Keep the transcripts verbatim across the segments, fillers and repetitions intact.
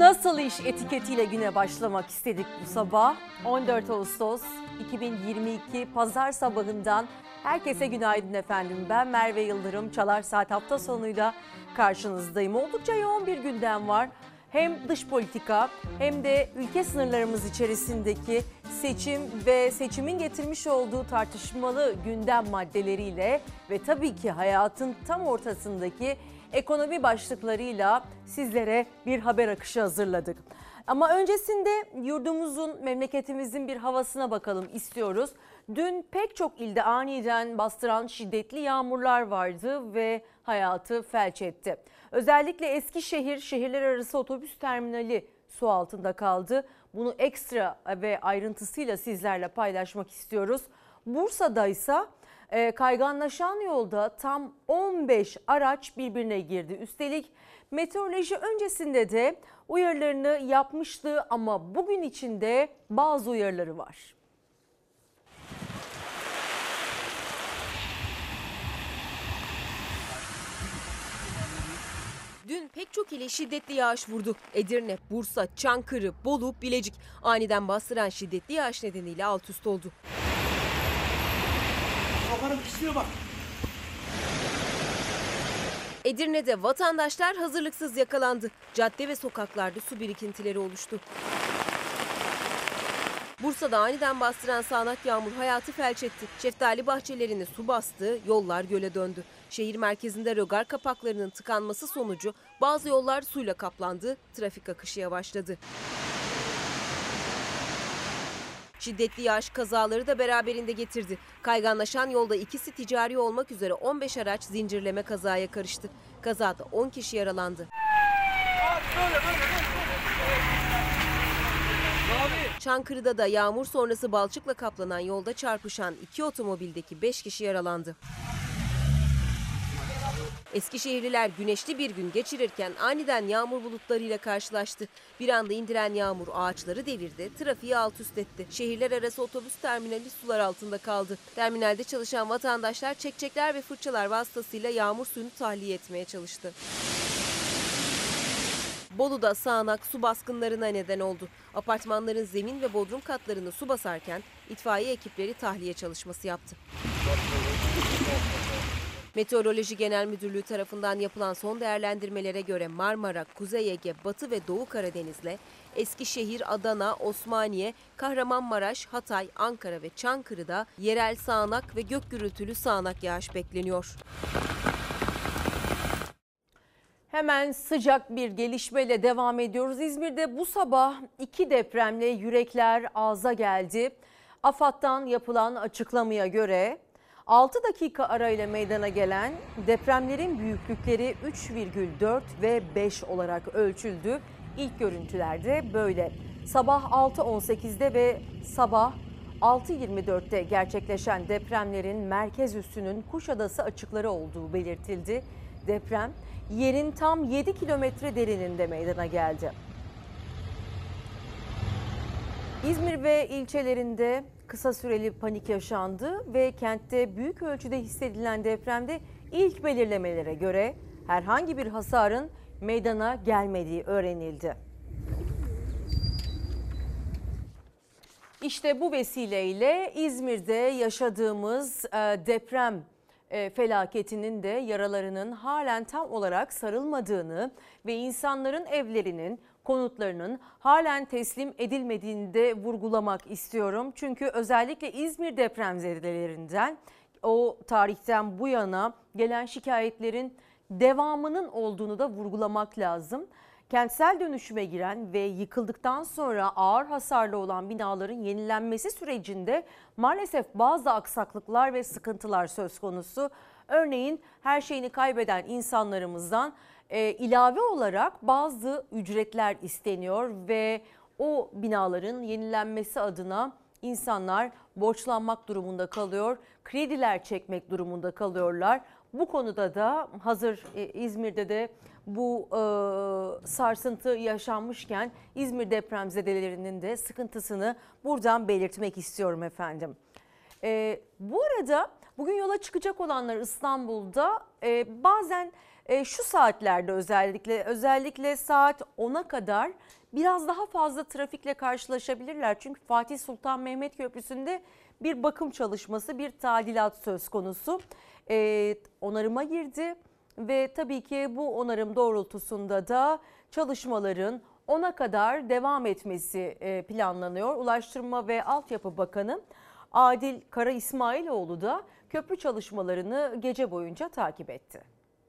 Nasıl iş etiketiyle güne başlamak istedik bu sabah. on dört Ağustos iki bin yirmi iki Pazar sabahından herkese günaydın efendim. Ben Merve Yıldırım. Çalar Saat hafta sonuyla karşınızdayım. Oldukça yoğun bir gündem var. Hem dış politika hem de ülke sınırlarımız içerisindeki seçim ve seçimin getirmiş olduğu tartışmalı gündem maddeleriyle ve tabii ki hayatın tam ortasındaki ekonomi başlıklarıyla sizlere bir haber akışı hazırladık. Ama öncesinde yurdumuzun, memleketimizin bir havasına bakalım istiyoruz. Dün pek çok ilde aniden bastıran şiddetli yağmurlar vardı ve hayatı felç etti. Özellikle Eskişehir şehirler arası otobüs terminali su altında kaldı. Bunu ekstra ve ayrıntısıyla sizlerle paylaşmak istiyoruz. Bursa'da ise kayganlaşan yolda tam on beş araç birbirine girdi. Üstelik meteoroloji öncesinde de uyarılarını yapmıştı ama bugün içinde bazı uyarıları var. Dün pek çok ile şiddetli yağış vurdu. Edirne, Bursa, Çankırı, Bolu, Bilecik aniden bastıran şiddetli yağış nedeniyle alt üst oldu. Kafanın piştiğine bak. Edirne'de vatandaşlar hazırlıksız yakalandı. Cadde ve sokaklarda su birikintileri oluştu. Bursa'da aniden bastıran sağanak yağmur hayatı felç etti. Şeftali bahçelerini su bastı, yollar göle döndü. Şehir merkezinde rögar kapaklarının tıkanması sonucu bazı yollar suyla kaplandı, trafik akışı yavaşladı. Şiddetli yağış kazaları da beraberinde getirdi. Kayganlaşan yolda ikisi ticari olmak üzere on beş araç zincirleme kazaya karıştı. Kazada on kişi yaralandı. Çankırı'da da yağmur sonrası balçıkla kaplanan yolda çarpışan iki otomobildeki beş kişi yaralandı. Eskişehirliler güneşli bir gün geçirirken aniden yağmur bulutlarıyla karşılaştı. Bir anda indiren yağmur ağaçları devirdi, trafiği alt üst etti. Şehirler arası otobüs terminali sular altında kaldı. Terminalde çalışan vatandaşlar çekçekler ve fırçalar vasıtasıyla yağmur suyunu tahliye etmeye çalıştı. Bolu'da sağanak su baskınlarına neden oldu. Apartmanların zemin ve bodrum katlarını su basarken itfaiye ekipleri tahliye çalışması yaptı. Meteoroloji Genel Müdürlüğü tarafından yapılan son değerlendirmelere göre Marmara, Kuzey Ege, Batı ve Doğu Karadeniz'le Eskişehir, Adana, Osmaniye, Kahramanmaraş, Hatay, Ankara ve Çankırı'da yerel sağanak ve gök gürültülü sağanak yağış bekleniyor. Hemen sıcak bir gelişmeyle devam ediyoruz. İzmir'de bu sabah iki depremle yürekler ağza geldi. AFAD'dan yapılan açıklamaya göre altı dakika arayla meydana gelen depremlerin büyüklükleri üç virgül dört ve beş olarak ölçüldü. İlk görüntülerde böyle. Sabah altı on sekizde ve sabah altı yirmi dörtte gerçekleşen depremlerin merkez üssünün Kuşadası açıkları olduğu belirtildi. Deprem yerin tam yedi kilometre derininde meydana geldi. İzmir ve ilçelerinde kısa süreli panik yaşandı ve kentte büyük ölçüde hissedilen depremde ilk belirlemelere göre herhangi bir hasarın meydana gelmediği öğrenildi. İşte bu vesileyle İzmir'de yaşadığımız deprem felaketinin de yaralarının halen tam olarak sarılmadığını ve insanların evlerinin, konutlarının halen teslim edilmediğini de vurgulamak istiyorum. Çünkü özellikle İzmir depremzedelerinden o tarihten bu yana gelen şikayetlerin devamının olduğunu da vurgulamak lazım. Kentsel dönüşüme giren ve yıkıldıktan sonra ağır hasarlı olan binaların yenilenmesi sürecinde maalesef bazı aksaklıklar ve sıkıntılar söz konusu. Örneğin her şeyini kaybeden insanlarımızdan e, ilave olarak bazı ücretler isteniyor ve o binaların yenilenmesi adına insanlar borçlanmak durumunda kalıyor, krediler çekmek durumunda kalıyorlar. Bu konuda da hazır e, İzmir'de de bu e, sarsıntı yaşanmışken İzmir depremzedelerinin de sıkıntısını buradan belirtmek istiyorum efendim. E, bu arada Bugün yola çıkacak olanlar İstanbul'da e, bazen e, şu saatlerde özellikle özellikle saat ona kadar biraz daha fazla trafikle karşılaşabilirler. Çünkü Fatih Sultan Mehmet Köprüsü'nde bir bakım çalışması, bir tadilat söz konusu. E, onarıma girdi ve tabii ki bu onarım doğrultusunda da çalışmaların ona kadar devam etmesi e, planlanıyor. Ulaştırma ve Altyapı Bakanı Adil Kara İsmailoğlu da köprü çalışmalarını gece boyunca takip etti.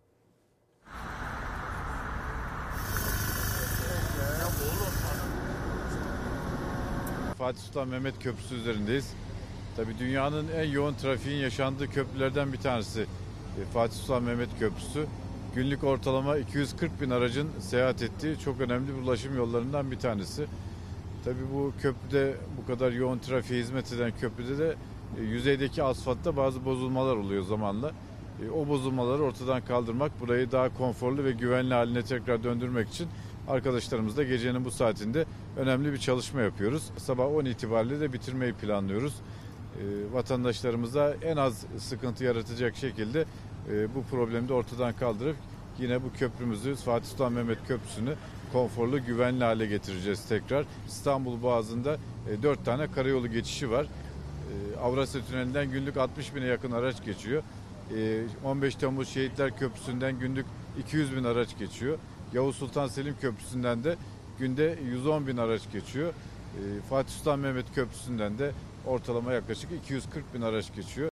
Fatih Sultan Mehmet Köprüsü üzerindeyiz. Tabii dünyanın en yoğun trafiğin yaşandığı köprülerden bir tanesi Fatih Sultan Mehmet Köprüsü. Günlük ortalama iki yüz kırk bin aracın seyahat ettiği çok önemli bir ulaşım yollarından bir tanesi. Tabii bu köprüde, bu kadar yoğun trafiğe hizmet eden köprüde de yüzeydeki asfaltta bazı bozulmalar oluyor zamanla. O bozulmaları ortadan kaldırmak, burayı daha konforlu ve güvenli haline tekrar döndürmek için arkadaşlarımızla gecenin bu saatinde önemli bir çalışma yapıyoruz. Sabah on itibariyle de bitirmeyi planlıyoruz. E, vatandaşlarımıza en az sıkıntı yaratacak şekilde e, bu problemi de ortadan kaldırıp yine bu köprümüzü, Fatih Sultan Mehmet Köprüsü'nü konforlu, güvenli hale getireceğiz tekrar. İstanbul Boğazı'nda e, dört tane karayolu geçişi var. E, Avrasya Tüneli'nden günlük altmış bine yakın araç geçiyor. E, on beş Temmuz Şehitler Köprüsü'nden günlük iki yüz bin araç geçiyor. Yavuz Sultan Selim Köprüsü'nden de günde yüz on bin araç geçiyor. E, Fatih Sultan Mehmet Köprüsü'nden de ortalama yaklaşık iki yüz kırk bin araç geçiyor.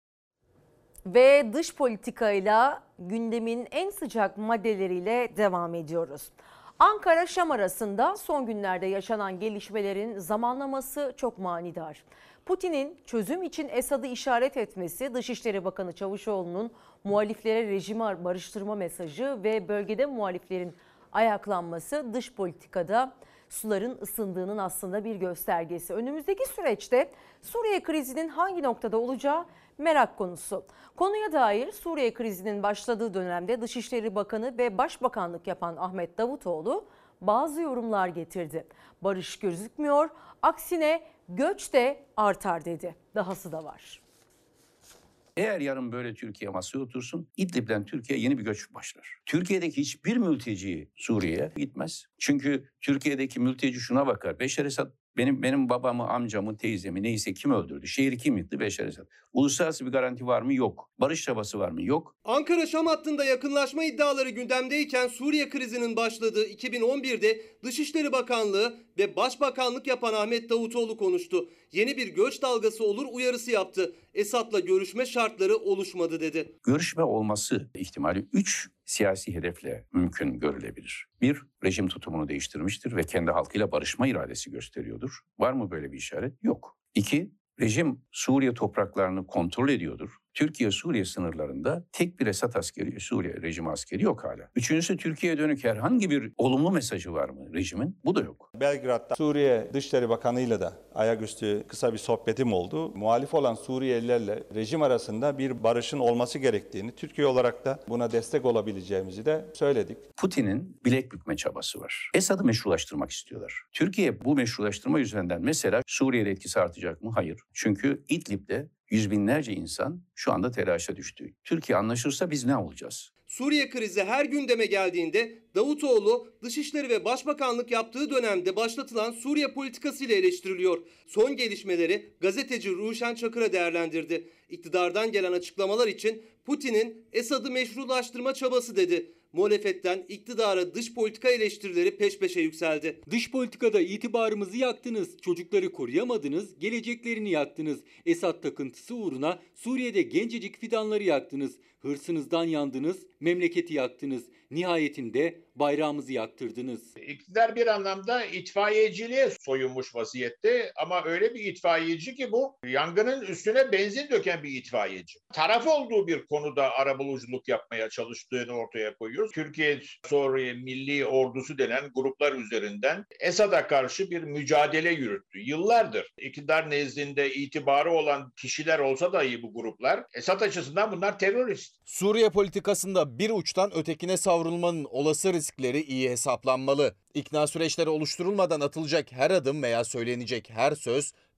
Ve dış politikayla gündemin en sıcak maddeleriyle devam ediyoruz. Ankara-Şam arasında son günlerde yaşanan gelişmelerin zamanlaması çok manidar. Putin'in çözüm için Esad'ı işaret etmesi, Dışişleri Bakanı Çavuşoğlu'nun muhaliflere rejimi barıştırma mesajı ve bölgede muhaliflerin ayaklanması dış politikada suların ısındığının aslında bir göstergesi. Önümüzdeki süreçte Suriye krizinin hangi noktada olacağı merak konusu. Konuya dair Suriye krizinin başladığı dönemde Dışişleri Bakanı ve Başbakanlık yapan Ahmet Davutoğlu bazı yorumlar getirdi. Barış gözükmüyor, aksine göç de artar dedi. Dahası da var. Eğer yarın böyle Türkiye masaya otursun, İdlib'den Türkiye yeni bir göç başlar. Türkiye'deki hiçbir mülteci Suriye'ye gitmez. Çünkü Türkiye'deki mülteci şuna bakar. Beşar Esad benim benim babamı, amcamı, teyzemi neyse kim öldürdü? Şehri kim yıktı? Beşar Esad. Uluslararası bir garanti var mı? Yok. Barış çabası var mı? Yok. Ankara-Şam hattında yakınlaşma iddiaları gündemdeyken Suriye krizinin başladığı iki bin on birde Dışişleri Bakanlığı ve Başbakanlık yapan Ahmet Davutoğlu konuştu. Yeni bir göç dalgası olur uyarısı yaptı. Esad'la görüşme şartları oluşmadı dedi. Görüşme olması ihtimali üç siyasi hedefle mümkün görülebilir. Bir, rejim tutumunu değiştirmiştir ve kendi halkıyla barışma iradesi gösteriyordur. Var mı böyle bir işaret? Yok. İki, rejim Suriye topraklarını kontrol ediyordur. Türkiye-Suriye sınırlarında tek bir Esad askeri, Suriye rejimi askeri yok hala. Üçüncüsü, Türkiye'ye dönük herhangi bir olumlu mesajı var mı rejimin? Bu da yok. Belgrad'da Suriye Dışişleri Bakanı'yla da ayaküstü kısa bir sohbetim oldu. Muhalif olan Suriyelilerle rejim arasında bir barışın olması gerektiğini, Türkiye olarak da buna destek olabileceğimizi de söyledik. Putin'in bilek bükme çabası var. Esad'ı meşrulaştırmak istiyorlar. Türkiye bu meşrulaştırma yüzünden mesela Suriye'de etkisi artacak mı? Hayır. Çünkü İdlib'de yüz binlerce insan şu anda telaşa düştü. Türkiye anlaşırsa biz ne olacağız? Suriye krizi her gündeme geldiğinde Davutoğlu Dışişleri ve Başbakanlık yaptığı dönemde başlatılan Suriye politikası ile eleştiriliyor. Son gelişmeleri gazeteci Ruşen Çakır'a değerlendirdi. İktidardan gelen açıklamalar için Putin'in Esad'ı meşrulaştırma çabası dedi. Muhalefetten iktidara dış politika eleştirileri peş peşe yükseldi. Dış politikada itibarımızı yaktınız, çocukları koruyamadınız, geleceklerini yaktınız. Esad takıntısı uğruna Suriye'de gencecik fidanları yaktınız. Hırsınızdan yandınız, memleketi yaktınız. Nihayetinde bayrağımızı yaktırdınız. İktidar bir anlamda itfaiyeciliğe soyunmuş vaziyette ama öyle bir itfaiyeci ki bu yangının üstüne benzin döken bir itfaiyeci. Taraf olduğu bir konuda arabuluculuk yapmaya çalıştığını ortaya koyuyoruz. Türkiye Suriye Milli Ordusu denen gruplar üzerinden Esad'a karşı bir mücadele yürüttü. Yıllardır iktidar nezdinde itibarı olan kişiler olsa dahi bu gruplar Esad açısından bunlar terörist. Suriye politikasında bir uçtan ötekine savrulmanın olası riskleri iyi hesaplanmalı. İkna süreçleri oluşturulmadan atılacak her adım veya söylenecek her söz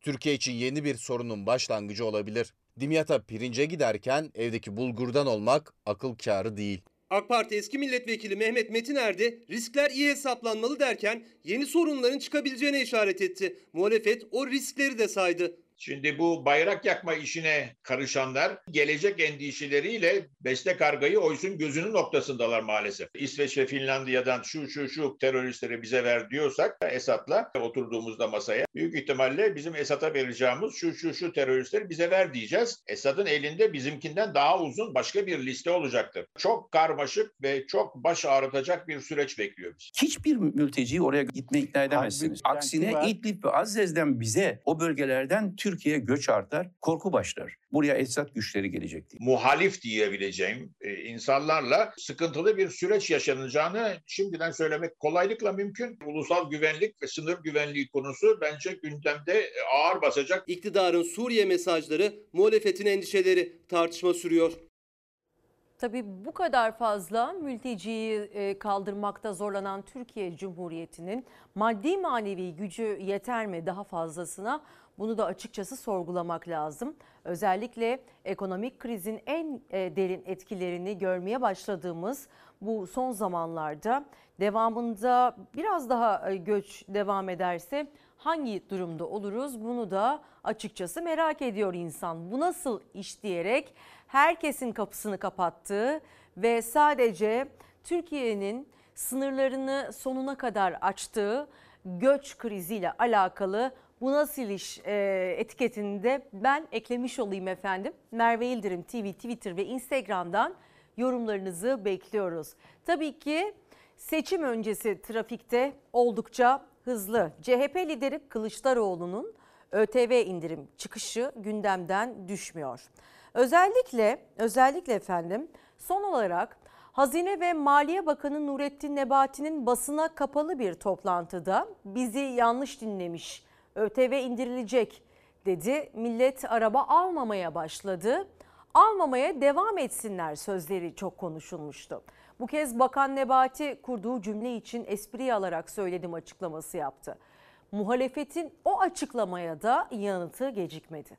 Türkiye için yeni bir sorunun başlangıcı olabilir. Dimyat'a pirince giderken evdeki bulgurdan olmak akıl kârı değil. AK Parti eski milletvekili Mehmet Metiner de riskler iyi hesaplanmalı derken yeni sorunların çıkabileceğine işaret etti. Muhalefet o riskleri de saydı. Şimdi bu bayrak yakma işine karışanlar gelecek endişeleriyle beste kargayı oysun gözünün noktasındalar maalesef. İsveç ve Finlandiya'dan şu şu şu teröristleri bize ver diyorsak Esad'la oturduğumuzda masaya büyük ihtimalle bizim Esad'a vereceğimiz şu şu şu teröristleri bize ver diyeceğiz. Esad'ın elinde bizimkinden daha uzun başka bir liste olacaktır. Çok karmaşık ve çok baş ağrıtacak bir süreç bekliyor bizi. Hiçbir mülteciyi oraya gitmeye ikna edemezsiniz. Halbuki Aksine var. İdlib ve Azez'den bize o bölgelerden Türkiye'ye göç artar, korku başlar. Buraya Esad güçleri gelecek diye. Muhalif diyebileceğim e, insanlarla sıkıntılı bir süreç yaşanacağını şimdiden söylemek kolaylıkla mümkün. Ulusal güvenlik ve sınır güvenliği konusu bence gündemde ağır basacak. İktidarın Suriye mesajları, muhalefetin endişeleri, tartışma sürüyor. Tabii bu kadar fazla mülteciyi e, kaldırmakta zorlanan Türkiye Cumhuriyeti'nin maddi manevi gücü yeter mi daha fazlasına? Bunu da açıkçası sorgulamak lazım. Özellikle ekonomik krizin en e, derin etkilerini görmeye başladığımız bu son zamanlarda devamında biraz daha e, göç devam ederse hangi durumda oluruz? Bunu da açıkçası merak ediyor insan. Bu nasıl iş diyerek herkesin kapısını kapattığı ve sadece Türkiye'nin sınırlarını sonuna kadar açtığı göç kriziyle alakalı bu nasıl iş e, etiketini de ben eklemiş olayım efendim. Merve Yıldırım T V, Twitter ve Instagram'dan yorumlarınızı bekliyoruz. Tabii ki seçim öncesi trafikte oldukça hızlı. C H P lideri Kılıçdaroğlu'nun ÖTV indirim çıkışı gündemden düşmüyor. Özellikle özellikle efendim son olarak Hazine ve Maliye Bakanı Nurettin Nebati'nin basına kapalı bir toplantıda bizi yanlış dinlemiş, ÖTV indirilecek dedi. Millet araba almamaya başladı. Almamaya devam etsinler sözleri çok konuşulmuştu. Bu kez Bakan Nebati kurduğu cümle için espriyi alarak söyledim açıklaması yaptı. Muhalefetin o açıklamaya da yanıtı gecikmedi.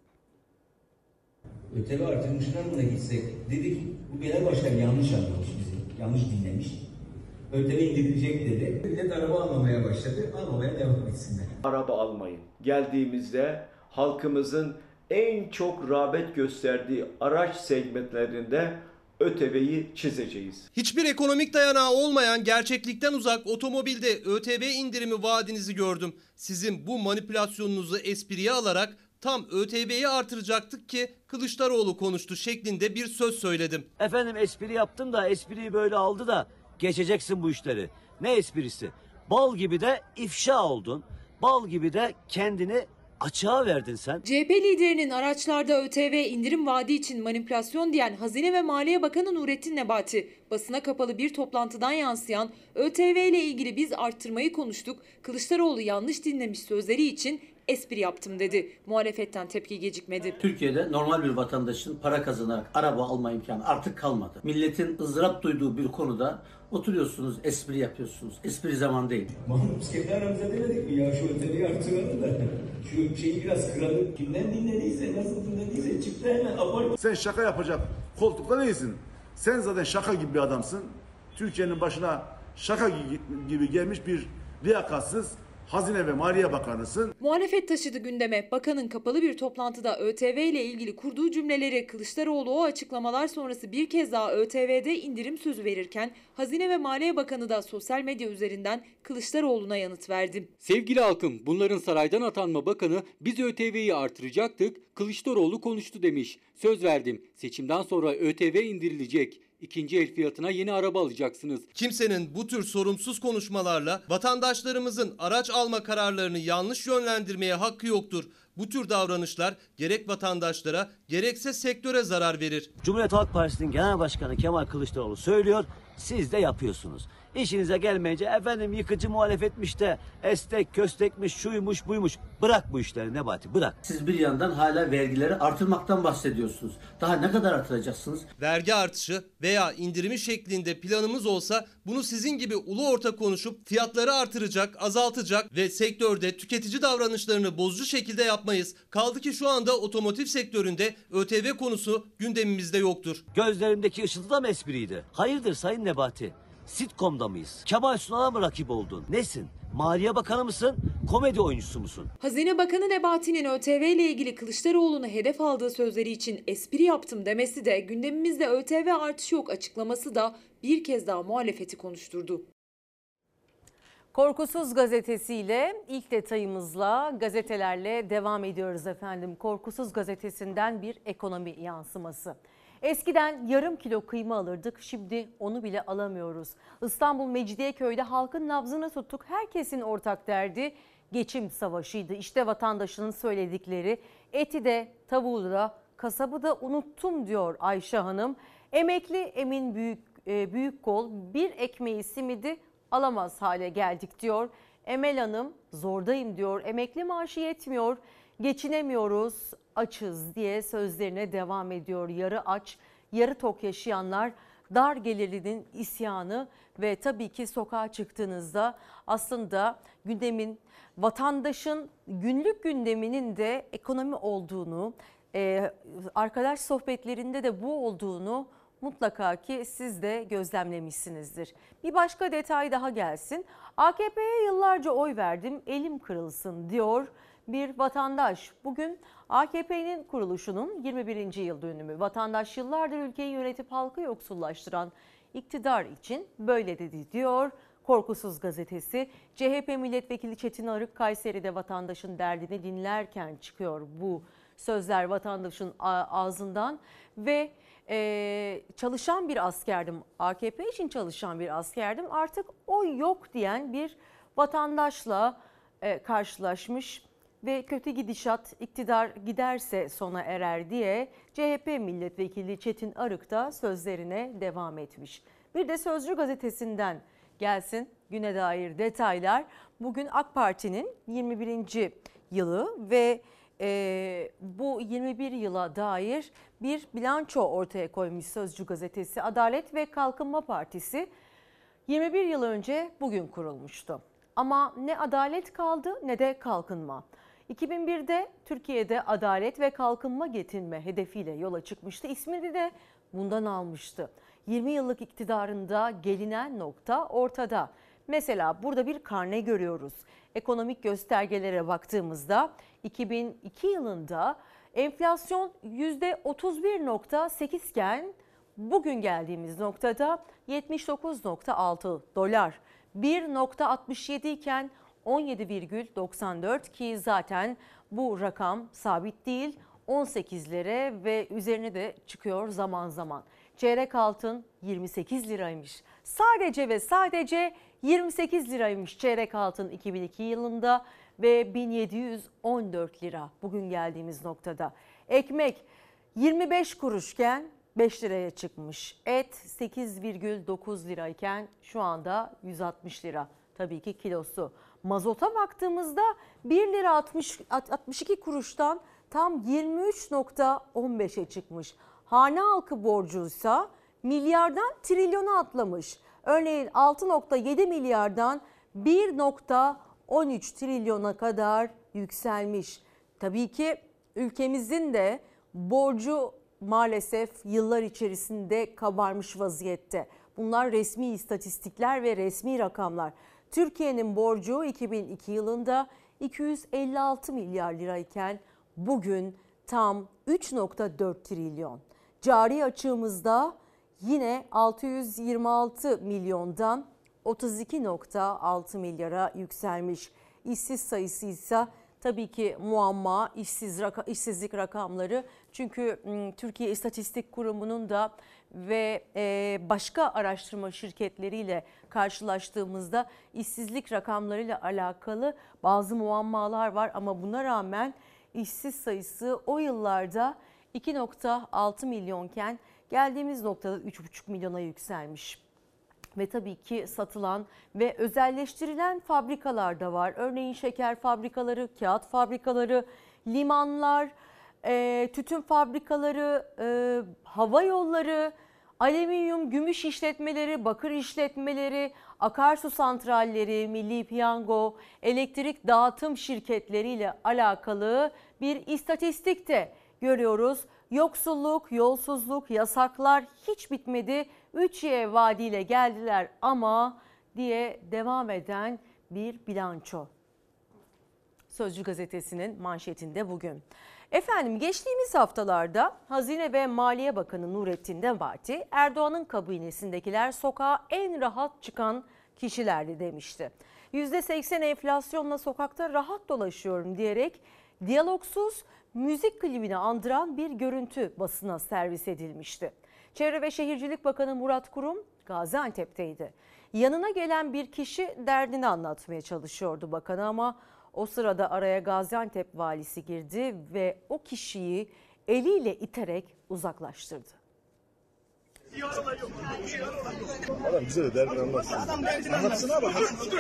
ÖTV artırmışlarına gitsek dedik bu genel başkan yanlış anlamış bizi, yanlış dinlemiş. ÖTV indirilecek dedi. Millet araba almamaya başladı, almamaya devam etsinler. Araba almayın. Geldiğimizde halkımızın en çok rağbet gösterdiği araç segmentlerinde ÖTV'yi çizeceğiz. Hiçbir ekonomik dayanağı olmayan gerçeklikten uzak otomobilde ÖTV indirimi vaadinizi gördüm. Sizin bu manipülasyonunuzu espriye alarak tam ÖTV'yi artıracaktık ki Kılıçdaroğlu konuştu şeklinde bir söz söyledim. Efendim espri yaptım da espriyi böyle aldı da geçeceksin bu işleri. Ne esprisi? Bal gibi de ifşa oldun. Bal gibi de kendini açığa verdin sen. C H P liderinin araçlarda ÖTV indirim vaadi için manipülasyon diyen Hazine ve Maliye Bakanı Nurettin Nebati, basına kapalı bir toplantıdan yansıyan ÖTV ile ilgili biz arttırmayı konuştuk, Kılıçdaroğlu yanlış dinlemiş sözleri için espri yaptım dedi. Muhalefetten tepki gecikmedi. Türkiye'de normal bir vatandaşın para kazanarak araba alma imkanı artık kalmadı. Milletin ızdırap duyduğu bir konuda oturuyorsunuz, espri yapıyorsunuz. Espri zaman değil. Mahmut biz kendi aramızda demedik mi ya şu ÖTV'yi artıralım da şu şeyi biraz kıralım. Kimden dinlediyse, nasıl dinlediyse çıktı hemen apar. Sen şaka yapacak koltukta değilsin. Sen zaten şaka gibi bir adamsın. Türkiye'nin başına şaka gibi gelmiş bir liyakatsız Hazine ve Maliye Bakanısın. Muhalefet taşıdı gündeme. Bakanın kapalı bir toplantıda ÖTV ile ilgili kurduğu cümleleri Kılıçdaroğlu o açıklamalar sonrası bir kez daha ÖTV'de indirim sözü verirken Hazine ve Maliye Bakanı da sosyal medya üzerinden Kılıçdaroğlu'na yanıt verdi. Sevgili halkım, bunların saraydan atanma bakanı biz ÖTV'yi artıracaktık, Kılıçdaroğlu konuştu demiş. Söz verdim, seçimden sonra ÖTV indirilecek. İkinci el fiyatına yeni araba alacaksınız. Kimsenin bu tür sorumsuz konuşmalarla vatandaşlarımızın araç alma kararlarını yanlış yönlendirmeye hakkı yoktur. Bu tür davranışlar gerek vatandaşlara gerekse sektöre zarar verir. Cumhuriyet Halk Partisi'nin Genel Başkanı Kemal Kılıçdaroğlu söylüyor, siz de yapıyorsunuz. İşinize gelmeyince efendim yıkıcı muhalefetmiş de estek köstekmiş şuymuş buymuş. Bırak bu işleri Nebati, bırak. Siz bir yandan hala vergileri artırmaktan bahsediyorsunuz. Daha ne kadar artıracaksınız? Vergi artışı veya indirimi şeklinde planımız olsa bunu sizin gibi ulu orta konuşup fiyatları artıracak, azaltacak ve sektörde tüketici davranışlarını bozucu şekilde yapmak yapmayız. Kaldı ki şu anda otomotiv sektöründe ÖTV konusu gündemimizde yoktur. Gözlerimdeki ışıltı da mı espriydi? Hayırdır Sayın Nebati? Sitcom'da mıyız? Kemal Sunal'a mı rakip oldun? Nesin? Maliye Bakanı mısın? Komedi oyuncusu musun? Hazine Bakanı Nebati'nin ÖTV ile ilgili Kılıçdaroğlu'nu hedef aldığı sözleri için espri yaptım demesi de, gündemimizde ÖTV artışı yok açıklaması da bir kez daha muhalefeti konuşturdu. Korkusuz gazetesiyle ilk detayımızla gazetelerle devam ediyoruz efendim. Korkusuz gazetesinden bir ekonomi yansıması. Eskiden yarım kilo kıyma alırdık, şimdi onu bile alamıyoruz. İstanbul Mecidiyeköy'de halkın nabzını tuttuk. Herkesin ortak derdi geçim savaşıydı. İşte vatandaşının söyledikleri, eti de tavuğu da kasabı da unuttum diyor Ayşe Hanım. Emekli Emin Büyük, e, Büyükkol bir ekmeği simidi alamaz hale geldik diyor. Emel Hanım zordayım diyor, emekli maaşı yetmiyor, geçinemiyoruz, açız diye sözlerine devam ediyor. Yarı aç, yarı tok yaşayanlar, dar gelirlinin isyanı ve tabii ki sokağa çıktığınızda aslında gündemin, vatandaşın günlük gündeminin de ekonomi olduğunu, e, arkadaş sohbetlerinde de bu olduğunu mutlaka ki siz de gözlemlemişsinizdir. Bir başka detay daha gelsin. A K P'ye yıllarca oy verdim, elim kırılsın diyor bir vatandaş. Bugün A K P'nin kuruluşunun yirmi birinci yıl dönümü. Vatandaş yıllardır ülkeyi yönetip halkı yoksullaştıran iktidar için böyle dedi diyor Korkusuz gazetesi. C H P milletvekili Çetin Arık Kayseri'de vatandaşın derdini dinlerken çıkıyor bu sözler vatandaşın ağzından ve Ee, çalışan bir askerdim, A K P için çalışan bir askerdim, artık o yok diyen bir vatandaşla e, karşılaşmış ve kötü gidişat iktidar giderse sona erer diye C H P milletvekili Çetin Arık da sözlerine devam etmiş. Bir de Sözcü gazetesinden gelsin güne dair detaylar. Bugün AK Parti'nin yirmi birinci yılı ve Ee, bu yirmi bir yıla dair bir bilanço ortaya koymuş Sözcü gazetesi. Adalet ve Kalkınma Partisi yirmi bir yıl önce bugün kurulmuştu. Ama ne adalet kaldı ne de kalkınma. iki bin birde Türkiye'de adalet ve kalkınma getirme hedefiyle yola çıkmıştı. İsmini de bundan almıştı. yirmi yıllık iktidarında gelinen nokta ortada. Mesela burada bir karne görüyoruz. Ekonomik göstergelere baktığımızda iki bin iki yılında enflasyon yüzde otuz bir nokta sekiz iken bugün geldiğimiz noktada yetmiş dokuz nokta altı dolar. bir nokta altmış yedi iken on yedi virgül doksan dört ki zaten bu rakam sabit değil, on sekizlere ve üzerine de çıkıyor zaman zaman. Çeyrek altın yirmi sekiz liraymış. Sadece ve sadece yirmi sekiz liraymış çeyrek altın iki bin iki yılında ve bin yedi yüz on dört lira bugün geldiğimiz noktada. Ekmek yirmi beş kuruşken beş liraya çıkmış. Et sekiz virgül dokuz lirayken şu anda yüz altmış lira. Tabii ki kilosu. Mazota baktığımızda bir lira altmış iki kuruştan tam yirmi üç nokta on beşe çıkmış. Hane halkı borcuysa milyardan trilyona atlamış. Örneğin altı nokta yedi milyardan bir nokta on üç trilyona kadar yükselmiş. Tabii ki ülkemizin de borcu maalesef yıllar içerisinde kabarmış vaziyette. Bunlar resmi istatistikler ve resmi rakamlar. Türkiye'nin borcu iki bin iki yılında iki yüz elli altı milyar lirayken bugün tam üç nokta dört trilyon. Cari açığımızda yine altı yüz yirmi altı milyondan otuz iki nokta altı milyara yükselmiş. İşsiz sayısı ise tabii ki muamma, işsiz raka, işsizlik rakamları. Çünkü Türkiye İstatistik Kurumu'nun da ve başka araştırma şirketleriyle karşılaştığımızda işsizlik rakamlarıyla alakalı bazı muammalar var. Ama buna rağmen işsiz sayısı o yıllarda iki nokta altı milyonken geldiğimiz noktada üç buçuk milyona yükselmiş. Ve tabii ki satılan ve özelleştirilen fabrikalar da var. Örneğin şeker fabrikaları, kağıt fabrikaları, limanlar, tütün fabrikaları, hava yolları, Alüminyum, gümüş işletmeleri, bakır işletmeleri, akarsu santralleri, Milli Piyango, elektrik dağıtım şirketleriyle alakalı bir istatistik de görüyoruz. Yoksulluk, yolsuzluk, yasaklar hiç bitmedi. üç Y vaadiyle geldiler ama diye devam eden bir bilanço. Sözcü gazetesinin manşetinde bugün. Efendim geçtiğimiz haftalarda Hazine ve Maliye Bakanı Nurettin Nebati, Erdoğan'ın kabinesindekiler sokağa en rahat çıkan kişilerdi demişti. yüzde seksen enflasyonla sokakta rahat dolaşıyorum diyerek diyalogsuz müzik klibini andıran bir görüntü basına servis edilmişti. Çevre ve Şehircilik Bakanı Murat Kurum Gaziantep'teydi. Yanına gelen bir kişi derdini anlatmaya çalışıyordu bakana ama o sırada araya Gaziantep valisi girdi ve o kişiyi eliyle iterek uzaklaştırdı. Adam bize de derdini anlatsın. Anlatsın abi.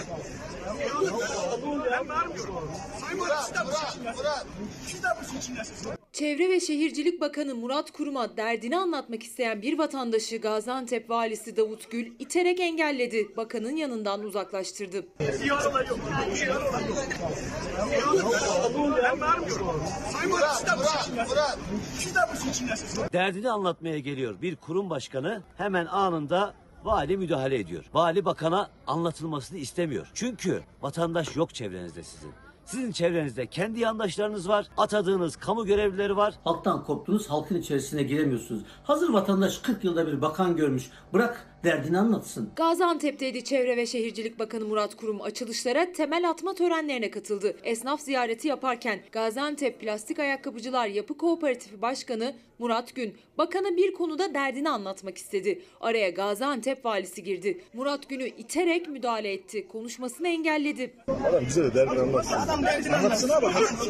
Çevre ve Şehircilik Bakanı Murat Kurum'a derdini anlatmak isteyen bir vatandaşı Gaziantep valisi Davut Gül iterek engelledi. Bakanın yanından uzaklaştırdı. Derdini anlatmaya geliyor bir kurum başkanı, hemen anında vali müdahale ediyor. Vali bakana anlatılmasını istemiyor. Çünkü vatandaş yok çevrenizde sizin. Sizin çevrenizde kendi yandaşlarınız var, atadığınız kamu görevlileri var. Halktan koptunuz, halkın içerisine giremiyorsunuz. Hazır vatandaş kırk yılda bir bakan görmüş. Bırak derdini anlatsın. Gaziantep'teydi Çevre ve Şehircilik Bakanı Murat Kurum açılışlara, temel atma törenlerine katıldı. Esnaf ziyareti yaparken Gaziantep Plastik Ayakkabıcılar Yapı Kooperatifi Başkanı Murat Gün, bakanı bir konuda derdini anlatmak istedi. Araya Gaziantep valisi girdi. Murat Gün'ü iterek müdahale etti. Konuşmasını engelledi. Adam bize de derdini anlatsın. Anlatsın abi.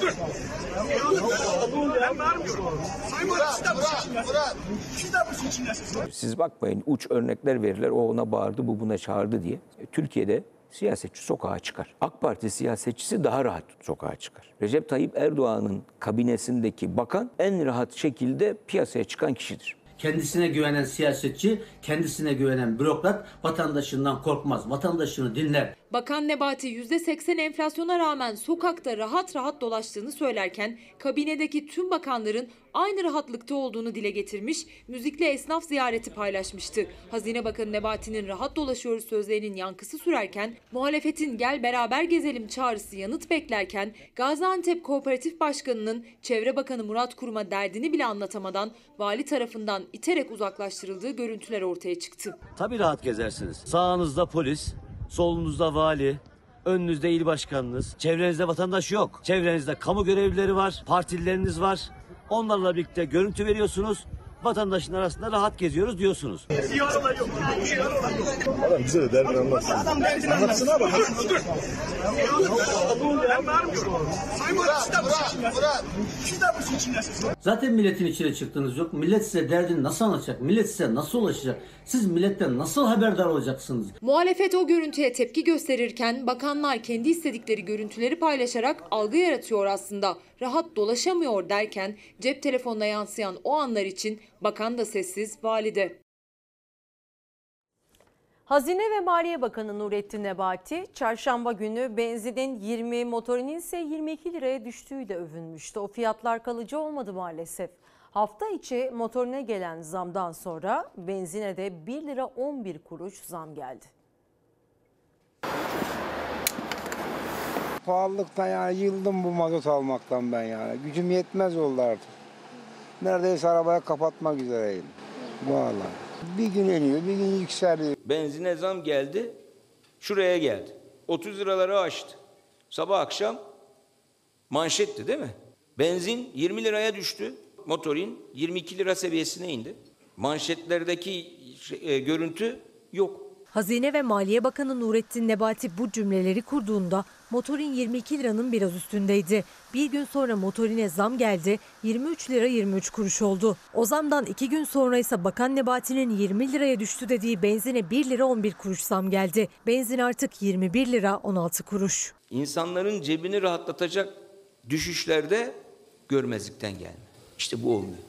Siz bakmayın, uç örnekler verirler, o ona bağırdı, bu buna çağırdı diye. Türkiye'de siyasetçi sokağa çıkar. AK Parti siyasetçisi daha rahat sokağa çıkar. Recep Tayyip Erdoğan'ın kabinesindeki bakan en rahat şekilde piyasaya çıkan kişidir. Kendisine güvenen siyasetçi, kendisine güvenen bürokrat vatandaşından korkmaz, vatandaşını dinler. Bakan Nebati yüzde seksen enflasyona rağmen sokakta rahat rahat dolaştığını söylerken kabinedeki tüm bakanların aynı rahatlıkta olduğunu dile getirmiş, müzikle esnaf ziyareti paylaşmıştı. Hazine Bakanı Nebati'nin rahat dolaşıyoruz sözlerinin yankısı sürerken, muhalefetin gel beraber gezelim çağrısı yanıt beklerken Gaziantep Kooperatif Başkanı'nın Çevre Bakanı Murat Kurum'a derdini bile anlatamadan vali tarafından iterek uzaklaştırıldığı görüntüler ortaya çıktı. Tabii rahat gezersiniz. Sağınızda polis, solunuzda vali, önünüzde il başkanınız, çevrenizde vatandaş yok. Çevrenizde kamu görevlileri var, partilileriniz var. Onlarla birlikte görüntü veriyorsunuz. Vatandaşın arasında rahat geziyoruz diyorsunuz. Adam bize de derdini anlatsın. Anlatsın abi. Zaten milletin içine çıktığınız yok. Millet size derdini nasıl anlatacak? Millet size nasıl ulaşacak? Siz milletten nasıl haberdar olacaksınız? Muhalefet o görüntüye tepki gösterirken bakanlar kendi istedikleri görüntüleri paylaşarak algı yaratıyor aslında. Rahat dolaşamıyor derken cep telefonuna yansıyan o anlar için bakan da sessiz, vali de. Hazine ve Maliye Bakanı Nurettin Nebati, çarşamba günü benzinin yirmi, motorinin ise yirmi iki liraya düştüğüyle övünmüştü. O fiyatlar kalıcı olmadı maalesef. Hafta içi motorine gelen zamdan sonra benzine de bir lira on bir kuruş zam geldi. Pahalılıktan yani yıldım bu mazot almaktan ben yani. Gücüm yetmez oldu artık. Neredeyse arabaya kapatmak üzereyim. Vallahi. Bir gün iniyor, bir gün yükseliyor. Benzine zam geldi, şuraya geldi. otuz liraları aştı. Sabah akşam manşetti değil mi? Benzin yirmi liraya düştü. Motorin yirmi iki lira seviyesine indi. Manşetlerdeki e, görüntü yok. Hazine ve Maliye Bakanı Nurettin Nebati bu cümleleri kurduğunda motorin yirmi iki liranın biraz üstündeydi. Bir gün sonra motorine zam geldi, yirmi üç lira yirmi üç kuruş oldu. O zamdan iki gün sonra ise Bakan Nebati'nin yirmi liraya düştü dediği benzine bir lira on bir kuruş zam geldi. Benzin artık yirmi bir lira on altı kuruş. İnsanların cebini rahatlatacak düşüşlerde görmezlikten gelme. İşte bu olmuyor.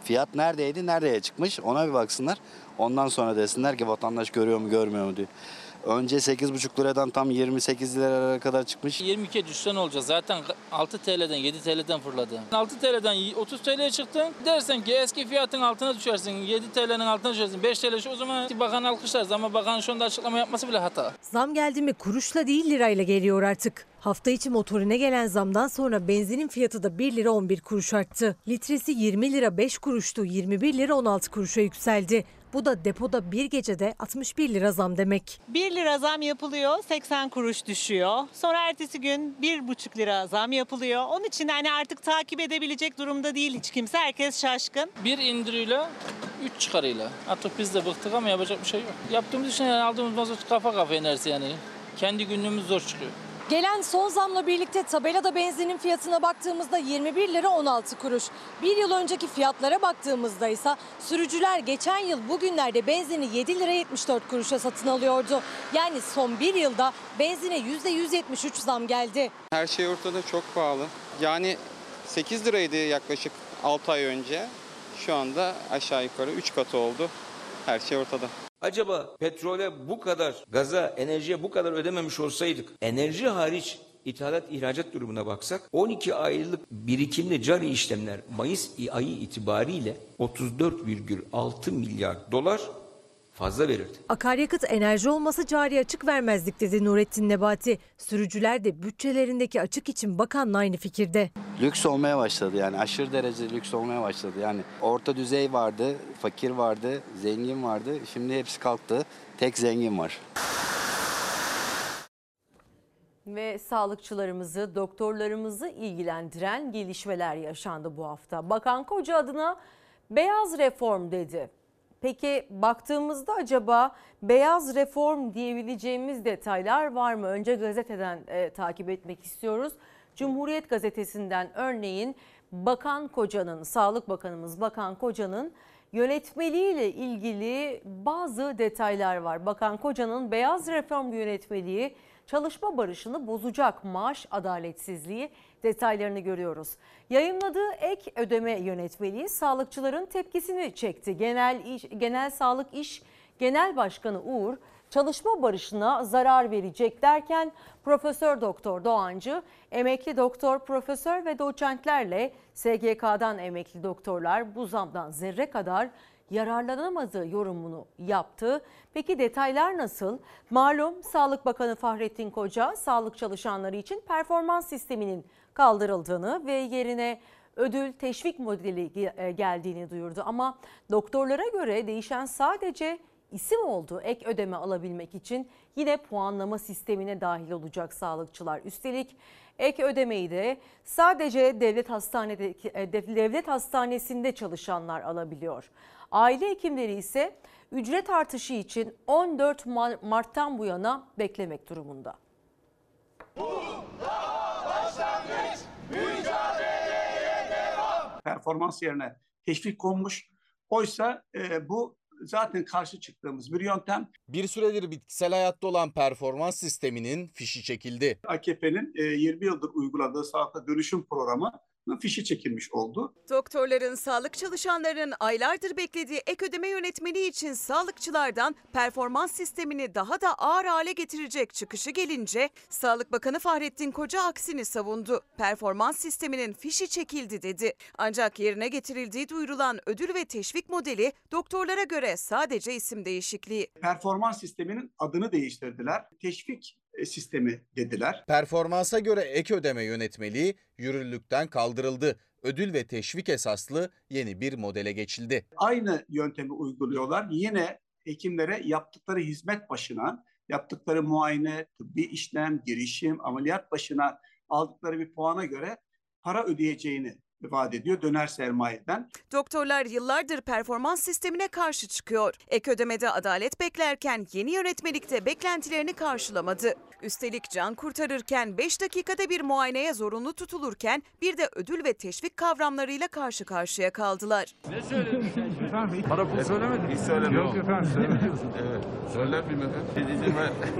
Fiyat neredeydi, nereye çıkmış ona bir baksınlar. Ondan sonra desinler ki vatandaş görüyor mu görmüyor mu diye. Önce sekiz buçuk liradan tam yirmi sekiz liralara kadar çıkmış. yirmi ikiye düşse ne olacak? Zaten altı T L'den yedi T L'den fırladı. altı T L'den otuz T L'ye çıktın. Dersen ki eski fiyatın altına düşersin. yedi T L'nin altına düşersin. beş T L o zaman bakan alkışlarız ama bakan şu anda açıklama yapması bile hata. Zam geldi mi kuruşla değil lirayla geliyor artık. Hafta içi motorine gelen zamdan sonra benzinin fiyatı da bir lira on bir kuruş arttı. Litresi yirmi lira beş kuruştu, yirmi bir lira on altı kuruşa yükseldi. Bu da depoda bir gecede altmış bir lira zam demek. bir lira zam yapılıyor, seksen kuruş düşüyor. Sonra ertesi gün bir buçuk lira zam yapılıyor. Onun için hani artık takip edebilecek durumda değil hiç kimse. Herkes şaşkın. Bir indiriyle, üç çıkarıyla. Artık biz de bıktık ama yapacak bir şey yok. Yaptığımız için yani aldığımız mazot kafa kafa enerjisi yani. Kendi günlüğümüz zor çıkıyor. Gelen son zamla birlikte tabelada benzinin fiyatına baktığımızda yirmi bir lira on altı kuruş. Bir yıl önceki fiyatlara baktığımızda ise sürücüler geçen yıl bugünlerde benzini yedi lira yetmiş dört kuruşa satın alıyordu. Yani son bir yılda benzine yüzde yüz yetmiş üç zam geldi. Her şey ortada, çok pahalı. Yani sekiz liraydı yaklaşık altı ay önce. Şu anda aşağı yukarı üç katı oldu. Her şey ortada. Acaba petrole bu kadar, gaza, enerjiye bu kadar ödememiş olsaydık, enerji hariç ithalat ihracat durumuna baksak, on iki aylık birikimli cari işlemler Mayıs ayı itibariyle otuz dört virgül altı milyar dolar fazla verirdi. Akaryakıt enerji olmasa cari açık vermezdik dedi Nurettin Nebati. Sürücüler de bütçelerindeki açık için bakanla aynı fikirde. Lüks olmaya başladı yani aşırı derece lüks olmaya başladı. Yani orta düzey vardı, fakir vardı, zengin vardı. Şimdi hepsi kalktı. Tek zengin var. Ve sağlıkçılarımızı, doktorlarımızı ilgilendiren gelişmeler yaşandı bu hafta. Bakan Koca adına beyaz reform dedi. Peki baktığımızda acaba beyaz reform diyebileceğimiz detaylar var mı? Önce gazeteden e, takip etmek istiyoruz. Cumhuriyet Gazetesi'nden örneğin Bakan Koca'nın, Sağlık Bakanımız Bakan Koca'nın yönetmeliğiyle ilgili bazı detaylar var. Bakan Koca'nın beyaz reform yönetmeliği çalışma barışını bozacak, maaş adaletsizliği detaylarını görüyoruz. Yayınladığı ek ödeme yönetmeliği sağlıkçıların tepkisini çekti. Genel İş, Genel Sağlık İş Genel Başkanı Uğur, çalışma barışına zarar verecek derken Profesör Doktor Doğancı, emekli doktor, profesör ve doçentlerle S G K'dan emekli doktorlar bu zamdan zerre kadar yararlanamadığı yorumunu yaptı. Peki detaylar nasıl? Malum Sağlık Bakanı Fahrettin Koca, sağlık çalışanları için performans sisteminin kaldırıldığını ve yerine ödül teşvik modeli geldiğini duyurdu. Ama doktorlara göre değişen sadece isim oldu. Ek ödeme alabilmek için yine puanlama sistemine dahil olacak sağlıkçılar. Üstelik ek ödemeyi de sadece devlet hastanedeki devlet hastanesinde çalışanlar alabiliyor. Aile hekimleri ise ücret artışı için on dört Mart'tan bu yana beklemek durumunda. Performans yerine teşvik konmuş. Oysa e, bu zaten karşı çıktığımız bir yöntem. Bir süredir bitkisel hayatta olan performans sisteminin fişi çekildi. A K P'nin e, yirmi yıldır uyguladığı sağlıkta dönüşüm programı fişi çekilmiş oldu. Doktorların, sağlık çalışanlarının aylardır beklediği ek ödeme yönetmeliği için sağlıkçılardan performans sistemini daha da ağır hale getirecek çıkışı gelince Sağlık Bakanı Fahrettin Koca aksini savundu. Performans sisteminin fişi çekildi dedi. Ancak yerine getirildiği duyurulan ödül ve teşvik modeli doktorlara göre sadece isim değişikliği. Performans sisteminin adını değiştirdiler. Teşvik sistemi dediler. Performansa göre ek ödeme yönetmeliği yürürlükten kaldırıldı. Ödül ve teşvik esaslı yeni bir modele geçildi. Aynı yöntemi uyguluyorlar. Yine hekimlere yaptıkları hizmet başına, yaptıkları muayene, tıbbi işlem, girişim, ameliyat başına aldıkları bir puana göre para ödeyeceğini vaat ediyor döner sermayeden. Doktorlar yıllardır performans sistemine karşı çıkıyor. Ek ödemede adalet beklerken yeni yönetmelikte beklentilerini karşılamadı. Üstelik can kurtarırken beş dakikada bir muayeneye zorunlu tutulurken bir de ödül ve teşvik kavramlarıyla karşı karşıya kaldılar. Ne söyledin sen? Efendim, para pul söylemedin. Hiç söylemedim. Yok efendim söylemedim. Evet. Söyler miyim efendim?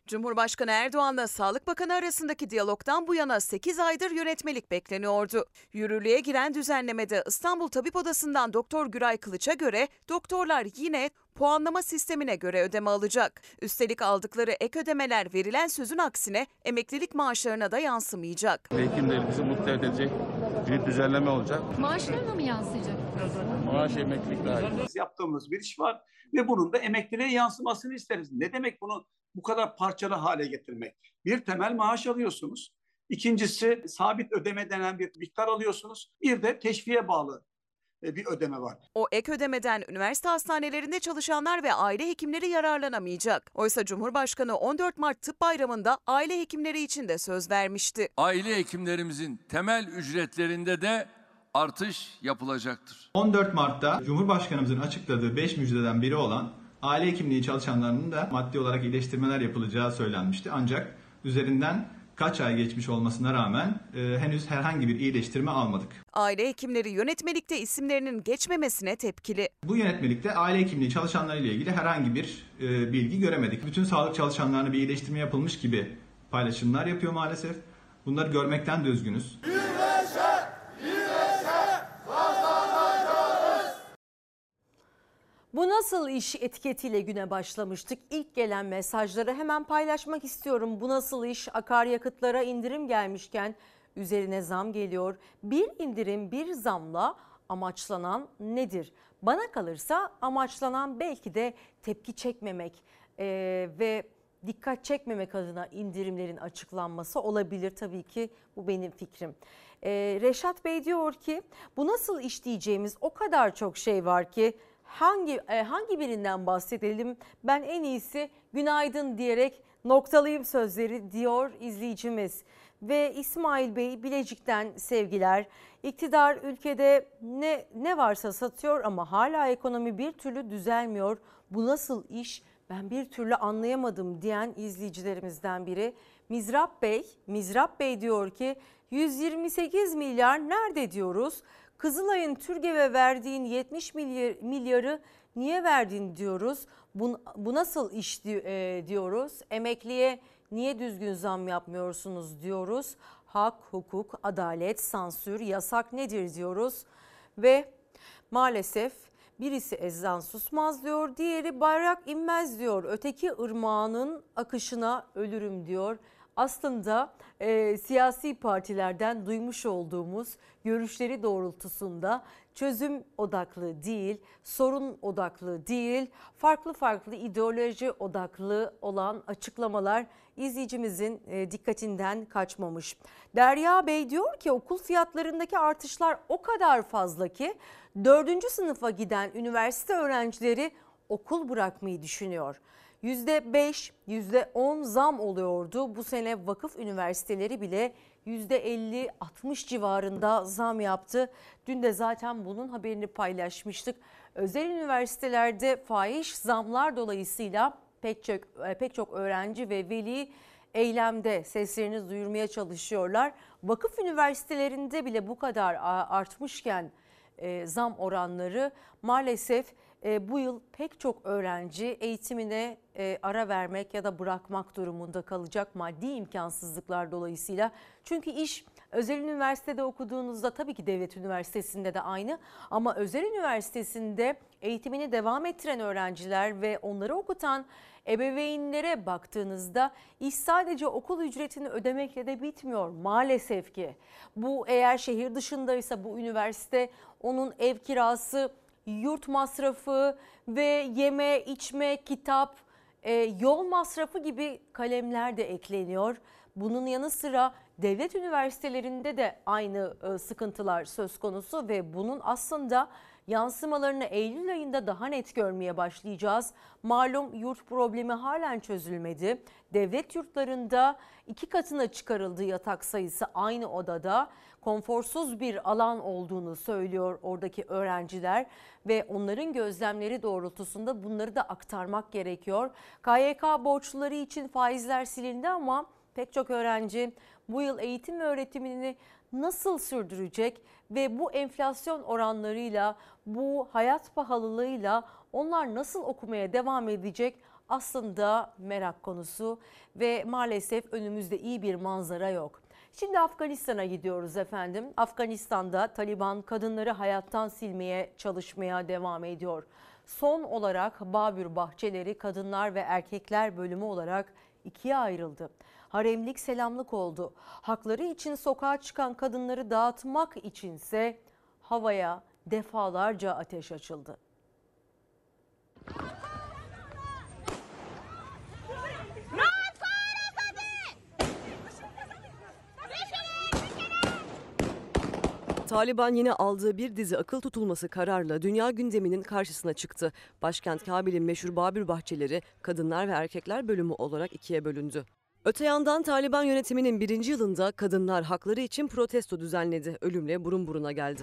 Cumhurbaşkanı Erdoğan'la Sağlık Bakanı arasındaki diyalogdan bu yana sekiz aydır yönetmelik bekleniyordu. Yürürlüğe giren düzenlemede İstanbul Tabip Odası'ndan Doktor Güray Kılıç'a göre doktorlar yine puanlama sistemine göre ödeme alacak. Üstelik aldıkları ek ödemeler verilen sözün aksine emeklilik maaşlarına da yansımayacak. Hekimlerimizi mutlu edecek bir düzenleme olacak. Maaşlarına mı yansıyacak? Maaş emeklilik dahil. Yaptığımız bir iş var ve bunun da emekliliğe yansımasını isteriz. Ne demek bunu bu kadar parçalı hale getirmek? Bir, temel maaş alıyorsunuz. İkincisi, sabit ödeme denen bir miktar alıyorsunuz. Bir de teşviğe bağlı bir ödeme var. O ek ödemeden üniversite hastanelerinde çalışanlar ve aile hekimleri yararlanamayacak. Oysa Cumhurbaşkanı on dört Mart Tıp Bayramı'nda aile hekimleri için de söz vermişti. Aile hekimlerimizin temel ücretlerinde de artış yapılacaktır. on dört Mart'ta Cumhurbaşkanımızın açıkladığı beş müjdeden biri olan aile hekimliği çalışanlarının da maddi olarak iyileştirmeler yapılacağı söylenmişti. Ancak üzerinden kaç ay geçmiş olmasına rağmen e, henüz herhangi bir iyileştirme almadık. Aile hekimleri yönetmelikte isimlerinin geçmemesine tepkili. Bu yönetmelikte aile hekimliği çalışanlarıyla ilgili herhangi bir e, bilgi göremedik. Bütün sağlık çalışanlarına bir iyileştirme yapılmış gibi paylaşımlar yapıyor maalesef. Bunları görmekten de üzgünüz. Bu nasıl iş etiketiyle güne başlamıştık. İlk gelen mesajları hemen paylaşmak istiyorum. Bu nasıl iş? Akaryakıtlara indirim gelmişken üzerine zam geliyor. Bir indirim, bir zamla amaçlanan nedir? Bana kalırsa amaçlanan belki de tepki çekmemek ee, ve dikkat çekmemek adına indirimlerin açıklanması olabilir. Tabii ki bu benim fikrim. Ee, Reşat Bey diyor ki bu nasıl iş diyeceğimiz o kadar çok şey var ki hangi e, hangi birinden bahsedelim? Ben en iyisi günaydın diyerek noktalayayım sözleri diyor izleyicimiz. Ve İsmail Bey Bilecik'ten sevgiler. İktidar ülkede ne ne varsa satıyor ama hala ekonomi bir türlü düzelmiyor. Bu nasıl iş? Ben bir türlü anlayamadım diyen izleyicilerimizden biri. Mizrap Bey, Mizrap Bey diyor ki yüz yirmi sekiz milyar nerede diyoruz? Kızılay'ın TÜRGEV'e verdiğin yetmiş milyar, milyarı niye verdin diyoruz. Bu, bu nasıl iş diyoruz. Emekliye niye düzgün zam yapmıyorsunuz diyoruz. Hak, hukuk, adalet, sansür, yasak nedir diyoruz. Ve maalesef birisi ezan susmaz diyor, diğeri bayrak inmez diyor. Öteki ırmağının akışına ölürüm diyor. Aslında e, siyasi partilerden duymuş olduğumuz görüşleri doğrultusunda çözüm odaklı değil, sorun odaklı değil, farklı farklı ideoloji odaklı olan açıklamalar izleyicimizin e, dikkatinden kaçmamış. Derya Bey diyor ki okul fiyatlarındaki artışlar o kadar fazla ki dördüncü sınıfa giden üniversite öğrencileri okul bırakmayı düşünüyor. yüzde beş, yüzde on zam oluyordu. Bu sene vakıf üniversiteleri bile yüzde elli altmış civarında zam yaptı. Dün de zaten bunun haberini paylaşmıştık. Özel üniversitelerde fahiş zamlar dolayısıyla pek çok, pek çok öğrenci ve veli eylemde seslerini duyurmaya çalışıyorlar. Vakıf üniversitelerinde bile bu kadar artmışken e, zam oranları maalesef e, bu yıl pek çok öğrenci eğitimine e, ara vermek ya da bırakmak durumunda kalacak maddi imkansızlıklar dolayısıyla. Çünkü iş özel üniversitede okuduğunuzda tabii ki devlet üniversitesinde de aynı ama özel üniversitesinde eğitimini devam ettiren öğrenciler ve onları okutan ebeveynlere baktığınızda iş sadece okul ücretini ödemekle de bitmiyor maalesef ki. Bu eğer şehir dışındaysa bu üniversite onun ev kirası, yurt masrafı ve yeme, içme, kitap, e, yol masrafı gibi kalemler de ekleniyor. Bunun yanı sıra devlet üniversitelerinde de aynı e, sıkıntılar söz konusu ve bunun aslında yansımalarını Eylül ayında daha net görmeye başlayacağız. Malum yurt problemi halen çözülmedi. Devlet yurtlarında iki katına çıkarıldı yatak sayısı aynı odada. Konforsuz bir alan olduğunu söylüyor oradaki öğrenciler ve onların gözlemleri doğrultusunda bunları da aktarmak gerekiyor. K Y K borçluları için faizler silindi ama pek çok öğrenci bu yıl eğitim ve öğretimini nasıl sürdürecek ve bu enflasyon oranlarıyla, bu hayat pahalılığıyla onlar nasıl okumaya devam edecek aslında merak konusu ve maalesef önümüzde iyi bir manzara yok. Şimdi Afganistan'a gidiyoruz efendim. Afganistan'da Taliban kadınları hayattan silmeye çalışmaya devam ediyor. Son olarak Babür bahçeleri kadınlar ve erkekler bölümü olarak ikiye ayrıldı. Haremlik selamlık oldu. Hakları için sokağa çıkan kadınları dağıtmak içinse havaya defalarca ateş açıldı. Taliban yine aldığı bir dizi akıl tutulması kararla dünya gündeminin karşısına çıktı. Başkent Kabil'in meşhur Babür bahçeleri kadınlar ve erkekler bölümü olarak ikiye bölündü. Öte yandan Taliban yönetiminin birinci yılında kadınlar hakları için protesto düzenledi. Ölümle burun buruna geldi.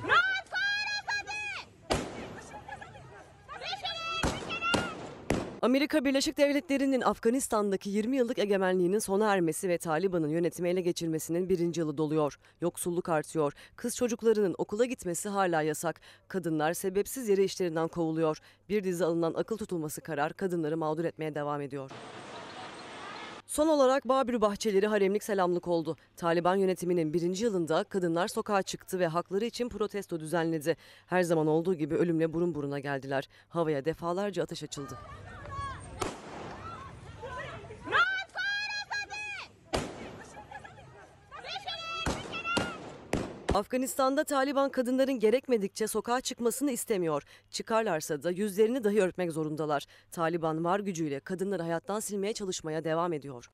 Amerika Birleşik Devletleri'nin Afganistan'daki yirmi yıllık egemenliğinin sona ermesi ve Taliban'ın yönetimi ele geçirmesinin birinci yılı doluyor. Yoksulluk artıyor. Kız çocuklarının okula gitmesi hala yasak. Kadınlar sebepsiz yere işlerinden kovuluyor. Bir dizi alınan akıl tutulması karar kadınları mağdur etmeye devam ediyor. Son olarak Babür bahçeleri haremlik selamlık oldu. Taliban yönetiminin birinci yılında kadınlar sokağa çıktı ve hakları için protesto düzenledi. Her zaman olduğu gibi ölümle burun buruna geldiler. Havaya defalarca ateş açıldı. Afganistan'da Taliban kadınların gerekmedikçe sokağa çıkmasını istemiyor. Çıkarlarsa da yüzlerini dahi örtmek zorundalar. Taliban var gücüyle kadınları hayattan silmeye çalışmaya devam ediyor.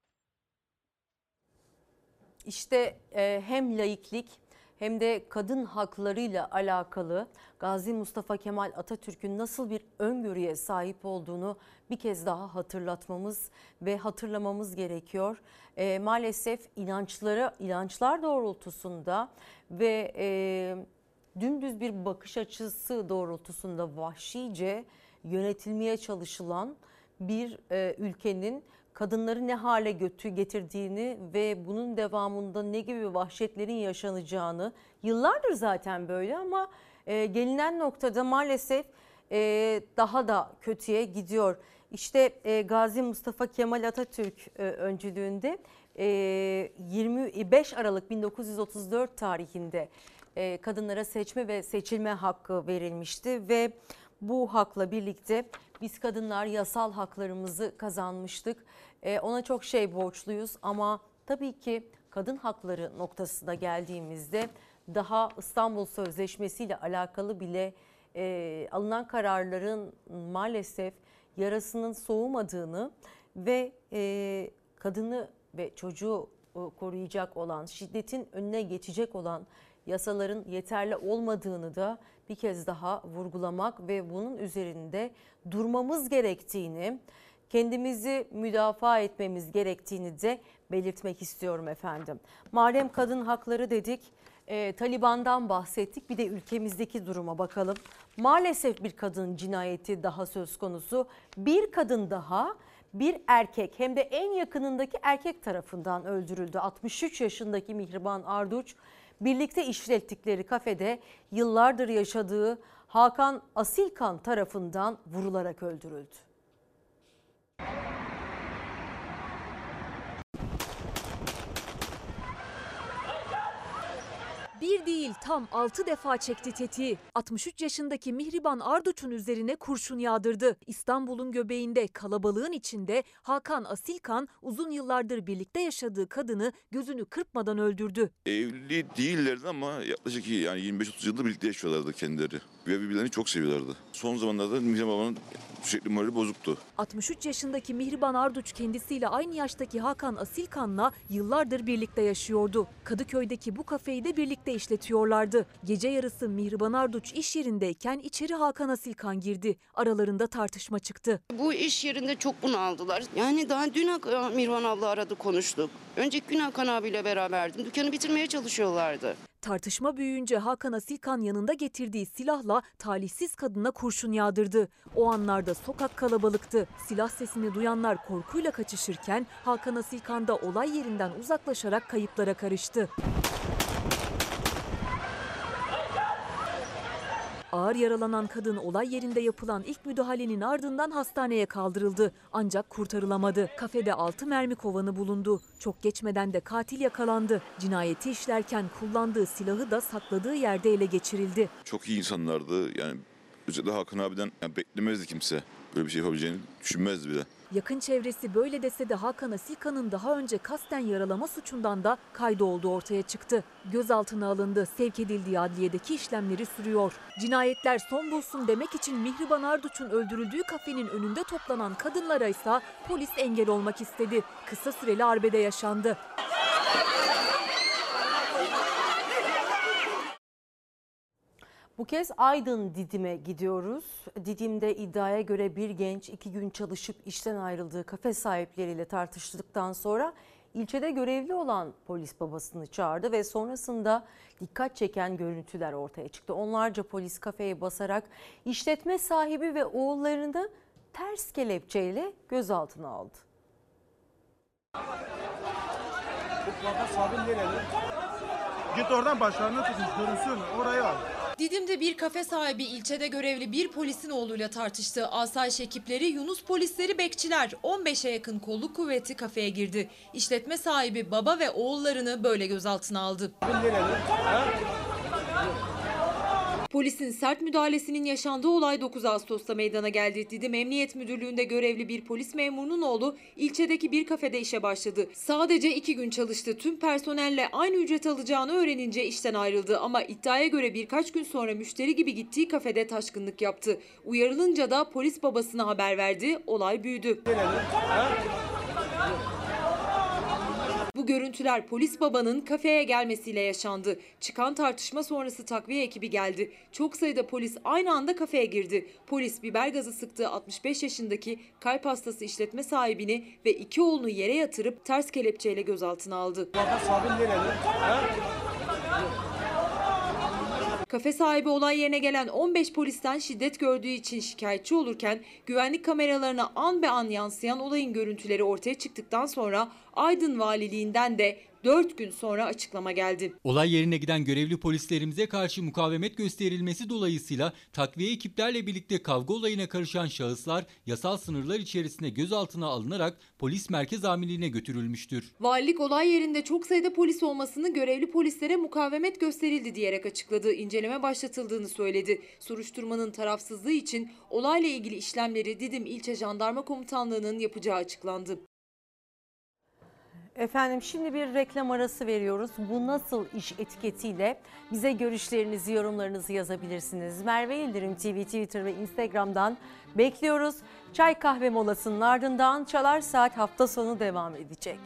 İşte e, hem laiklik hem de kadın haklarıyla alakalı Gazi Mustafa Kemal Atatürk'ün nasıl bir öngörüye sahip olduğunu bir kez daha hatırlatmamız ve hatırlamamız gerekiyor. E, maalesef inançları, inançlar doğrultusunda ve e, dümdüz bir bakış açısı doğrultusunda vahşice yönetilmeye çalışılan bir e, ülkenin kadınları ne hale götü getirdiğini ve bunun devamında ne gibi vahşetlerin yaşanacağını, yıllardır zaten böyle ama e, gelinen noktada maalesef e, daha da kötüye gidiyor. İşte e, Gazi Mustafa Kemal Atatürk e, öncülüğünde e, yirmi beş Aralık bin dokuz yüz otuz dört tarihinde e, kadınlara seçme ve seçilme hakkı verilmişti ve bu hakla birlikte biz kadınlar yasal haklarımızı kazanmıştık. Ee, ona çok şey borçluyuz ama tabii ki kadın hakları noktasına geldiğimizde daha İstanbul Sözleşmesi ile alakalı bile e, alınan kararların maalesef yarasının soğumadığını ve e, kadını ve çocuğu koruyacak olan, şiddetin önüne geçecek olan yasaların yeterli olmadığını da bir kez daha vurgulamak ve bunun üzerinde durmamız gerektiğini, kendimizi müdafaa etmemiz gerektiğini de belirtmek istiyorum efendim. Madem kadın hakları dedik, e, Taliban'dan bahsettik, bir de ülkemizdeki duruma bakalım. Maalesef bir kadın cinayeti daha söz konusu. Bir kadın daha bir erkek hem de en yakınındaki erkek tarafından öldürüldü. altmış üç yaşındaki Mihriban Arduç birlikte işlettikleri kafede yıllardır yaşadığı Hakan Asilkan tarafından vurularak öldürüldü. Bir değil tam altı defa çekti tetiği. altmış üç yaşındaki Mihriban Arduç'un üzerine kurşun yağdırdı. İstanbul'un göbeğinde kalabalığın içinde Hakan Asilkan uzun yıllardır birlikte yaşadığı kadını gözünü kırpmadan öldürdü. Evli değillerdi ama yaklaşık yani yirmi beş otuz yıldır birlikte yaşıyorlardı kendileri. Ve birbirlerini çok seviyorlardı. Son zamanlarda Mihriban Baba'nın sürekli morali bozuktu. altmış üç yaşındaki Mihriban Arduç kendisiyle aynı yaştaki Hakan Asilkan'la yıllardır birlikte yaşıyordu. Kadıköy'deki bu kafeyi de birlikte işletiyorlardı. Gece yarısı Mihriban Arduç iş yerindeyken içeri Hakan Asilkan girdi. Aralarında tartışma çıktı. Bu iş yerinde çok bunaldılar. Yani daha dün Mihriban abla aradı, konuştuk. Önceki gün Hakan abiyle beraberdim. Dükkanı bitirmeye çalışıyorlardı. Tartışma büyüyünce Hakan Asilkan yanında getirdiği silahla talihsiz kadına kurşun yağdırdı. O anlarda sokak kalabalıktı. Silah sesini duyanlar korkuyla kaçışırken Hakan Asilkan da olay yerinden uzaklaşarak kayıplara karıştı. Ağır yaralanan kadın olay yerinde yapılan ilk müdahalenin ardından hastaneye kaldırıldı. Ancak kurtarılamadı. Kafede altı mermi kovanı bulundu. Çok geçmeden de katil yakalandı. Cinayeti işlerken kullandığı silahı da sakladığı yerde ele geçirildi. Çok iyi insanlardı. Yani özellikle Hakan abiden yani beklemezdi kimse. Böyle bir şey yapabileceğini düşünmezdi bile. Yakın çevresi böyle dese de Hakan Asilkan'ın daha önce kasten yaralama suçundan da kaydı olduğu ortaya çıktı. Gözaltına alındı, sevk edildiği adliyedeki işlemleri sürüyor. Cinayetler son bulsun demek için Mihriban Arduç'un öldürüldüğü kafenin önünde toplanan kadınlara ise polis engel olmak istedi. Kısa süreli arbede yaşandı. Bu kez Aydın Didim'e gidiyoruz. Didim'de iddiaya göre bir genç iki gün çalışıp işten ayrıldığı kafe sahipleriyle tartıştıktan sonra ilçede görevli olan polis babasını çağırdı ve sonrasında dikkat çeken görüntüler ortaya çıktı. Onlarca polis kafeye basarak işletme sahibi ve oğullarını ters kelepçeyle gözaltına aldı. Git oradan başlarına tutun, görünsün, oraya al. Didim'de bir kafe sahibi ilçede görevli bir polisin oğluyla tartıştı. Asayiş ekipleri, Yunus polisleri, bekçiler on beşe yakın kolluk kuvveti kafeye girdi. İşletme sahibi baba ve oğullarını böyle gözaltına aldı. Polisin sert müdahalesinin yaşandığı olay dokuz Ağustos'ta meydana geldi. Didim Emniyet Müdürlüğü'nde görevli bir polis memurunun oğlu ilçedeki bir kafede işe başladı. Sadece iki gün çalıştı. Tüm personelle aynı ücret alacağını öğrenince işten ayrıldı. Ama iddiaya göre birkaç gün sonra müşteri gibi gittiği kafede taşkınlık yaptı. Uyarılınca da polis babasına haber verdi. Olay büyüdü. Bu görüntüler polis babanın kafeye gelmesiyle yaşandı. Çıkan tartışma sonrası takviye ekibi geldi. Çok sayıda polis aynı anda kafeye girdi. Polis biber gazı sıktığı altmış beş yaşındaki kalp hastası işletme sahibini ve iki oğlunu yere yatırıp ters kelepçeyle gözaltına aldı. Kafe sahibi olay yerine gelen on beş polisten şiddet gördüğü için şikayetçi olurken güvenlik kameralarına an be an yansıyan olayın görüntüleri ortaya çıktıktan sonra Aydın Valiliğinden de dört gün sonra açıklama geldi. Olay yerine giden görevli polislerimize karşı mukavemet gösterilmesi dolayısıyla takviye ekiplerle birlikte kavga olayına karışan şahıslar yasal sınırlar içerisinde gözaltına alınarak polis merkez amirliğine götürülmüştür. Valilik olay yerinde çok sayıda polis olmasını görevli polislere mukavemet gösterildi diyerek açıkladı. İnceleme başlatıldığını söyledi. Soruşturmanın tarafsızlığı için olayla ilgili işlemleri Didim İlçe Jandarma Komutanlığı'nın yapacağı açıklandı. Efendim şimdi bir reklam arası veriyoruz. Bu nasıl iş etiketiyle bize görüşlerinizi, yorumlarınızı yazabilirsiniz. Merve Yıldırım T V, Twitter ve Instagram'dan bekliyoruz. Çay kahve molasının ardından Çalar Saat hafta sonu devam edecek.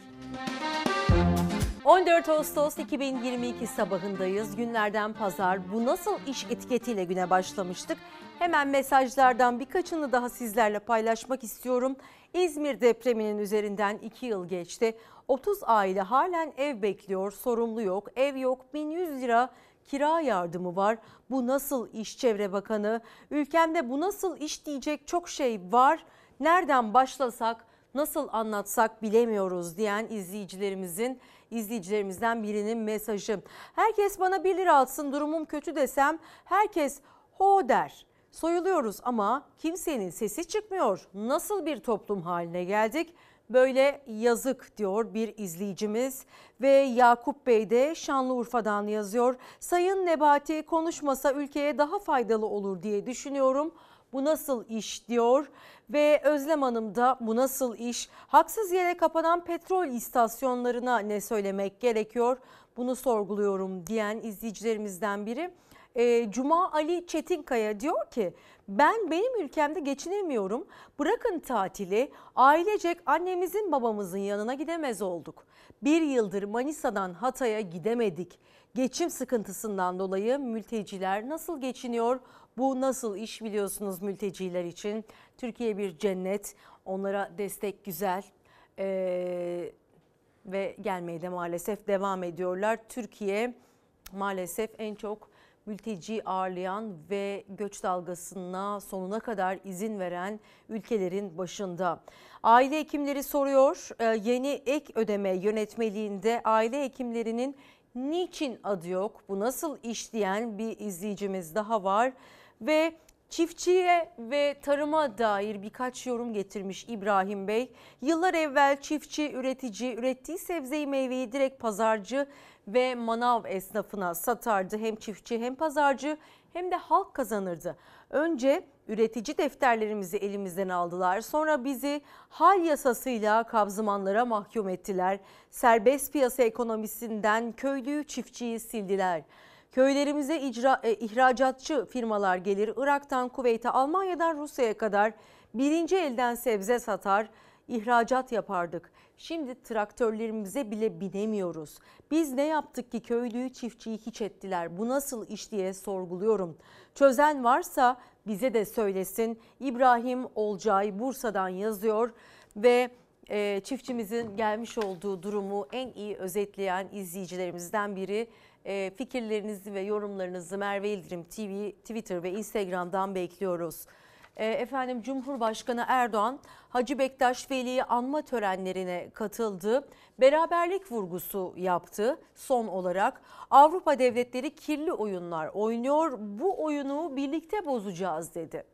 on dört Ağustos iki bin yirmi iki sabahındayız. Günlerden pazar. Bu nasıl iş etiketiyle güne başlamıştık. Hemen mesajlardan birkaçını daha sizlerle paylaşmak istiyorum. İzmir depreminin üzerinden iki yıl geçti. otuz aile halen ev bekliyor, sorumlu yok, ev yok, bin yüz lira kira yardımı var. Bu nasıl iş Çevre Bakanı? Ülkemde bu nasıl iş diyecek çok şey var. Nereden başlasak, nasıl anlatsak bilemiyoruz diyen izleyicilerimizin izleyicilerimizden birinin mesajı. Herkes bana bir lira atsın, durumum kötü desem herkes ho der. Soyuluyoruz ama kimsenin sesi çıkmıyor. Nasıl bir toplum haline geldik? Böyle yazık diyor bir izleyicimiz ve Yakup Bey de Şanlıurfa'dan yazıyor. Sayın Nebati konuşmasa ülkeye daha faydalı olur diye düşünüyorum. Bu nasıl iş diyor ve Özlem Hanım da bu nasıl iş? Haksız yere kapanan petrol istasyonlarına ne söylemek gerekiyor? Bunu sorguluyorum diyen izleyicilerimizden biri. E, Cuma Ali Çetinkaya diyor ki ben benim ülkemde geçinemiyorum. Bırakın tatili, ailecek annemizin babamızın yanına gidemez olduk. Bir yıldır Manisa'dan Hatay'a gidemedik. Geçim sıkıntısından dolayı mülteciler nasıl geçiniyor? Bu nasıl iş biliyorsunuz mülteciler için? Türkiye bir cennet, onlara destek güzel ee, ve gelmeye de maalesef devam ediyorlar. Türkiye maalesef en çok mülteci ağırlayan ve göç dalgasına sonuna kadar izin veren ülkelerin başında. Aile hekimleri soruyor, yeni ek ödeme yönetmeliğinde aile hekimlerinin niçin adı yok? Bu nasıl iş diyen bir izleyicimiz daha var. Ve çiftçiye ve tarıma dair birkaç yorum getirmiş İbrahim Bey. Yıllar evvel çiftçi, üretici ürettiği sebzeyi meyveyi direkt pazarcı ve manav esnafına satardı. Hem çiftçi hem pazarcı hem de halk kazanırdı. Önce üretici defterlerimizi elimizden aldılar. Sonra bizi hal yasasıyla kabzımanlara mahkum ettiler. Serbest piyasa ekonomisinden köylüyü, çiftçiyi sildiler. Köylerimize icra, e, ihracatçı firmalar gelir. Irak'tan Kuveyt'e, Almanya'dan Rusya'ya kadar birinci elden sebze satar, ihracat yapardık. Şimdi traktörlerimize bile binemiyoruz. Biz ne yaptık ki köylüyü, çiftçiyi hiç ettiler? Bu nasıl iş diye sorguluyorum. Çözen varsa bize de söylesin. İbrahim Olcay Bursa'dan yazıyor ve e, çiftçimizin gelmiş olduğu durumu en iyi özetleyen izleyicilerimizden biri. E, fikirlerinizi ve yorumlarınızı Merve Yıldırım T V, Twitter ve Instagram'dan bekliyoruz. E, efendim Cumhurbaşkanı Erdoğan Hacı Bektaş Veli'yi anma törenlerine katıldı. Beraberlik vurgusu yaptı. Son olarak Avrupa devletleri kirli oyunlar oynuyor. Bu oyunu birlikte bozacağız dedi.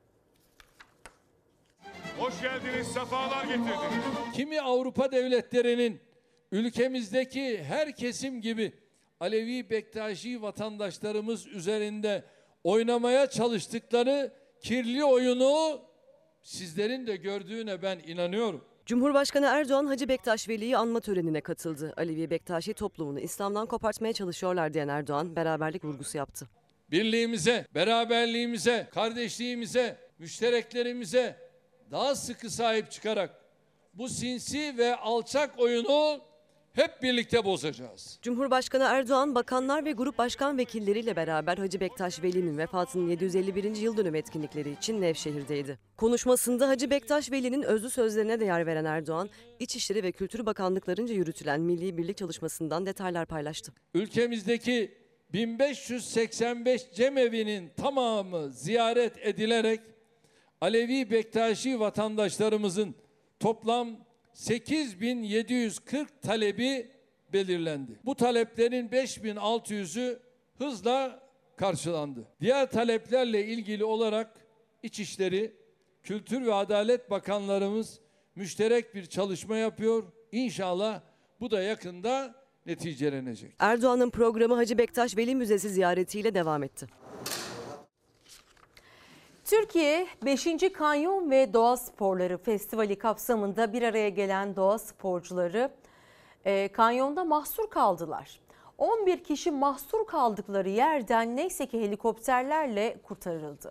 Hoş geldiniz, sefalar getirdiniz. Kimi Avrupa devletlerinin ülkemizdeki her kesim gibi Alevi Bektaşi vatandaşlarımız üzerinde oynamaya çalıştıkları kirli oyunu sizlerin de gördüğüne ben inanıyorum. Cumhurbaşkanı Erdoğan Hacı Bektaş Veli'yi anma törenine katıldı. Alevi Bektaşi toplumunu İslam'dan kopartmaya çalışıyorlar diyen Erdoğan beraberlik vurgusu yaptı. Birliğimize, beraberliğimize, kardeşliğimize, müştereklerimize daha sıkı sahip çıkarak bu sinsi ve alçak oyunu hep birlikte bozacağız. Cumhurbaşkanı Erdoğan bakanlar ve grup başkan vekilleriyle beraber Hacı Bektaş Veli'nin vefatının yedi yüz elli birinci yıl dönümü etkinlikleri için Nevşehir'deydi. Konuşmasında Hacı Bektaş Veli'nin özlü sözlerine de yer veren Erdoğan, İçişleri ve Kültür Bakanlıklarınca yürütülen Milli Birlik çalışmasından detaylar paylaştı. Ülkemizdeki bin beş yüz seksen beş cemevinin tamamı ziyaret edilerek Alevi Bektaşi vatandaşlarımızın toplam sekiz bin yedi yüz kırk talebi belirlendi. Bu taleplerin beş bin altı yüzü hızla karşılandı. Diğer taleplerle ilgili olarak İçişleri, Kültür ve Adalet Bakanlarımız müşterek bir çalışma yapıyor. İnşallah bu da yakında neticelenecek. Erdoğan'ın programı Hacı Bektaş Veli Müzesi ziyaretiyle devam etti. Türkiye beşinci Kanyon ve Doğa Sporları Festivali kapsamında bir araya gelen doğa sporcuları e, kanyonda mahsur kaldılar. on bir kişi mahsur kaldıkları yerden neyse ki helikopterlerle kurtarıldı.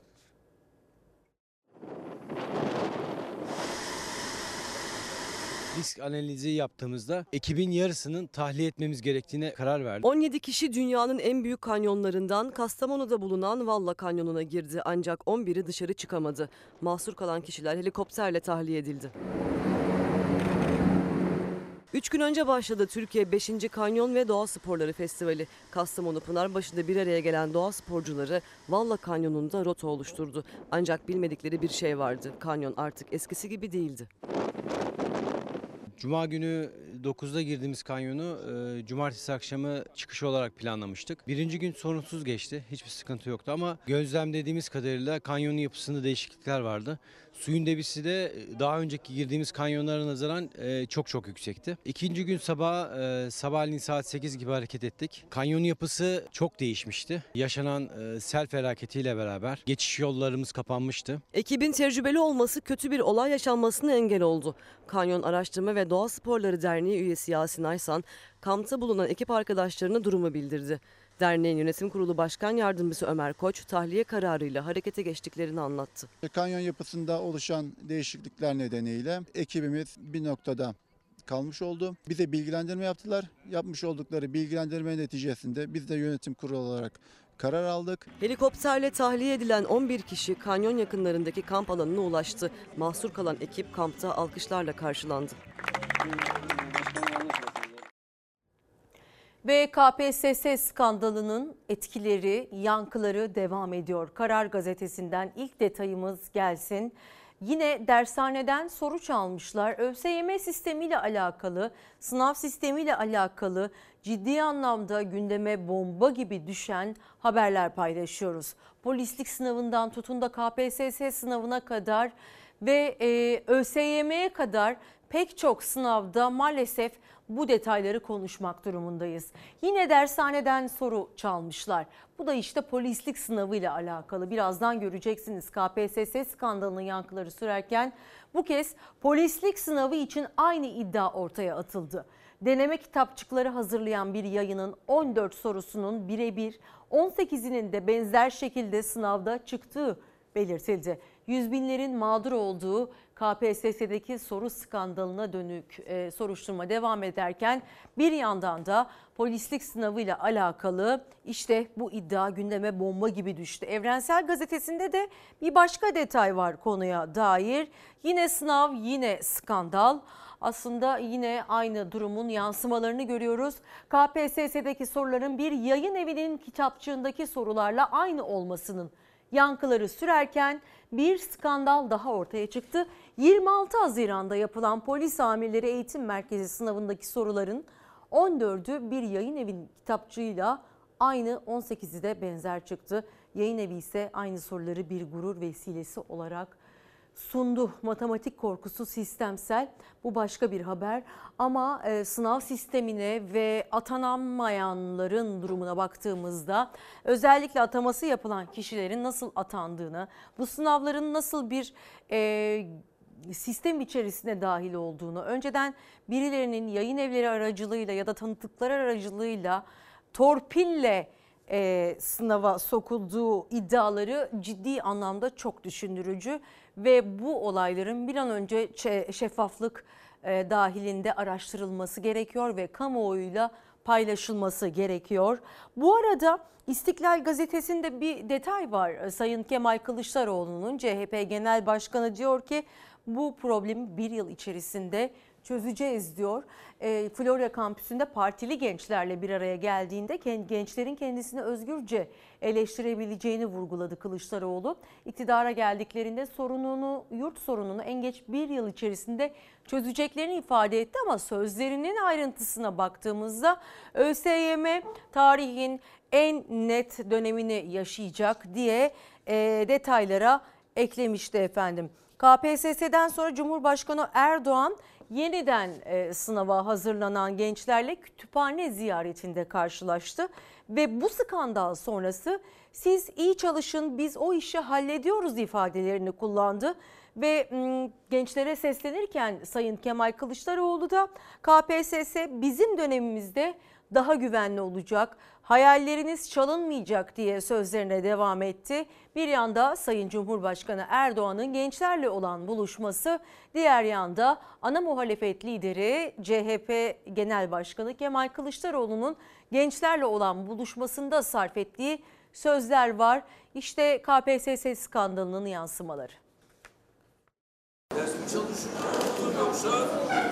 Risk analizi yaptığımızda ekibin yarısının tahliye etmemiz gerektiğine karar verdik. on yedi kişi dünyanın en büyük kanyonlarından Kastamonu'da bulunan Valla Kanyonu'na girdi ancak on biri dışarı çıkamadı. Mahsur kalan kişiler helikopterle tahliye edildi. Üç gün önce başladı Türkiye beşinci Kanyon ve Doğa Sporları Festivali. Kastamonu Pınarbaşı'nda bir araya gelen doğa sporcuları Valla Kanyonu'nda rota oluşturdu. Ancak bilmedikleri bir şey vardı. Kanyon artık eskisi gibi değildi. Cuma günü dokuzda girdiğimiz kanyonu e, cumartesi akşamı çıkış olarak planlamıştık. Birinci gün sorunsuz geçti. Hiçbir sıkıntı yoktu ama gözlemlediğimiz kadarıyla kanyonun yapısında değişiklikler vardı. Suyun debisi de daha önceki girdiğimiz kanyonlara nazaran e, çok çok yüksekti. İkinci gün sabah e, sabahleyin saat sekiz gibi hareket ettik. Kanyonun yapısı çok değişmişti. Yaşanan e, sel felaketiyle beraber geçiş yollarımız kapanmıştı. Ekibin tecrübeli olması kötü bir olay yaşanmasına engel oldu. Kanyon Araştırma ve Doğa Sporları Derneği üyesi Yasin Aysan, kampta bulunan ekip arkadaşlarına durumu bildirdi. Derneğin yönetim kurulu başkan yardımcısı Ömer Koç, tahliye kararıyla harekete geçtiklerini anlattı. Kanyon yapısında oluşan değişiklikler nedeniyle ekibimiz bir noktada kalmış oldu. Bize bilgilendirme yaptılar. Yapmış oldukları bilgilendirme neticesinde biz de yönetim kurulu olarak karar aldık. Helikopterle tahliye edilen on bir kişi kanyon yakınlarındaki kamp alanına ulaştı. Mahsur kalan ekip kampta alkışlarla karşılandı. Ve K P S S skandalının etkileri, yankıları devam ediyor. Karar Gazetesi'nden ilk detayımız gelsin. Yine dershaneden soru çalmışlar. ÖSYM sistemiyle alakalı, sınav sistemiyle alakalı ciddi anlamda gündeme bomba gibi düşen haberler paylaşıyoruz. Polislik sınavından tutun da K P S S sınavına kadar ve e, ÖSYM'ye kadar pek çok sınavda maalesef bu detayları konuşmak durumundayız. Yine dershaneden soru çalmışlar. Bu da işte polislik sınavıyla alakalı. Birazdan göreceksiniz K P S S skandalının yankıları sürerken bu kez polislik sınavı için aynı iddia ortaya atıldı. Deneme kitapçıkları hazırlayan bir yayının on dört sorusunun birebir on sekizinin de benzer şekilde sınavda çıktığı belirtildi. Yüz binlerin mağdur olduğu K P S S'deki soru skandalına dönük e, soruşturma devam ederken bir yandan da polislik sınavıyla alakalı işte bu iddia gündeme bomba gibi düştü. Evrensel Gazetesi'nde de bir başka detay var konuya dair. Yine sınav, yine skandal. Aslında yine aynı durumun yansımalarını görüyoruz. K P S S'deki soruların bir yayın evinin kitapçığındaki sorularla aynı olmasının yankıları sürerken bir skandal daha ortaya çıktı. yirmi altı Haziran'da yapılan polis amirleri eğitim merkezi sınavındaki soruların on dördü bir yayın evinin kitapçığıyla aynı, on sekizi de benzer çıktı. Yayın evi ise aynı soruları bir gurur vesilesi olarak sundu. Matematik korkusu sistemsel, bu başka bir haber ama e, sınav sistemine ve atanamayanların durumuna baktığımızda özellikle ataması yapılan kişilerin nasıl atandığını, bu sınavların nasıl bir e, sistem içerisine dahil olduğunu, önceden birilerinin yayın evleri aracılığıyla ya da tanıtıkları aracılığıyla torpille e, sınava sokulduğu iddiaları ciddi anlamda çok düşündürücü ve bu olayların bir an önce şeffaflık e, dahilinde araştırılması gerekiyor ve kamuoyuyla paylaşılması gerekiyor. Bu arada İstiklal Gazetesi'nde bir detay var. Sayın Kemal Kılıçdaroğlu'nun C H P Genel Başkanı diyor ki bu problemi bir yıl içerisinde çözeceğiz diyor. E, Florya kampüsünde partili gençlerle bir araya geldiğinde gençlerin kendisini özgürce eleştirebileceğini vurguladı Kılıçdaroğlu. İktidara geldiklerinde sorununu, yurt sorununu en geç bir yıl içerisinde çözeceklerini ifade etti ama sözlerinin ayrıntısına baktığımızda ÖSYM tarihin en net dönemini yaşayacak diye e, detaylara eklemişti efendim. K P S S'den sonra Cumhurbaşkanı Erdoğan yeniden e, sınava hazırlanan gençlerle kütüphane ziyaretinde karşılaştı. Ve bu skandal sonrası siz iyi çalışın biz o işi hallediyoruz ifadelerini kullandı. Ve m, gençlere seslenirken Sayın Kemal Kılıçdaroğlu da K P S S bizim dönemimizde daha güvenli olacak, hayalleriniz çalınmayacak diye sözlerine devam etti. Bir yanda Sayın Cumhurbaşkanı Erdoğan'ın gençlerle olan buluşması, diğer yanda ana muhalefet lideri C H P Genel Başkanı Kemal Kılıçdaroğlu'nun gençlerle olan buluşmasında sarf ettiği sözler var. İşte K P S S skandalının yansımaları. Ders mi çalışıyorsunuz yoksa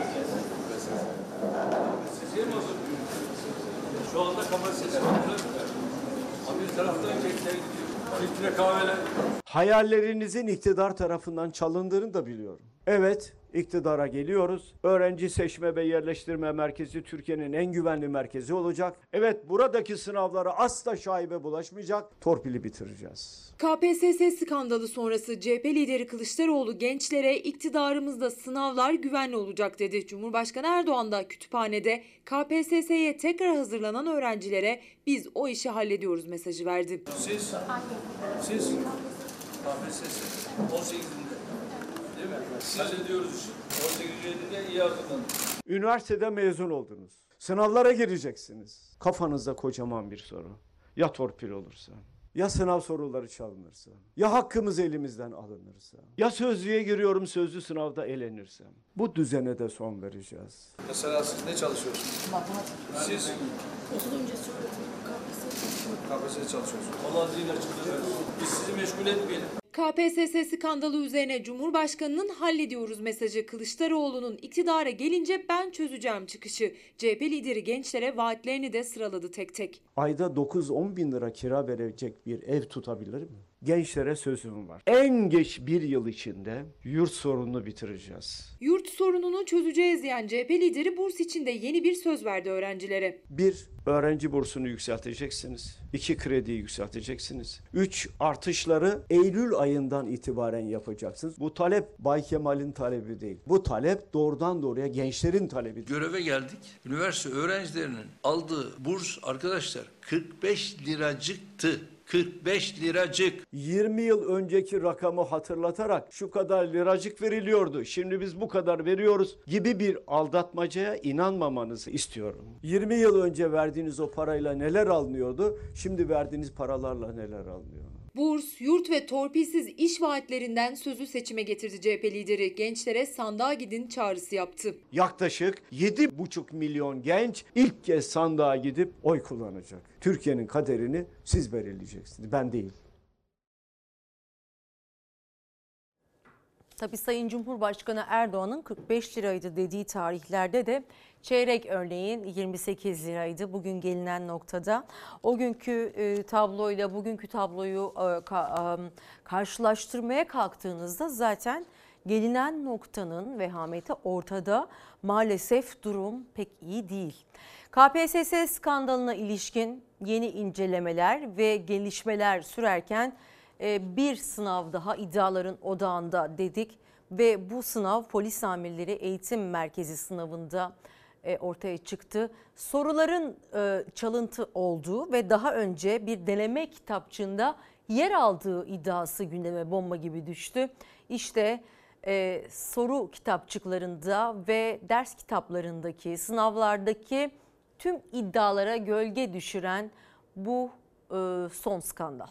size mi hazırlıyorsunuz? Şu anda kapasitesi var. Bir taraftan gençler gidiyor. Filtre kahveler. Hayallerinizin iktidar tarafından çalındığını da biliyorum. Evet, iktidara geliyoruz. Öğrenci seçme ve yerleştirme merkezi Türkiye'nin en güvenli merkezi olacak. Evet, buradaki sınavlara asla şaibe bulaşmayacak. Torpili bitireceğiz. K P S S skandalı sonrası C H P lideri Kılıçdaroğlu gençlere iktidarımızda sınavlar güvenli olacak dedi. Cumhurbaşkanı Erdoğan da kütüphanede K P S S'ye tekrar hazırlanan öğrencilere biz o işi hallediyoruz mesajı verdi. Siz, siz K P S S on sekizinde değil mi? Hallediyoruz işi. on sekizinde iyi hazırlanın. Üniversitede mezun oldunuz. Sınavlara gireceksiniz. Kafanızda kocaman bir soru. Ya torpil olursa? Ya sınav soruları çalınırsa? Ya hakkımız elimizden alınırsa? Ya sözlüğe giriyorum sözlü sınavda elenirsem? Bu düzene de son vereceğiz. Mesela siz ne çalışıyorsunuz? Siz okul öncesi öğretim K P S S K P S S çalışıyorsunuz. Allah zihin açıklığı versin. Biz sizi meşgul etmeyelim. K P S S skandalı üzerine Cumhurbaşkanı'nın hallediyoruz mesajı, Kılıçdaroğlu'nun iktidara gelince ben çözeceğim çıkışı. C H P lideri gençlere vaatlerini de sıraladı tek tek. Ayda dokuz on bin lira kira verecek bir ev tutabilir mi? Gençlere sözüm var. En geç bir yıl içinde yurt sorununu bitireceğiz. Yurt sorununu çözeceğiz diyen C H P lideri burs için de yeni bir söz verdi öğrencilere. Bir, öğrenci bursunu yükselteceksiniz. İki, krediyi yükselteceksiniz. Üç, artışları Eylül ayından itibaren yapacaksınız. Bu talep Bay Kemal'in talebi değil. Bu talep doğrudan doğruya gençlerin talebi. Göreve geldik. Üniversite öğrencilerinin aldığı burs arkadaşlar kırk beş liracıktı. kırk beş liracık. yirmi yıl önceki rakamı hatırlatarak şu kadar liracık veriliyordu, şimdi biz bu kadar veriyoruz gibi bir aldatmacaya inanmamanızı istiyorum. yirmi yıl önce verdiğiniz o parayla neler alınıyordu, şimdi verdiğiniz paralarla neler alınıyor? Burs, yurt ve torpilsiz iş vaatlerinden sözü seçime getirdi C H P lideri. Gençlere sandığa gidin çağrısı yaptı. Yaklaşık yedi buçuk milyon genç ilk kez sandığa gidip oy kullanacak. Türkiye'nin kaderini siz belirleyeceksiniz, ben değil. Tabii Sayın Cumhurbaşkanı Erdoğan'ın kırk beş liraydı dediği tarihlerde de çeyrek örneğin yirmi sekiz liraydı bugün gelinen noktada. O günkü e, tabloyla bugünkü tabloyu e, ka, e, karşılaştırmaya kalktığınızda zaten gelinen noktanın vehameti ortada. Maalesef durum pek iyi değil. K P S S skandalına ilişkin yeni incelemeler ve gelişmeler sürerken bir sınav daha iddiaların odağında dedik ve bu sınav polis amirleri eğitim merkezi sınavında ortaya çıktı. Soruların çalıntı olduğu ve daha önce bir deneme kitapçığında yer aldığı iddiası gündeme bomba gibi düştü. İşte soru kitapçıklarında ve ders kitaplarındaki sınavlardaki tüm iddialara gölge düşüren bu son skandal.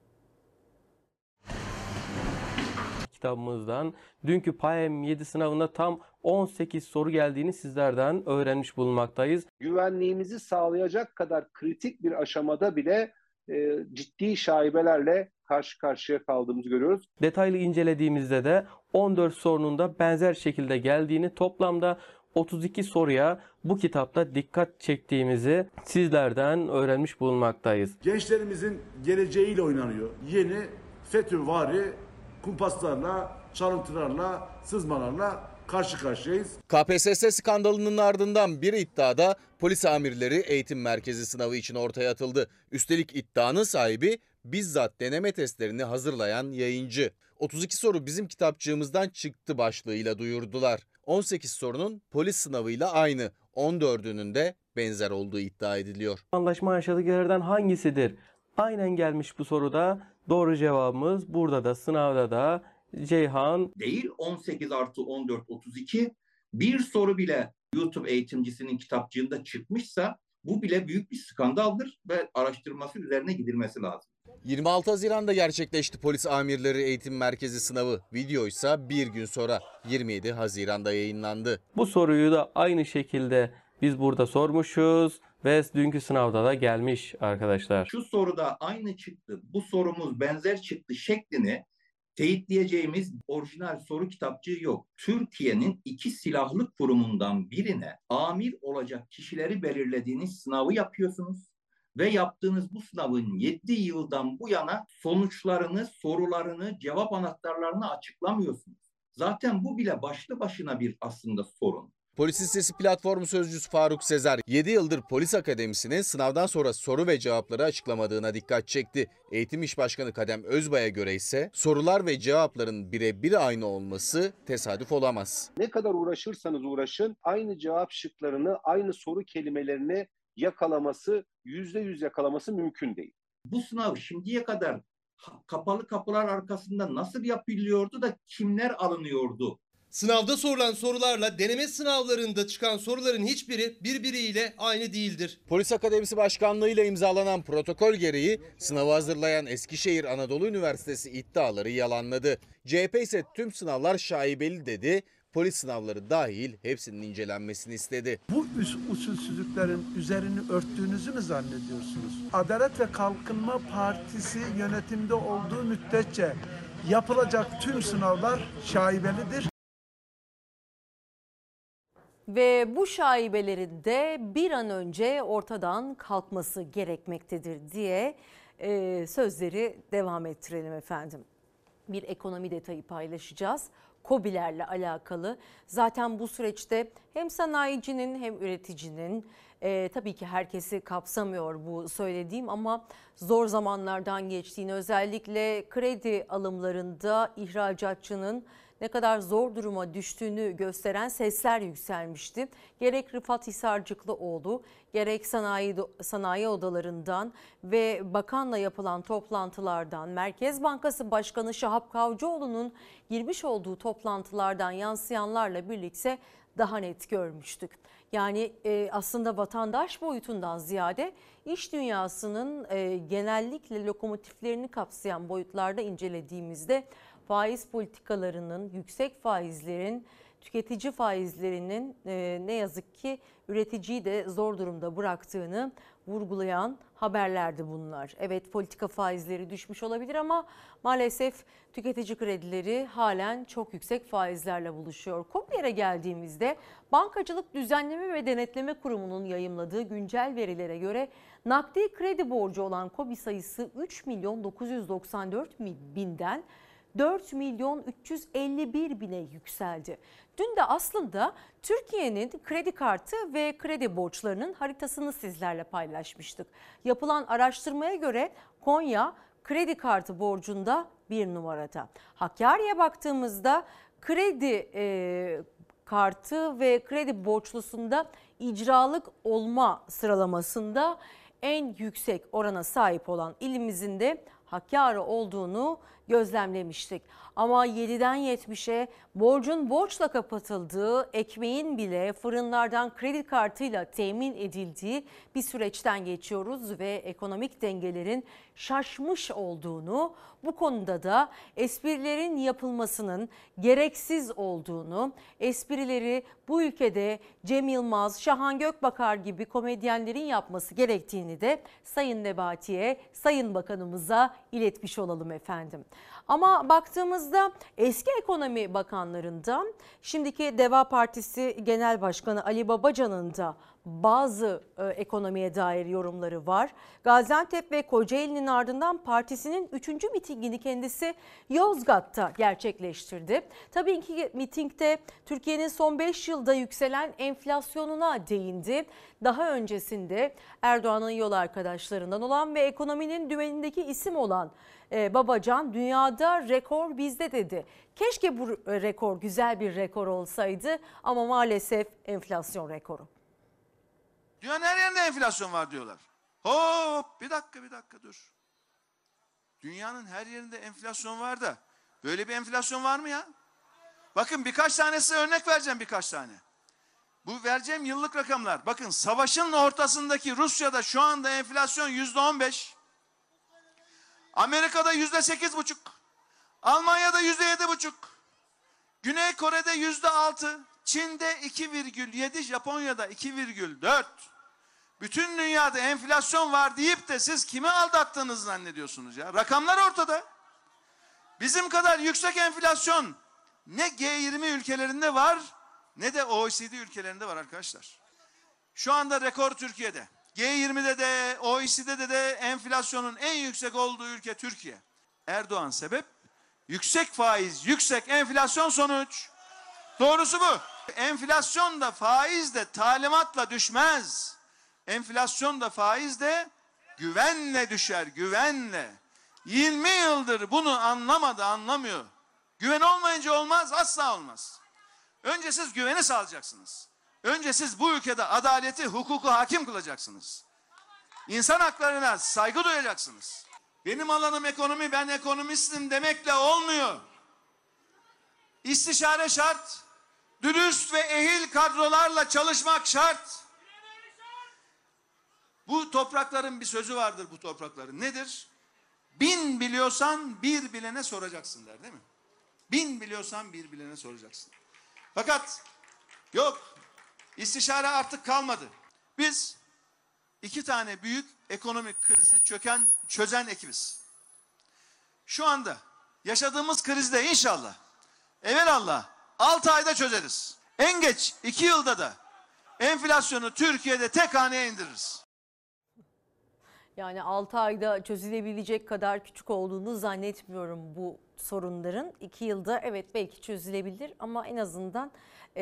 Kitabımızdan dünkü P A E M yedi sınavında tam on sekiz soru geldiğini sizlerden öğrenmiş bulunmaktayız. Güvenliğimizi sağlayacak kadar kritik bir aşamada bile e, ciddi şaibelerle karşı karşıya kaldığımızı görüyoruz. Detaylı incelediğimizde de on dört sorunun da benzer şekilde geldiğini, toplamda otuz iki soruya bu kitapta dikkat çektiğimizi sizlerden öğrenmiş bulunmaktayız. Gençlerimizin geleceğiyle oynanıyor. Yeni FETÖ'vari kumpaslarla, çalıntılarla, sızmalarla karşı karşıyayız. K P S S skandalının ardından bir iddiada polis amirleri eğitim merkezi sınavı için ortaya atıldı. Üstelik iddianın sahibi bizzat deneme testlerini hazırlayan yayıncı. otuz iki soru bizim kitapçığımızdan çıktı başlığıyla duyurdular. on sekiz sorunun polis sınavıyla aynı, on dördünün de benzer olduğu iddia ediliyor. Anlaşma aşağıdakilerden hangisidir? Aynen gelmiş bu soruda. Doğru cevabımız burada da sınavda da Ceyhan. Değil, on sekiz artı on dört otuz iki. Bir soru bile YouTube eğitimcisinin kitapçığında çıkmışsa bu bile büyük bir skandaldır ve araştırması üzerine gidilmesi lazım. yirmi altı Haziran'da gerçekleşti polis amirleri eğitim merkezi sınavı. Video ise bir gün sonra yirmi yedi Haziran'da yayınlandı. Bu soruyu da aynı şekilde biz burada sormuşuz ve dünkü sınavda da gelmiş arkadaşlar. Şu soruda aynı çıktı, bu sorumuz benzer çıktı şeklini teyitleyeceğimiz orijinal soru kitapçığı yok. Türkiye'nin iki silahlı kurumundan birine amir olacak kişileri belirlediğiniz sınavı yapıyorsunuz. Ve yaptığınız bu sınavın yedi yıldan bu yana sonuçlarını, sorularını, cevap anahtarlarını açıklamıyorsunuz. Zaten bu bile başlı başına bir aslında sorun. Polisin Sesi platformu sözcüsü Faruk Sezer, yedi yıldır polis akademisinin sınavdan sonra soru ve cevapları açıklamadığına dikkat çekti. Eğitim İş Başkanı Kadem Özbay'a göre ise sorular ve cevapların birebir aynı olması tesadüf olamaz. Ne kadar uğraşırsanız uğraşın aynı cevap şıklarını, aynı soru kelimelerini yakalaması, yüzde yüz yakalaması mümkün değil. Bu sınav şimdiye kadar kapalı kapılar arkasında nasıl yapılıyordu da kimler alınıyordu? Sınavda sorulan sorularla deneme sınavlarında çıkan soruların hiçbiri birbiriyle aynı değildir. Polis Akademisi Başkanlığı ile imzalanan protokol gereği sınavı hazırlayan Eskişehir Anadolu Üniversitesi iddiaları yalanladı. C H P ise tüm sınavlar şaibeli dedi. Polis sınavları dahil hepsinin incelenmesini istedi. Bu usulsüzlüklerin üzerini örttüğünüzü mü zannediyorsunuz? Adalet ve Kalkınma Partisi yönetimde olduğu müddetçe yapılacak tüm sınavlar şaibelidir. Ve bu şaibelerin de bir an önce ortadan kalkması gerekmektedir diye e, sözleri devam ettirelim efendim. Bir ekonomi detayı paylaşacağız. KOBİ'lerle alakalı. Zaten bu süreçte hem sanayicinin hem üreticinin e, tabii ki herkesi kapsamıyor bu söylediğim ama zor zamanlardan geçtiğini, özellikle kredi alımlarında ihracatçının ne kadar zor duruma düştüğünü gösteren sesler yükselmişti. Gerek Rıfat Hisarcıklıoğlu, gerek sanayi, sanayi odalarından ve bakanla yapılan toplantılardan, Merkez Bankası Başkanı Şahap Kavcıoğlu'nun girmiş olduğu toplantılardan yansıyanlarla birlikte daha net görmüştük. Yani e, aslında vatandaş boyutundan ziyade iş dünyasının e, genellikle lokomotiflerini kapsayan boyutlarda incelediğimizde faiz politikalarının, yüksek faizlerin, tüketici faizlerinin e, ne yazık ki üreticiyi de zor durumda bıraktığını vurgulayan haberlerdi bunlar. Evet, politika faizleri düşmüş olabilir ama maalesef tüketici kredileri halen çok yüksek faizlerle buluşuyor. KOBİ'lere geldiğimizde Bankacılık Düzenleme ve Denetleme Kurumu'nun yayımladığı güncel verilere göre nakdi kredi borcu olan KOBİ sayısı üç milyon dokuz yüz doksan dört binden dört milyon üç yüz elli bir bine yükseldi. Dün de aslında Türkiye'nin kredi kartı ve kredi borçlarının haritasını sizlerle paylaşmıştık. Yapılan araştırmaya göre Konya kredi kartı borcunda bir numarada. Hakkari'ye baktığımızda kredi e, kartı ve kredi borçlusunda icralık olma sıralamasında en yüksek orana sahip olan ilimizin de Hakkari olduğunu gözlemlemiştik. Ama yediden yetmişe borcun borçla kapatıldığı, ekmeğin bile fırınlardan kredi kartıyla temin edildiği bir süreçten geçiyoruz ve ekonomik dengelerin şaşmış olduğunu, bu konuda da esprilerin yapılmasının gereksiz olduğunu, esprileri bu ülkede Cem Yılmaz, Şahan Gökbakar gibi komedyenlerin yapması gerektiğini de Sayın Nebati'ye, Sayın Bakanımıza iletmiş olalım efendim. Ama baktığımızda eski ekonomi bakanlarından şimdiki Deva Partisi Genel Başkanı Ali Babacan'ın da bazı e, ekonomiye dair yorumları var. Gaziantep ve Kocaeli'nin ardından partisinin üçüncü mitingini kendisi Yozgat'ta gerçekleştirdi. Tabii ki mitingde Türkiye'nin son beş yılda yükselen enflasyonuna değindi. Daha öncesinde Erdoğan'ın yol arkadaşlarından olan ve ekonominin dümenindeki isim olan e, Babacan dünyada rekor bizde dedi. Keşke bu rekor güzel bir rekor olsaydı ama maalesef enflasyon rekoru. Dünyanın her yerinde enflasyon var diyorlar. Hop bir dakika bir dakika dur. Dünyanın her yerinde enflasyon var da böyle bir enflasyon var mı ya? Bakın birkaç tanesi örnek vereceğim birkaç tane. Bu vereceğim yıllık rakamlar. Bakın savaşın ortasındaki Rusya'da şu anda enflasyon yüzde on beş. Amerika'da yüzde sekiz buçuk. Almanya'da yüzde yedi buçuk. Güney Kore'de yüzde altı. Çin'de iki virgül yedi, Japonya'da iki virgül dört. Bütün dünyada enflasyon var deyip de siz kimi aldattığınızı zannediyorsunuz ya? Rakamlar ortada. Bizim kadar yüksek enflasyon ne G yirmi ülkelerinde var ne de O E C D ülkelerinde var arkadaşlar. Şu anda rekor Türkiye'de. G yirmide de O E C D'de de enflasyonun en yüksek olduğu ülke Türkiye. Erdoğan sebep, yüksek faiz, yüksek enflasyon sonuç. Doğrusu bu. Enflasyon da faiz de talimatla düşmez. Enflasyon da faiz de güvenle düşer, güvenle. yirmi yıldır bunu anlamadı, anlamıyor. Güven olmayınca olmaz, asla olmaz. Önce siz güveni sağlayacaksınız. Önce siz bu ülkede adaleti, hukuku hakim kılacaksınız. İnsan haklarına saygı duyacaksınız. Benim alanım ekonomi, ben ekonomistim demekle olmuyor. İstişare şart. Dürüst ve ehil kadrolarla çalışmak şart. Bu toprakların bir sözü vardır bu toprakların. Nedir? Bin biliyorsan bir bilene soracaksın der değil mi? Bin biliyorsan bir bilene soracaksın. Fakat yok, istişare artık kalmadı. Biz iki tane büyük ekonomik krizi çöken, çözen ekibiz. Şu anda yaşadığımız krizde inşallah, evelallah altı ayda çözeriz. En geç iki yılda da enflasyonu Türkiye'de tek haneye indiririz. Yani altı ayda çözülebilecek kadar küçük olduğunu zannetmiyorum bu sorunların. iki yılda evet belki çözülebilir ama en azından e,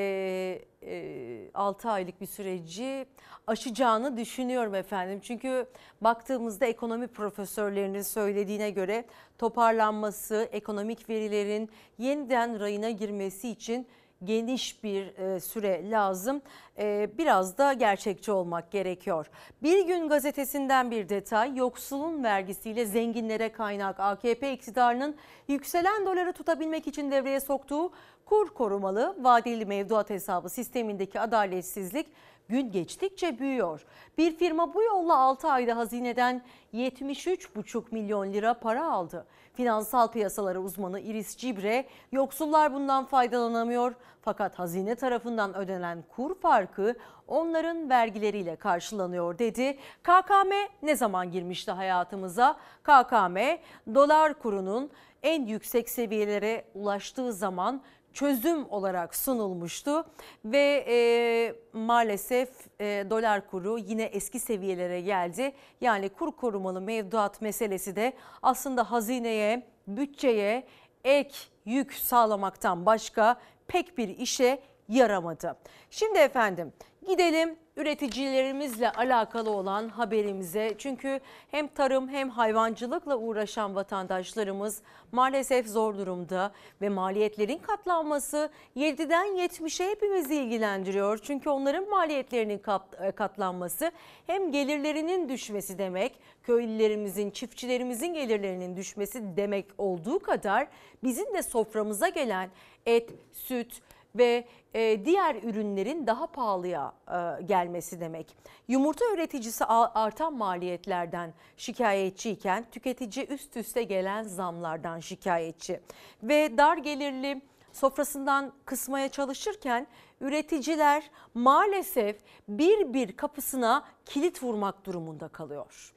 e, altı aylık bir süreci aşacağını düşünüyorum efendim. Çünkü baktığımızda ekonomi profesörlerinin söylediğine göre toparlanması, ekonomik verilerin yeniden rayına girmesi için geniş bir e, süre lazım. E, biraz da gerçekçi olmak gerekiyor. Bir Gün Gazetesi'nden bir detay. Yoksulun vergisiyle zenginlere kaynak A K P iktidarının yükselen doları tutabilmek için devreye soktuğu kur korumalı vadeli mevduat hesabı sistemindeki adaletsizlik gün geçtikçe büyüyor. Bir firma bu yolla altı ayda hazineden yetmiş üç buçuk milyon lira para aldı. Finansal piyasaları uzmanı Iris Cibre, yoksullar bundan faydalanamıyor fakat hazine tarafından ödenen kur farkı onların vergileriyle karşılanıyor dedi. K K M ne zaman girmişti hayatımıza? K K M dolar kurunun en yüksek seviyelere ulaştığı zaman çözüm olarak sunulmuştu ve e, maalesef e, dolar kuru yine eski seviyelere geldi. Yani kur korumalı mevduat meselesi de aslında hazineye, bütçeye ek yük sağlamaktan başka pek bir işe yaramadı. Şimdi efendim gidelim üreticilerimizle alakalı olan haberimize. Çünkü hem tarım hem hayvancılıkla uğraşan vatandaşlarımız maalesef zor durumda ve maliyetlerin katlanması yediden yetmişe hepimizi ilgilendiriyor. Çünkü onların maliyetlerinin katlanması hem gelirlerinin düşmesi demek, köylülerimizin, çiftçilerimizin gelirlerinin düşmesi demek olduğu kadar bizim de soframıza gelen et, süt ve e, diğer ürünlerin daha pahalıya e, gelmesi demek. Yumurta üreticisi artan maliyetlerden şikayetçiyken tüketici üst üste gelen zamlardan şikayetçi. Ve dar gelirli sofrasından kısmaya çalışırken üreticiler maalesef bir bir kapısına kilit vurmak durumunda kalıyor.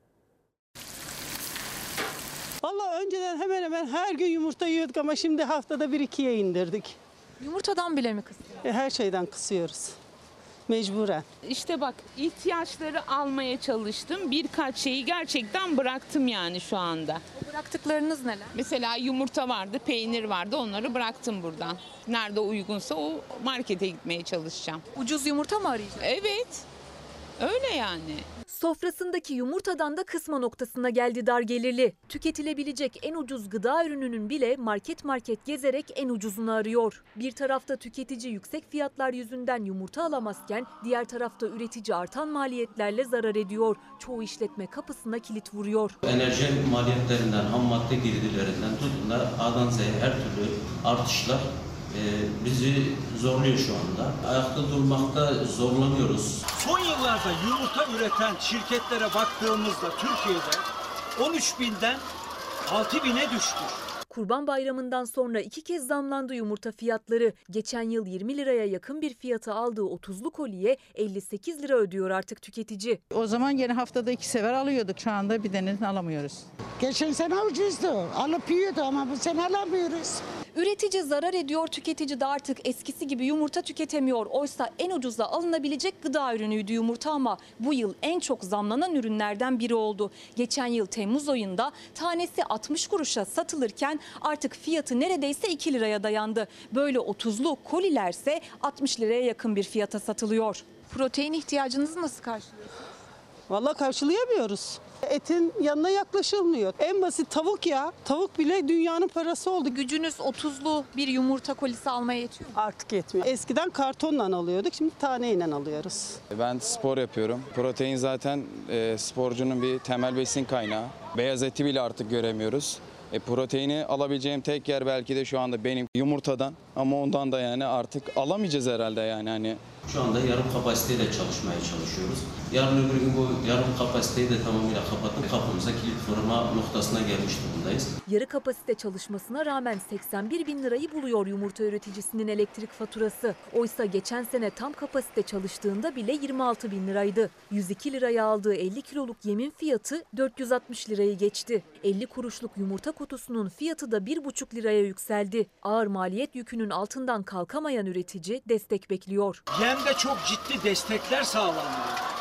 Vallahi önceden hemen hemen her gün yumurta yiyorduk ama şimdi haftada bir ikiye indirdik. Yumurtadan bile mi kısıyorsunuz? E, her şeyden kısıyoruz. Mecburen. İşte bak ihtiyaçları almaya çalıştım. Birkaç şeyi gerçekten bıraktım yani şu anda. O bıraktıklarınız neler? Mesela yumurta vardı, peynir vardı. Onları bıraktım buradan. Nerede uygunsa o markete gitmeye çalışacağım. Ucuz yumurta mı arayacaksın? Evet. Öyle yani. Sofrasındaki yumurtadan da kısma noktasına geldi dar gelirli. Tüketilebilecek en ucuz gıda ürününün bile market market gezerek en ucuzunu arıyor. Bir tarafta tüketici yüksek fiyatlar yüzünden yumurta alamazken diğer tarafta üretici artan maliyetlerle zarar ediyor. Çoğu işletme kapısına kilit vuruyor. Enerji maliyetlerinden, ham madde girdilerinden tutun da A'dan Z'ye her türlü artışlar Ee, bizi zorluyor şu anda. Ayakta durmakta zorlanıyoruz. Son yıllarda yumurta üreten şirketlere baktığımızda Türkiye'de on üç binden altı bine düştü. Kurban Bayramı'ndan sonra iki kez zamlandı yumurta fiyatları. Geçen yıl yirmi liraya yakın bir fiyata aldığı otuzlu koliye elli sekiz lira ödüyor artık tüketici. O zaman yine haftada iki sefer alıyorduk. Şu anda bir denesini alamıyoruz. Geçen sene ucuzdu. Alıp yiyordu ama bu sene alamıyoruz. Üretici zarar ediyor, tüketici de artık eskisi gibi yumurta tüketemiyor. Oysa en ucuza alınabilecek gıda ürünüydü yumurta ama bu yıl en çok zamlanan ürünlerden biri oldu. Geçen yıl Temmuz ayında tanesi altmış kuruşa satılırken artık fiyatı neredeyse iki liraya dayandı. Böyle otuzlu kolilerse altmış liraya yakın bir fiyata satılıyor. Protein ihtiyacınızı nasıl karşılıyorsunuz? Vallahi karşılayamıyoruz. Etin yanına yaklaşılmıyor. En basit tavuk ya. Tavuk bile dünyanın parası oldu. Gücünüz otuzlu bir yumurta kolisi almaya yetiyor mu? Artık yetmiyor. Eskiden kartonla alıyorduk, şimdi taneyle alıyoruz. Ben spor yapıyorum. Protein zaten e, sporcunun bir temel besin kaynağı. Beyaz eti bile artık göremiyoruz. E, proteini alabileceğim tek yer belki de şu anda benim yumurtadan ama ondan da yani artık alamayacağız herhalde yani hani. Şu anda yarım kapasiteyle çalışmaya çalışıyoruz. Yarın öbür gün bu yarım kapasiteyi de tamamıyla kapatıp kapımıza kilit vurma noktasına gelmiş durumdayız. Yarı kapasite çalışmasına rağmen seksen bir bin lirayı buluyor yumurta üreticisinin elektrik faturası. Oysa geçen sene tam kapasite çalıştığında bile yirmi altı bin liraydı. yüz iki liraya aldığı elli kiloluk yemin fiyatı dört yüz altmış lirayı geçti. elli kuruşluk yumurta kutusunun fiyatı da bir buçuk liraya yükseldi. Ağır maliyet yükünün altından kalkamayan üretici destek bekliyor. Yemde çok ciddi destekler sağlandı.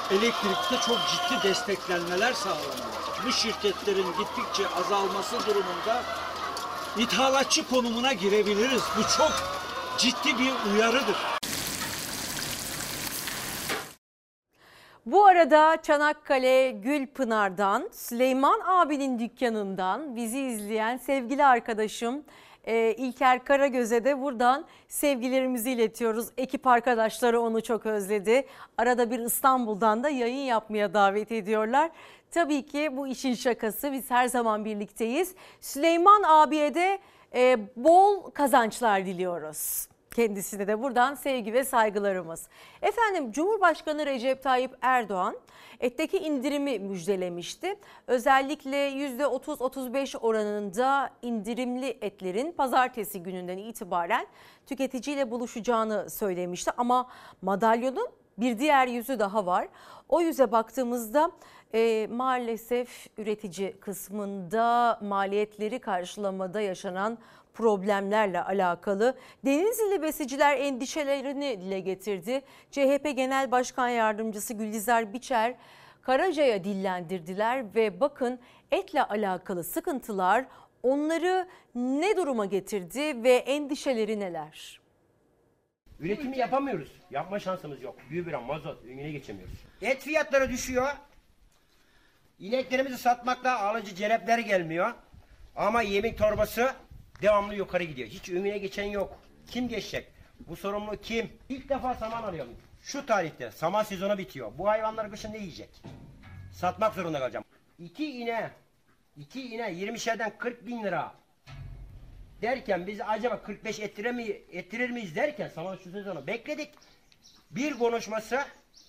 elektrikte çok ciddi desteklenmeler sağlanıyor. Bu şirketlerin gittikçe azalması durumunda ithalatçı konumuna girebiliriz. Bu çok ciddi bir uyarıdır. Bu arada Çanakkale Gülpınar'dan, Süleyman abinin dükkanından bizi izleyen sevgili arkadaşım e, İlker Karagöz'e de buradan sevgilerimizi iletiyoruz. Ekip arkadaşları onu çok özledi. Arada bir İstanbul'dan da yayın yapmaya davet ediyorlar. Tabii ki bu işin şakası, biz her zaman birlikteyiz. Süleyman abiye de e, bol kazançlar diliyoruz. Kendisine de buradan sevgi ve saygılarımız. Efendim, Cumhurbaşkanı Recep Tayyip Erdoğan etteki indirimi müjdelemişti. Özellikle yüzde otuz otuz beş oranında indirimli etlerin pazartesi gününden itibaren tüketiciyle buluşacağını söylemişti. Ama madalyonun bir diğer yüzü daha var. O yüze baktığımızda e, maalesef üretici kısmında maliyetleri karşılamada yaşanan problemlerle alakalı Denizli besiciler endişelerini dile getirdi. C H P Genel Başkan Yardımcısı Gülizar Biçer Karaca'ya dillendirdiler ve bakın etle alakalı sıkıntılar onları ne duruma getirdi ve endişeleri neler? Üretimi yapamıyoruz. Yapma şansımız yok. Gübre, mazot, önüne geçemiyoruz. Et fiyatları düşüyor. İneklerimizi satmakta alıcı celepleri gelmiyor. Ama yemin torbası devamlı yukarı gidiyor. Hiç önüne geçen yok. Kim geçecek? Bu sorumlu kim? İlk defa saman alıyorum. Şu tarihte saman sezonu bitiyor. Bu hayvanlar kışın ne yiyecek? Satmak zorunda kalacağım. İki ine, iki ine yirmişerden kırk bin lira derken biz acaba kırk beş ettirir, mi, ettirir miyiz derken saman şu sezonu bekledik. Bir konuşması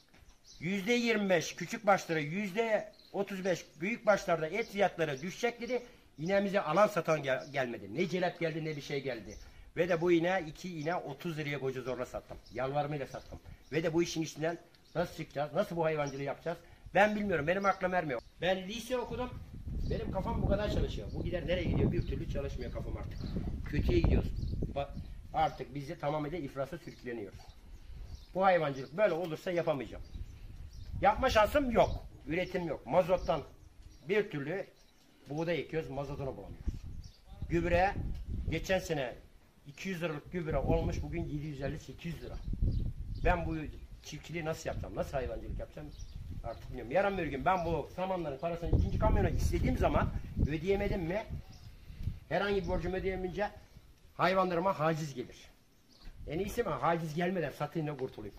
yüzde yirmi beş küçük başlara, yüzde otuz beş büyük başlarda et fiyatları düşecek dedi. İnemize alan satan gel gelmedi. Ne celep geldi ne bir şey geldi. Ve de bu iğne iki iğne otuz liraya koca zorla sattım. Yalvarmayla sattım. Ve de bu işin içinden nasıl çıkacağız? Nasıl bu hayvancılığı yapacağız? Ben bilmiyorum. Benim aklım ermiyor. Ben lise okudum. Benim kafam bu kadar çalışıyor. Bu gider nereye gidiyor? Bir türlü çalışmıyor kafam artık. Kötüye gidiyoruz. Bak, artık bizi tamamıyla iflasa sürükleniyoruz. Bu hayvancılık böyle olursa yapamayacağım. Yapma şansım yok. Üretim yok. Mazottan bir türlü buğday ekiyoruz, mazotunu bulamıyoruz. Gübre geçen sene iki yüz liralık gübre olmuş, bugün yedi yüz elli sekiz yüz lira. Ben bu çiftçiliği nasıl yapacağım, nasıl hayvancılık yapacağım artık bilmiyorum. Yarın bir gün ben bu samanların parasını ikinci kamyona istediğim zaman ödeyemedim mi, herhangi bir borcumu ödeyemeyince hayvanlarıma haciz gelir. En iyisi mi haciz gelmeden satayım da kurtulayım.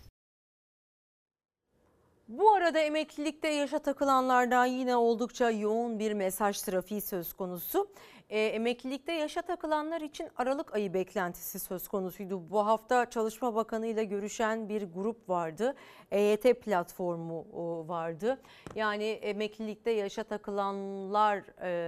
Bu arada emeklilikte yaşa takılanlardan yine oldukça yoğun bir mesaj trafiği söz konusu. E, emeklilikte yaşa takılanlar için Aralık ayı beklentisi söz konusuydu. Bu hafta Çalışma Bakanı ile görüşen bir grup vardı. E Y T platformu vardı. Yani emeklilikte yaşa takılanlar,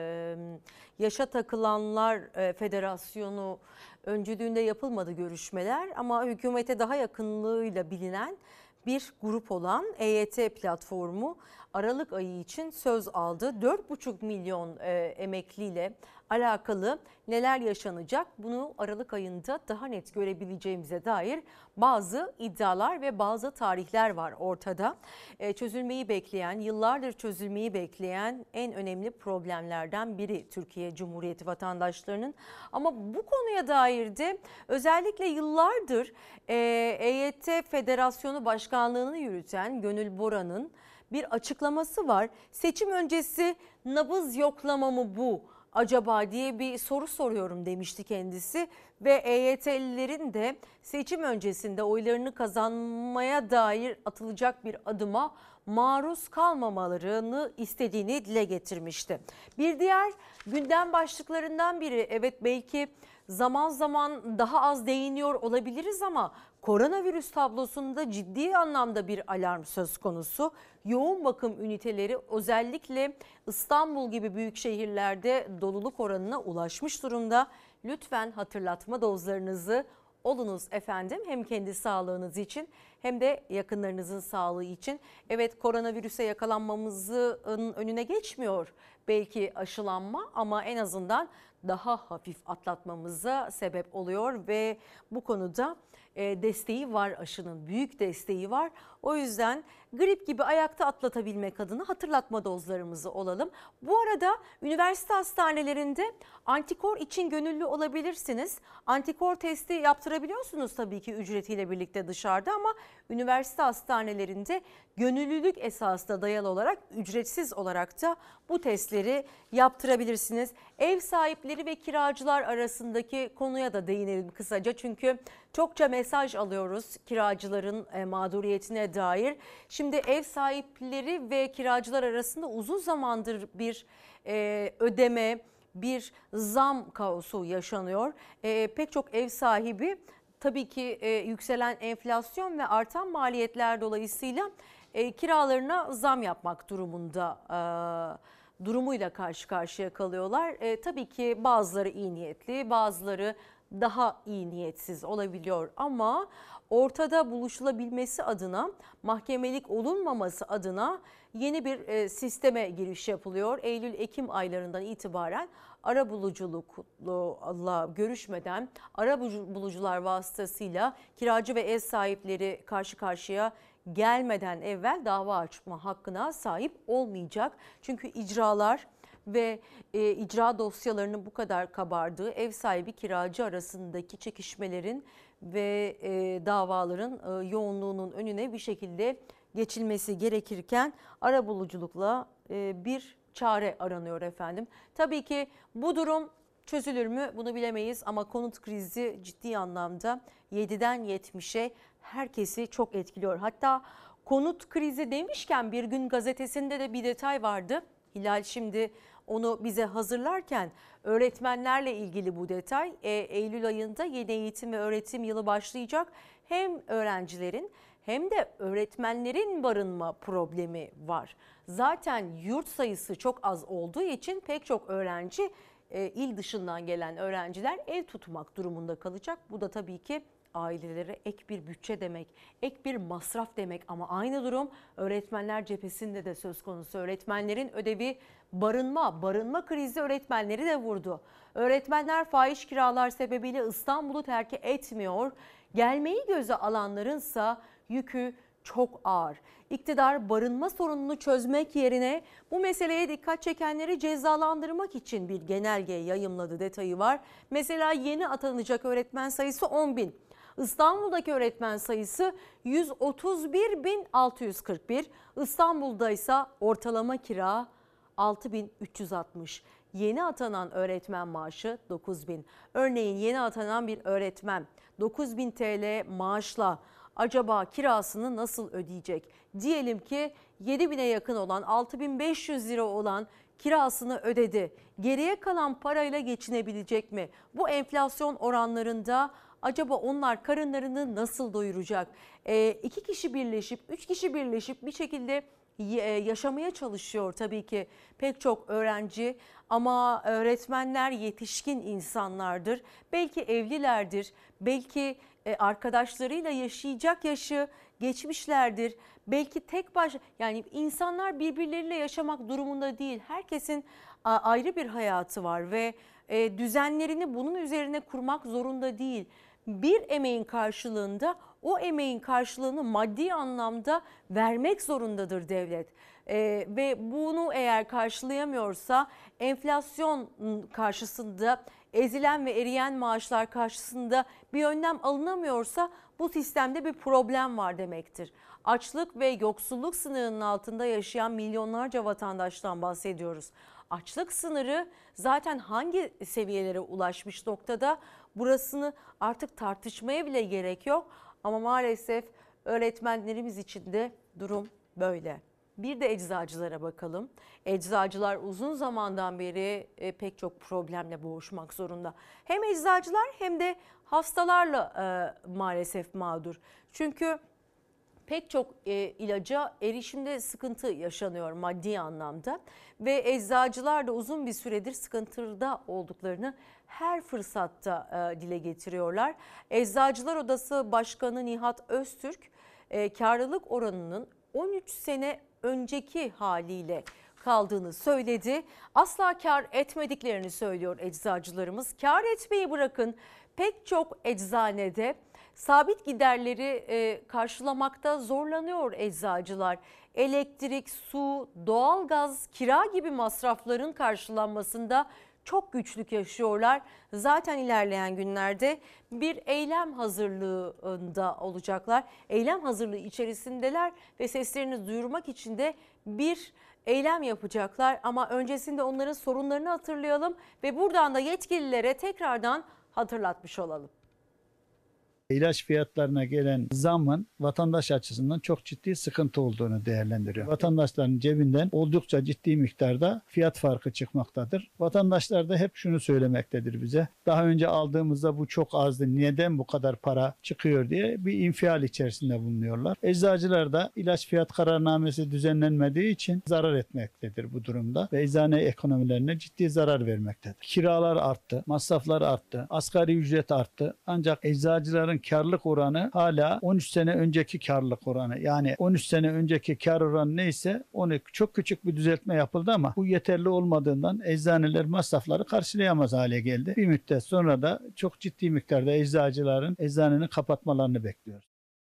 e, yaşa takılanlar e, Federasyonu öncülüğünde yapılmadı görüşmeler ama hükümete daha yakınlığıyla bilinen bir grup olan E Y T platformu Aralık ayı için söz aldı. dört buçuk milyon e, emekliyle alakalı neler yaşanacak bunu Aralık ayında daha net görebileceğimize dair bazı iddialar ve bazı tarihler var ortada. E, çözülmeyi bekleyen, yıllardır çözülmeyi bekleyen en önemli problemlerden biri Türkiye Cumhuriyeti vatandaşlarının. Ama bu konuya dair de özellikle yıllardır e, E Y T Federasyonu Başkanlığı'nı yürüten Gönül Bora'nın bir açıklaması var. Seçim öncesi nabız yoklama mı bu acaba diye bir soru soruyorum demişti kendisi. Ve E Y T'lilerin de seçim öncesinde oylarını kazanmaya dair atılacak bir adıma maruz kalmamalarını istediğini dile getirmişti. Bir diğer gündem başlıklarından biri, evet belki zaman zaman daha az değiniyor olabiliriz ama koronavirüs tablosunda ciddi anlamda bir alarm söz konusu. Yoğun bakım üniteleri özellikle İstanbul gibi büyük şehirlerde doluluk oranına ulaşmış durumda. Lütfen hatırlatma dozlarınızı olunuz efendim, hem kendi sağlığınız için hem de yakınlarınızın sağlığı için. Evet, koronavirüse yakalanmamızın önüne geçmiyor belki aşılanma ama en azından daha hafif atlatmamıza sebep oluyor ve bu konuda desteği var, aşının büyük desteği var. O yüzden grip gibi ayakta atlatabilmek adına hatırlatma dozlarımızı olalım. Bu arada üniversite hastanelerinde antikor için gönüllü olabilirsiniz. Antikor testi yaptırabiliyorsunuz tabii ki ücretiyle birlikte dışarıda, ama üniversite hastanelerinde gönüllülük esasına dayalı olarak ücretsiz olarak da bu testleri yaptırabilirsiniz. Ev sahipleri ve kiracılar arasındaki konuya da değinelim kısaca, çünkü çokça mesaj alıyoruz kiracıların e, mağduriyetine dair. Şimdi ev sahipleri ve kiracılar arasında uzun zamandır bir e, ödeme, bir zam kaosu yaşanıyor. E, pek çok ev sahibi tabii ki e, yükselen enflasyon ve artan maliyetler dolayısıyla e, kiralarına zam yapmak durumunda e, durumuyla karşı karşıya kalıyorlar. E, tabii ki bazıları iyi niyetli, bazıları daha iyi niyetsiz olabiliyor, ama ortada buluşulabilmesi adına, mahkemelik olunmaması adına yeni bir e, sisteme giriş yapılıyor. Eylül-Ekim aylarından itibaren arabuluculukla görüşmeden, arabulucular vasıtasıyla kiracı ve ev sahipleri karşı karşıya gelmeden evvel dava açma hakkına sahip olmayacak. Çünkü icralar ve e, icra dosyalarının bu kadar kabardığı, ev sahibi kiracı arasındaki çekişmelerin ve e, davaların e, yoğunluğunun önüne bir şekilde geçilmesi gerekirken arabuluculukla e, bir çare aranıyor efendim. Tabii ki bu durum çözülür mü bunu bilemeyiz, ama konut krizi ciddi anlamda yediden yetmişe herkesi çok etkiliyor. Hatta konut krizi demişken Bir Gün gazetesinde de bir detay vardı. Hilal şimdi onu bize hazırlarken öğretmenlerle ilgili bu detay. E, Eylül ayında yeni eğitim ve öğretim yılı başlayacak. Hem öğrencilerin hem de öğretmenlerin barınma problemi var. Zaten yurt sayısı çok az olduğu için pek çok öğrenci, e, il dışından gelen öğrenciler ev tutmak durumunda kalacak. Bu da tabii ki ailelere ek bir bütçe demek, ek bir masraf demek, ama aynı durum öğretmenler cephesinde de söz konusu. Öğretmenlerin ödevi barınma, barınma krizi öğretmenleri de vurdu. Öğretmenler fahiş kiralar sebebiyle İstanbul'u terk etmiyor. Gelmeyi göze alanlarınsa yükü çok ağır. İktidar barınma sorununu çözmek yerine bu meseleye dikkat çekenleri cezalandırmak için bir genelge yayımladı detayı var. Mesela yeni atanacak öğretmen sayısı on bin. İstanbul'daki öğretmen sayısı yüz otuz bir bin altı yüz kırk bir. İstanbul'da ise ortalama kira altı bin üç yüz altmış. Yeni atanan öğretmen maaşı dokuz bin. Örneğin yeni atanan bir öğretmen dokuz bin T L maaşla acaba kirasını nasıl ödeyecek? Diyelim ki yedi bine yakın olan, altı bin beş yüz lira olan kirasını ödedi. Geriye kalan parayla geçinebilecek mi? Bu enflasyon oranlarında acaba onlar karınlarını nasıl doyuracak? E, iki kişi birleşip, üç kişi birleşip bir şekilde yaşamaya çalışıyor tabii ki pek çok öğrenci, ama öğretmenler yetişkin insanlardır. Belki evlilerdir, belki arkadaşlarıyla yaşayacak yaşı geçmişlerdir. Belki tek baş, yani insanlar birbirleriyle yaşamak durumunda değil. Herkesin ayrı bir hayatı var ve düzenlerini bunun üzerine kurmak zorunda değil. Bir emeğin karşılığında o emeğin karşılığını maddi anlamda vermek zorundadır devlet. Ee, ve bunu eğer karşılayamıyorsa, enflasyon karşısında, ezilen ve eriyen maaşlar karşısında bir önlem alınamıyorsa bu sistemde bir problem var demektir. Açlık ve yoksulluk sınırının altında yaşayan milyonlarca vatandaştan bahsediyoruz. Açlık sınırı zaten hangi seviyelere ulaşmış noktada, burasını artık tartışmaya bile gerek yok. Ama maalesef öğretmenlerimiz için de durum böyle. Bir de eczacılara bakalım. Eczacılar uzun zamandan beri e, pek çok problemle boğuşmak zorunda. Hem eczacılar hem de hastalarla e, maalesef mağdur. Çünkü pek çok e, ilaca erişimde sıkıntı yaşanıyor maddi anlamda ve eczacılar da uzun bir süredir sıkıntıda olduklarını her fırsatta e, dile getiriyorlar. Eczacılar Odası Başkanı Nihat Öztürk, e, karlılık oranının on üç sene önceki haliyle kaldığını söyledi. Asla kar etmediklerini söylüyor eczacılarımız. Kar etmeyi bırakın, pek çok eczanede Sabit giderleri e, karşılamakta zorlanıyor eczacılar. Elektrik, su, doğalgaz, kira gibi masrafların karşılanmasında çok güçlük yaşıyorlar. Zaten ilerleyen günlerde bir eylem hazırlığında olacaklar. Eylem hazırlığı içerisindeler ve seslerini duyurmak için de bir eylem yapacaklar. Ama öncesinde onların sorunlarını hatırlayalım ve buradan da yetkililere tekrardan hatırlatmış olalım. İlaç fiyatlarına gelen zamın vatandaş açısından çok ciddi sıkıntı olduğunu değerlendiriyor. Vatandaşların cebinden oldukça ciddi miktarda fiyat farkı çıkmaktadır. Vatandaşlar da hep şunu söylemektedir bize. Daha önce aldığımızda bu çok azdı. Neden bu kadar para çıkıyor diye bir infial içerisinde bulunuyorlar. Eczacılar da ilaç fiyat kararnamesi düzenlenmediği için zarar etmektedir bu durumda ve eczane ekonomilerine ciddi zarar vermektedir. Kiralar arttı, masraflar arttı, asgari ücret arttı. Ancak eczacıların karlılık oranı hala on üç sene önceki karlılık oranı. Yani on üç sene önceki kar oranı neyse onu çok küçük bir düzeltme yapıldı ama bu yeterli olmadığından eczaneler masrafları karşılayamaz hale geldi. Bir müddet sonra da çok ciddi miktarda eczacıların eczanenin kapatmalarını bekliyoruz.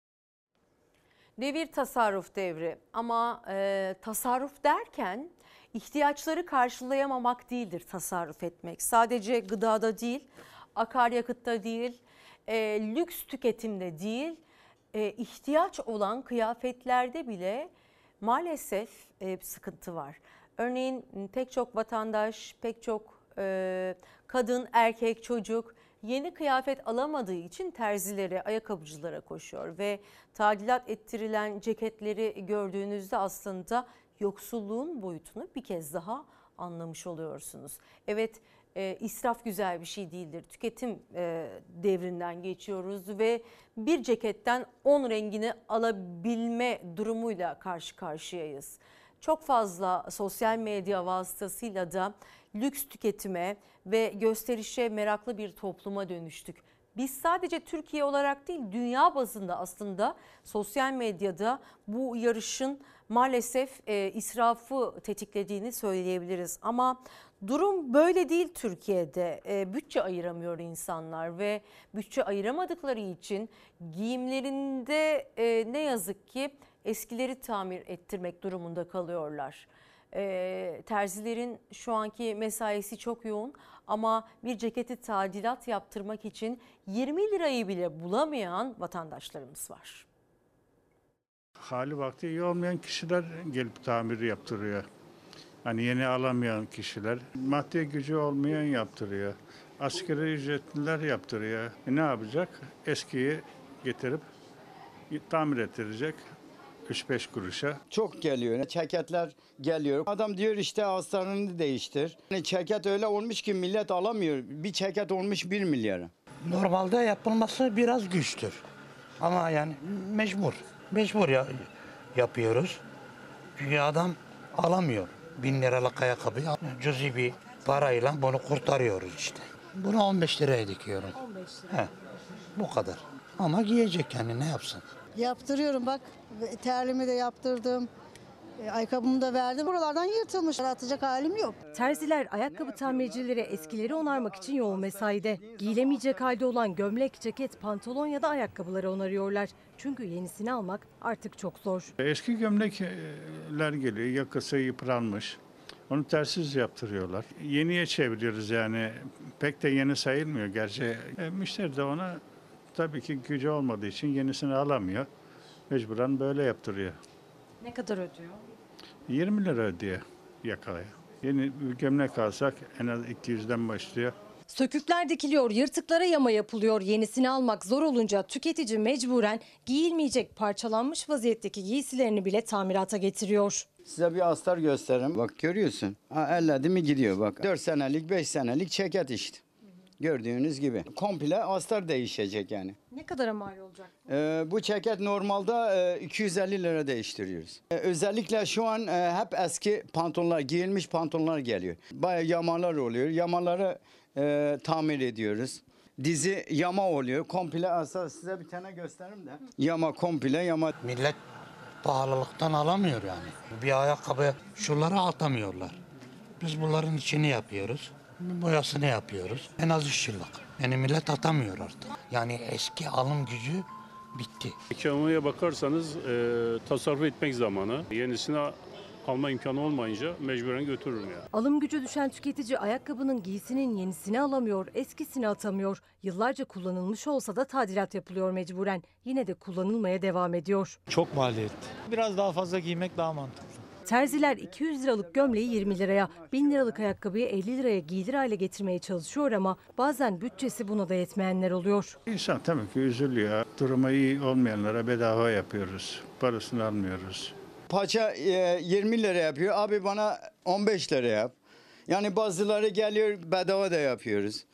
Devir tasarruf devri ama e, tasarruf derken ihtiyaçları karşılayamamak değildir tasarruf etmek. Sadece gıdada değil, akaryakıtta değil, E, lüks tüketimde değil, e, ihtiyaç olan kıyafetlerde bile maalesef e, sıkıntı var. Örneğin pek çok vatandaş, pek çok e, kadın, erkek, çocuk yeni kıyafet alamadığı için terzilere, ayakkabıcılara koşuyor ve tadilat ettirilen ceketleri gördüğünüzde aslında yoksulluğun boyutunu bir kez daha anlamış oluyorsunuz. Evet, E, israf güzel bir şey değildir. Tüketim e, devrinden geçiyoruz ve bir ceketten on rengini alabilme durumuyla karşı karşıyayız. Çok fazla sosyal medya vasıtasıyla da lüks tüketime ve gösterişe meraklı bir topluma dönüştük. Biz sadece Türkiye olarak değil, dünya bazında aslında sosyal medyada bu yarışın maalesef e, israfı tetiklediğini söyleyebiliriz. Ama durum böyle değil Türkiye'de. E, bütçe ayıramıyor insanlar ve bütçe ayıramadıkları için giyimlerinde e, ne yazık ki eskileri tamir ettirmek durumunda kalıyorlar. E, terzilerin şu anki mesaisi çok yoğun ama bir ceketi tadilat yaptırmak için yirmi lirayı bile bulamayan vatandaşlarımız var. Hali vakti iyi olmayan kişiler gelip tamir yaptırıyor. Hani yeni alamayan kişiler, maddi gücü olmayan yaptırıyor. Asgari ücretliler yaptırıyor. E ne yapacak? Eskiyi getirip tamir ettirecek üç beş kuruşa. Çok geliyor. Ceketler geliyor. Adam diyor işte hastaneni değiştir. Yani ceket öyle olmuş ki millet alamıyor. Bir ceket olmuş bir milyara. Normalde yapılması biraz güçtür. Ama yani mecbur. Mecbur ya, yapıyoruz. Çünkü adam alamıyor. Bin liralık ayakkabı cüzi bir parayla bunu kurtarıyoruz işte. Bunu on beş liraya dikiyorum. on beş lira. He, bu kadar. Ama giyecek yani ne yapsın? Yaptırıyorum bak. Terliğimi de yaptırdım. Ayakkabımı da verdim. Buralardan yırtılmış. Atacak halim yok. Terziler ayakkabı tamircileri eskileri onarmak için yoğun mesaide. Giyilemeyecek halde olan gömlek, ceket, pantolon ya da ayakkabıları onarıyorlar. Çünkü yenisini almak artık çok zor. Eski gömlekler geliyor, yakası yıpranmış. Onu tersiz yaptırıyorlar. Yeniye çeviriyoruz yani. Pek de yeni sayılmıyor gerçi. E, müşteri de ona tabii ki gücü olmadığı için yenisini alamıyor. Mecburen böyle yaptırıyor. Ne kadar ödüyor? yirmi lira ödüyor yakalaya. Yeni bir gömlek alsak en az iki yüzden başlıyor. Sökükler dikiliyor, yırtıklara yama yapılıyor. Yenisini almak zor olunca tüketici mecburen giyilmeyecek parçalanmış vaziyetteki giysilerini bile tamirata getiriyor. Size bir astar göstereyim. Bak görüyorsun. Ha, elledi mi gidiyor bak. dört senelik beş senelik ceket işte. Gördüğünüz gibi. Komple astar değişecek yani. Ne kadar mal olacak? Ee, bu ceket normalde e, iki yüz elli lira değiştiriyoruz. Ee, özellikle şu an e, hep eski pantolonlar, giyilmiş pantolonlar geliyor. Bayağı yamalar oluyor. Yamaları e, tamir ediyoruz. Dizi yama oluyor. Komple astar size bir tane göstereyim de. Yama komple yama. Millet pahalılıktan alamıyor yani. Bir ayakkabı şunları atamıyorlar. Biz bunların içini yapıyoruz. Boyasını yapıyoruz. En az üç yıllık. Yani millet atamıyor artık. Yani eski alım gücü bitti. Ekonomiye bakarsanız e, tasarruf etmek zamanı. Yenisini alma imkanı olmayınca mecburen götürürüm ya. Alım gücü düşen tüketici ayakkabının giysinin yenisini alamıyor, eskisini atamıyor. Yıllarca kullanılmış olsa da tadilat yapılıyor mecburen. Yine de kullanılmaya devam ediyor. Çok maliyetli. Biraz daha fazla giymek daha mantıklı. Terziler iki yüz liralık gömleği yirmi liraya, bin liralık ayakkabıyı elli liraya giydir hale getirmeye çalışıyor ama bazen bütçesi buna da yetmeyenler oluyor. İnsan tabii ki üzülüyor. Durumu iyi olmayanlara bedava yapıyoruz. Parasını almıyoruz. Paça e, yirmi lira yapıyor. Abi bana on beş lira yap. Yani bazıları geliyor bedava da yapıyoruz.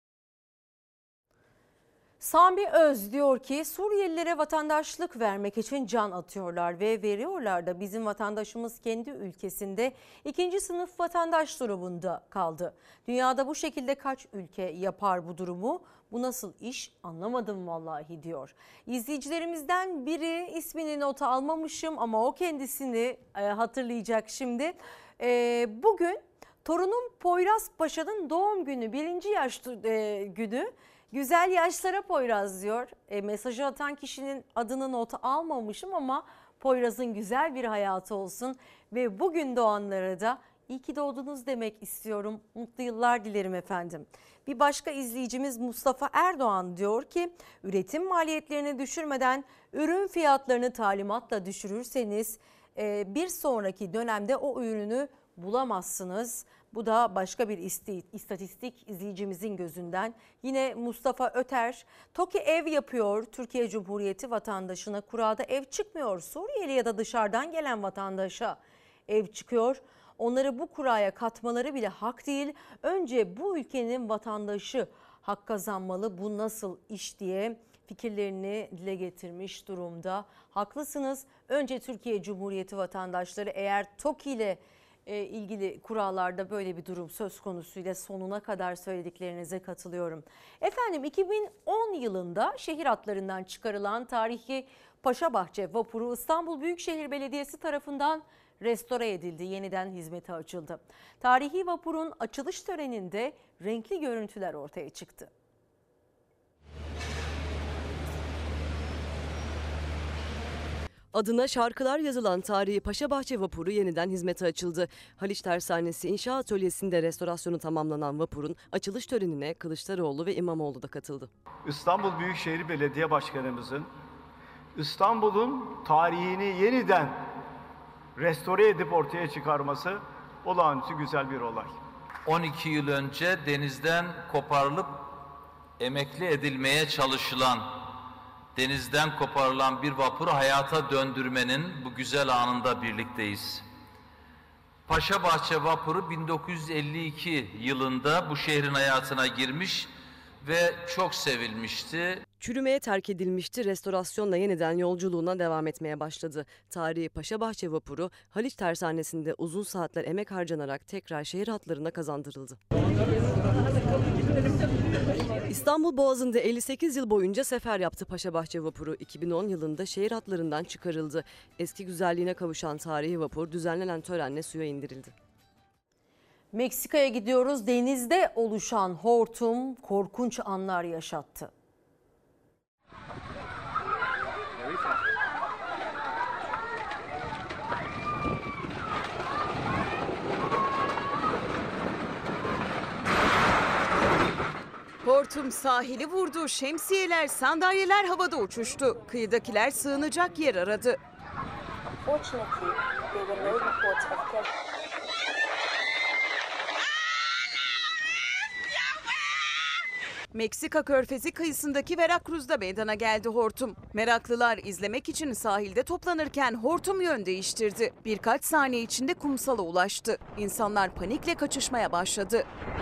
Sami Öz diyor ki Suriyelilere vatandaşlık vermek için can atıyorlar ve veriyorlar da bizim vatandaşımız kendi ülkesinde ikinci sınıf vatandaş durumunda kaldı. Dünyada bu şekilde kaç ülke yapar bu durumu? Bu nasıl iş anlamadım vallahi diyor. İzleyicilerimizden biri ismini nota almamışım ama o kendisini e, hatırlayacak şimdi. E, bugün torunum Poyraz Paşa'nın doğum günü, birinci yaş e, günü. Güzel yaşlara Poyraz diyor. E, mesajı atan kişinin adını nota almamışım ama Poyraz'ın güzel bir hayatı olsun. Ve bugün doğanlara da iyi ki doğdunuz demek istiyorum. Mutlu yıllar dilerim efendim. Bir başka izleyicimiz Mustafa Erdoğan diyor ki üretim maliyetlerini düşürmeden ürün fiyatlarını talimatla düşürürseniz e, bir sonraki dönemde o ürünü bulamazsınız. Bu da başka bir istatistik izleyicimizin gözünden. Yine Mustafa Öter, TOKİ ev yapıyor. Türkiye Cumhuriyeti vatandaşına kurada ev çıkmıyor. Suriyeli ya da dışarıdan gelen vatandaşa ev çıkıyor. Onları bu kuraya katmaları bile hak değil. Önce bu ülkenin vatandaşı hak kazanmalı. Bu nasıl iş diye fikirlerini dile getirmiş durumda. Haklısınız. Önce Türkiye Cumhuriyeti vatandaşları eğer TOKİ ile ilgili kurallarda böyle bir durum söz konusuyla sonuna kadar söylediklerinize katılıyorum. Efendim iki bin on yılında şehir hatlarından çıkarılan tarihi Paşabahçe vapuru İstanbul Büyükşehir Belediyesi tarafından restore edildi, yeniden hizmete açıldı. Tarihi vapurun açılış töreninde renkli görüntüler ortaya çıktı. Adına şarkılar yazılan tarihi Paşabahçe vapuru yeniden hizmete açıldı. Haliç Tersanesi İnşaat Atölyesi'nde restorasyonu tamamlanan vapurun açılış törenine Kılıçdaroğlu ve İmamoğlu da katıldı. İstanbul Büyükşehir Belediye Başkanımızın İstanbul'un tarihini yeniden restore edip ortaya çıkarması olağanüstü güzel bir olay. on iki yıl önce denizden koparılıp emekli edilmeye çalışılan, denizden koparılan bir vapuru hayata döndürmenin bu güzel anında birlikteyiz. Paşabahçe vapuru bin dokuz yüz elli iki yılında bu şehrin hayatına girmiş ve çok sevilmişti. Çürümeye terk edilmişti, restorasyonla yeniden yolculuğuna devam etmeye başladı. Tarihi Paşabahçe vapuru Haliç Tersanesi'nde uzun saatler emek harcanarak tekrar şehir hatlarına kazandırıldı. İstanbul Boğazı'nda elli sekiz yıl boyunca sefer yaptı Paşabahçe vapuru. iki bin on yılında şehir hatlarından çıkarıldı. Eski güzelliğine kavuşan tarihi vapur düzenlenen törenle suya indirildi. Meksika'ya gidiyoruz. Denizde oluşan hortum korkunç anlar yaşattı. Hortum sahili vurdu, şemsiyeler, sandalyeler havada uçuştu. Kıyıdakiler sığınacak yer aradı. Meksika körfezi kıyısındaki Veracruz'da meydana geldi hortum. Meraklılar izlemek için sahilde toplanırken hortum yön değiştirdi. Birkaç saniye içinde kumsala ulaştı. İnsanlar panikle kaçışmaya başladı.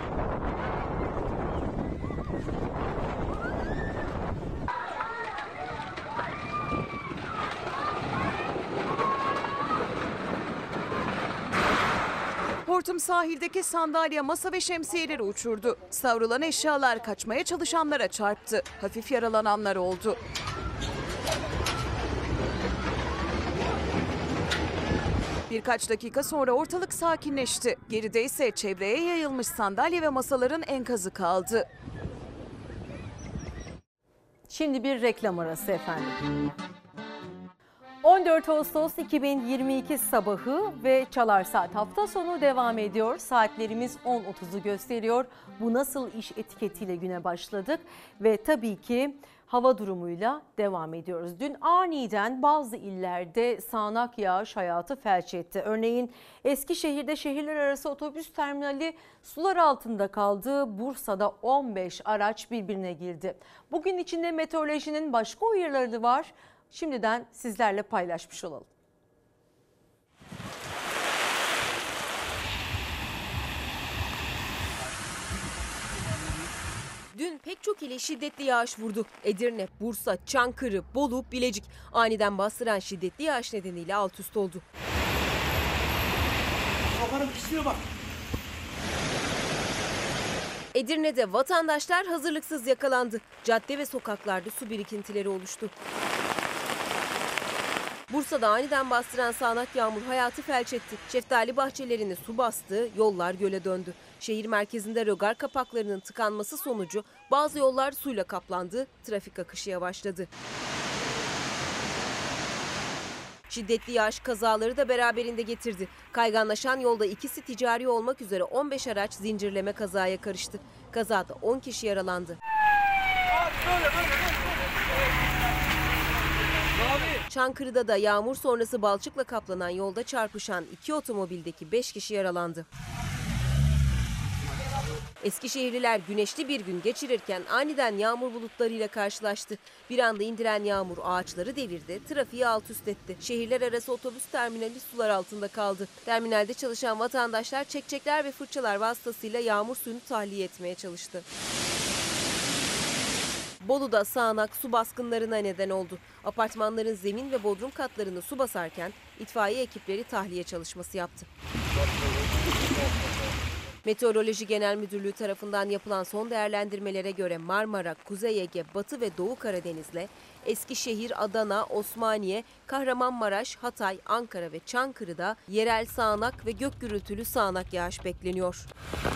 Hortum sahildeki sandalye, masa ve şemsiyeleri uçurdu. Savrulan eşyalar kaçmaya çalışanlara çarptı. Hafif yaralananlar oldu. Birkaç dakika sonra ortalık sakinleşti. Geride ise çevreye yayılmış sandalye ve masaların enkazı kaldı. Şimdi bir reklam arası efendim. on dört Ağustos iki bin yirmi iki sabahı ve Çalar Saat hafta sonu devam ediyor. Saatlerimiz on otuzu gösteriyor. Bu nasıl iş etiketiyle güne başladık ve tabii ki hava durumuyla devam ediyoruz. Dün aniden bazı illerde sağanak yağış hayatı felç etti. Örneğin Eskişehir'de şehirler arası otobüs terminali sular altında kaldı. Bursa'da on beş araç birbirine girdi. Bugün içinde meteorolojinin başka uyarıları var. Şimdiden sizlerle paylaşmış olalım. Dün pek çok ile şiddetli yağış vurdu. Edirne, Bursa, Çankırı, Bolu, Bilecik aniden bastıran şiddetli yağış nedeniyle alt üst oldu. Kafanın pisliğe bak. Edirne'de vatandaşlar hazırlıksız yakalandı. Cadde ve sokaklarda su birikintileri oluştu. Bursa'da aniden bastıran sağanak yağmur hayatı felç etti. Şeftali bahçelerini su bastı, yollar göle döndü. Şehir merkezinde rögar kapaklarının tıkanması sonucu bazı yollar suyla kaplandı, trafik akışı yavaşladı. Şiddetli yağış kazaları da beraberinde getirdi. Kayganlaşan yolda ikisi ticari olmak üzere on beş araç zincirleme kazaya karıştı. Kazada on kişi yaralandı. Çankırı'da da yağmur sonrası balçıkla kaplanan yolda çarpışan iki otomobildeki beş kişi yaralandı. Eskişehirliler güneşli bir gün geçirirken aniden yağmur bulutlarıyla karşılaştı. Bir anda indiren yağmur ağaçları devirdi, trafiği alt üst etti. Şehirler arası otobüs terminali sular altında kaldı. Terminalde çalışan vatandaşlar çekçekler ve fırçalar vasıtasıyla yağmur suyunu tahliye etmeye çalıştı. Bolu'da sağanak su baskınlarına neden oldu. Apartmanların zemin ve bodrum katlarını su basarken itfaiye ekipleri tahliye çalışması yaptı. Meteoroloji Genel Müdürlüğü tarafından yapılan son değerlendirmelere göre Marmara, Kuzey Ege, Batı ve Doğu Karadeniz'le Eskişehir, Adana, Osmaniye, Kahramanmaraş, Hatay, Ankara ve Çankırı'da yerel sağanak ve gök gürültülü sağanak yağış bekleniyor.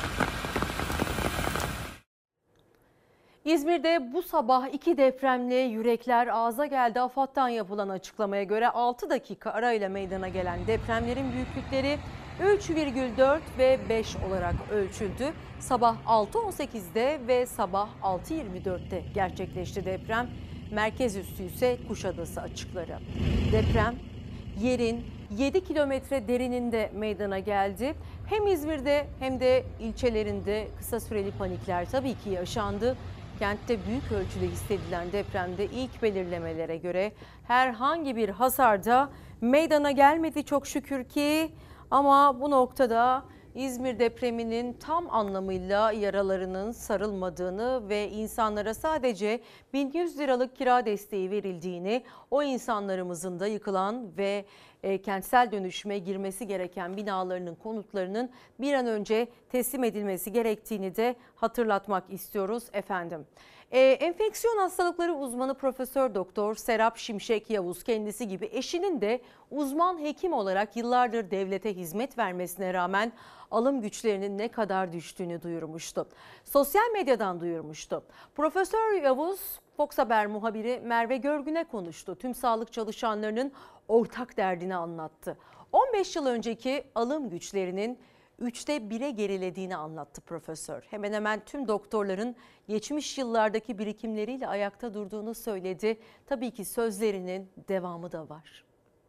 İzmir'de bu sabah iki depremle yürekler ağza geldi. AFAD'dan yapılan açıklamaya göre altı dakika arayla meydana gelen depremlerin büyüklükleri üç virgül dört ve beş olarak ölçüldü. Sabah altı on sekizde ve sabah altı yirmi dörtte gerçekleşti deprem. Merkez üssü ise Kuşadası açıkları. Deprem yerin yedi kilometre derininde meydana geldi. Hem İzmir'de hem de ilçelerinde kısa süreli panikler tabii ki yaşandı. Kentte büyük ölçüde hissedilen depremde ilk belirlemelere göre herhangi bir hasarda meydana gelmedi çok şükür ki. Ama bu noktada İzmir depreminin tam anlamıyla yaralarının sarılmadığını ve insanlara sadece bin yüz liralık kira desteği verildiğini, o insanlarımızın da yıkılan ve e, kentsel dönüşüme girmesi gereken binalarının konutlarının bir an önce teslim edilmesi gerektiğini de hatırlatmak istiyoruz efendim. Ee, enfeksiyon hastalıkları uzmanı Profesör Doktor Serap Şimşek Yavuz kendisi gibi eşinin de uzman hekim olarak yıllardır devlete hizmet vermesine rağmen alım güçlerinin ne kadar düştüğünü duyurmuştu. Sosyal medyadan duyurmuştu. Profesör Yavuz Fox Haber muhabiri Merve Görgün'e konuştu. Tüm sağlık çalışanlarının ortak derdini anlattı. on beş yıl önceki alım güçlerinin üçte bire gerilediğini anlattı profesör. Hemen hemen tüm doktorların geçmiş yıllardaki birikimleriyle ayakta durduğunu söyledi. Tabii ki sözlerinin devamı da var.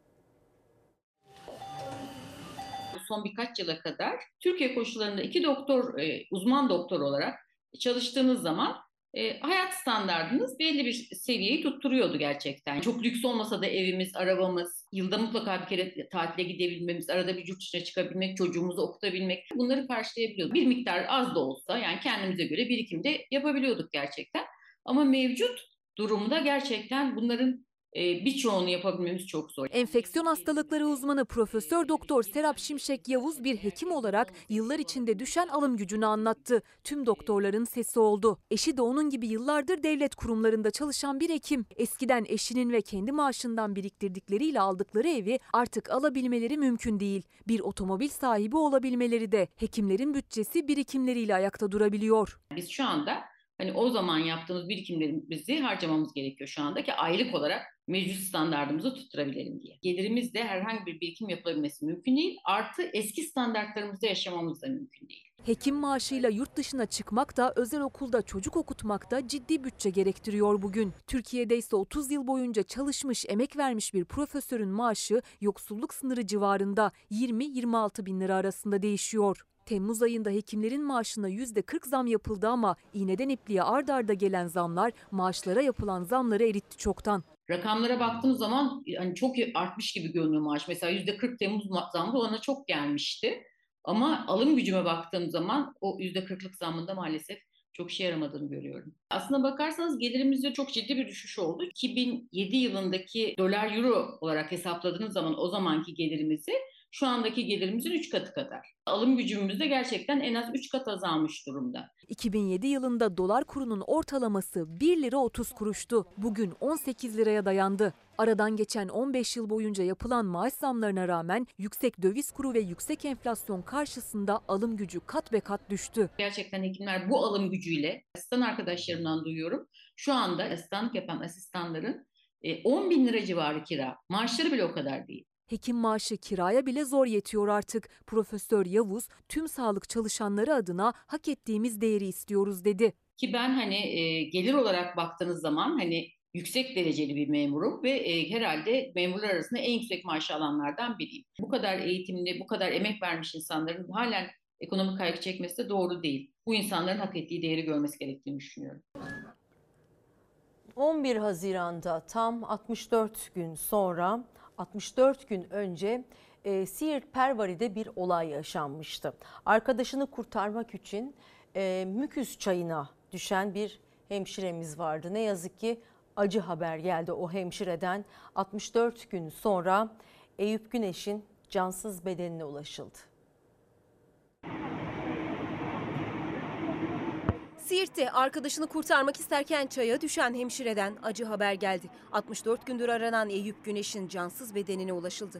Son birkaç yıla kadar Türkiye koşullarında iki doktor, uzman doktor olarak çalıştığınız zaman E, hayat standardınız belli bir seviyeyi tutturuyordu gerçekten. Çok lüks olmasa da evimiz, arabamız, yılda mutlaka bir kere tatile gidebilmemiz, arada bir yurt dışına çıkabilmek, çocuğumuzu okutabilmek, bunları karşılayabiliyorduk. Bir miktar az da olsa yani kendimize göre birikim de yapabiliyorduk gerçekten. Ama mevcut durumda gerçekten bunların e, birçoğunu yapabilmemiz çok zor. Enfeksiyon hastalıkları uzmanı Profesör Doktor Serap Şimşek Yavuz bir hekim olarak yıllar içinde düşen alım gücünü anlattı. Tüm doktorların sesi oldu. Eşi de onun gibi yıllardır devlet kurumlarında çalışan bir hekim. Eskiden eşinin ve kendi maaşından biriktirdikleriyle aldıkları evi artık alabilmeleri mümkün değil. Bir otomobil sahibi olabilmeleri de hekimlerin bütçesi birikimleriyle ayakta durabiliyor. Biz şu anda hani o zaman yaptığımız birikimlerimizi harcamamız gerekiyor şu anda ki aylık olarak mevcut standartımızı tutturabilelim diye. Gelirimizde herhangi bir birikim yapılabilmesi mümkün değil. Artı eski standartlarımızda yaşamamız da mümkün değil. Hekim maaşıyla yurt dışına çıkmak da özel okulda çocuk okutmak da ciddi bütçe gerektiriyor bugün. Türkiye'de ise otuz yıl boyunca çalışmış, emek vermiş bir profesörün maaşı yoksulluk sınırı civarında yirmi yirmi altı bin lira arasında değişiyor. Temmuz ayında hekimlerin maaşına yüzde kırk zam yapıldı ama iğneden ipliğe ard arda gelen zamlar maaşlara yapılan zamları eritti çoktan. Rakamlara baktığımız zaman hani çok artmış gibi görünüyor maaş. Mesela yüzde kırk Temmuz zammı ona çok gelmişti. Ama alım gücüme baktığım zaman o yüzde kırklık zammında maalesef çok işe yaramadığını görüyorum. Aslına bakarsanız gelirimizde çok ciddi bir düşüş oldu. iki bin yedi yılındaki dolar euro olarak hesapladığınız zaman o zamanki gelirimizi şu andaki gelirimizin üç katı kadar. Alım gücümüz de gerçekten en az üç kat azalmış durumda. iki bin yedi yılında dolar kurunun ortalaması bir lira otuz kuruştu. Bugün on sekiz liraya dayandı. Aradan geçen on beş yıl boyunca yapılan maaş zamlarına rağmen yüksek döviz kuru ve yüksek enflasyon karşısında alım gücü kat be kat düştü. Gerçekten hekimler bu alım gücüyle, asistan arkadaşlarımdan duyuyorum, şu anda asistanlık yapan asistanların on bin lira civarı kira. Maaşları bile o kadar değil. Hekim maaşı kiraya bile zor yetiyor artık. Profesör Yavuz tüm sağlık çalışanları adına hak ettiğimiz değeri istiyoruz dedi. Ki ben hani e, gelir olarak baktığınız zaman hani yüksek dereceli bir memurum ve e, herhalde memurlar arasında en yüksek maaşı alanlardan biriyim. Bu kadar eğitimli, bu kadar emek vermiş insanların halen ekonomik kaygı çekmesi de doğru değil. Bu insanların hak ettiği değeri görmesi gerektiğini düşünüyorum. on bir Haziran'da tam altmış dört gün sonra, altmış dört gün önce e, Siirt Pervari'de bir olay yaşanmıştı. Arkadaşını kurtarmak için e, Müküz çayına düşen bir hemşiremiz vardı. Ne yazık ki acı haber geldi o hemşireden. altmış dört gün sonra Eyüp Güneş'in cansız bedenine ulaşıldı. Siirt'te arkadaşını kurtarmak isterken çaya düşen hemşireden acı haber geldi. altmış dört gündür aranan Eyüp Güneş'in cansız bedenine ulaşıldı.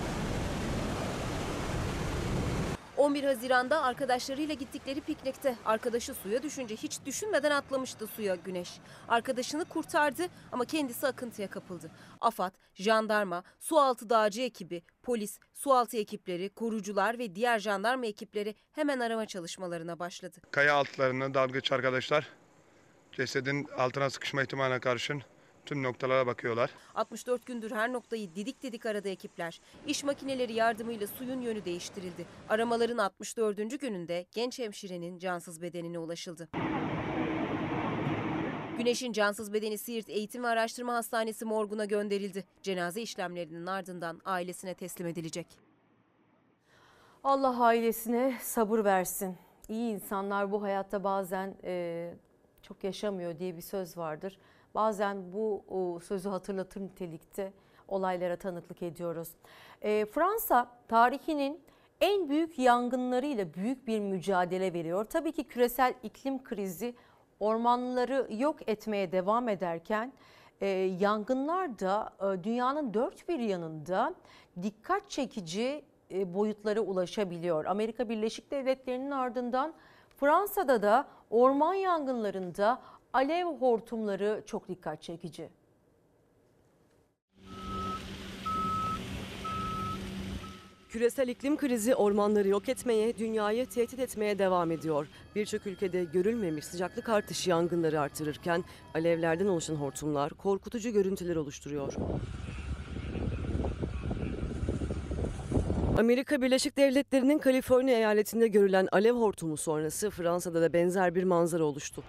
on bir Haziran'da arkadaşlarıyla gittikleri piknikte arkadaşı suya düşünce hiç düşünmeden atlamıştı suya Güneş. Arkadaşını kurtardı ama kendisi akıntıya kapıldı. AFAD, jandarma, sualtı dağcı ekibi, polis, sualtı ekipleri, korucular ve diğer jandarma ekipleri hemen arama çalışmalarına başladı. Kaya altlarına dalgıç arkadaşlar cesedin altına sıkışma ihtimaline karşın tüm noktalara bakıyorlar. altmış dört gündür her noktayı didik didik aradı ekipler. İş makineleri yardımıyla suyun yönü değiştirildi. Aramaların altmış dördüncü gününde genç hemşirenin cansız bedenine ulaşıldı. Güneş'in cansız bedeni Siirt Eğitim ve Araştırma Hastanesi morguna gönderildi. Cenaze işlemlerinin ardından ailesine teslim edilecek. Allah ailesine sabır versin. İyi insanlar bu hayatta bazen e, çok yaşamıyor diye bir söz vardır. Bazen bu o, sözü hatırlatır nitelikte olaylara tanıklık ediyoruz. E, Fransa tarihinin en büyük yangınlarıyla büyük bir mücadele veriyor. Tabii ki küresel iklim krizi ormanları yok etmeye devam ederken e, yangınlar da e, dünyanın dört bir yanında dikkat çekici e, boyutlara ulaşabiliyor. Amerika Birleşik Devletleri'nin ardından Fransa'da da orman yangınlarında alev hortumları çok dikkat çekici. Küresel iklim krizi ormanları yok etmeye, dünyayı tehdit etmeye devam ediyor. Birçok ülkede görülmemiş sıcaklık artışı yangınları artırırken alevlerden oluşan hortumlar korkutucu görüntüler oluşturuyor. Amerika Birleşik Devletleri'nin Kaliforniya eyaletinde görülen alev hortumu sonrası Fransa'da da benzer bir manzara oluştu.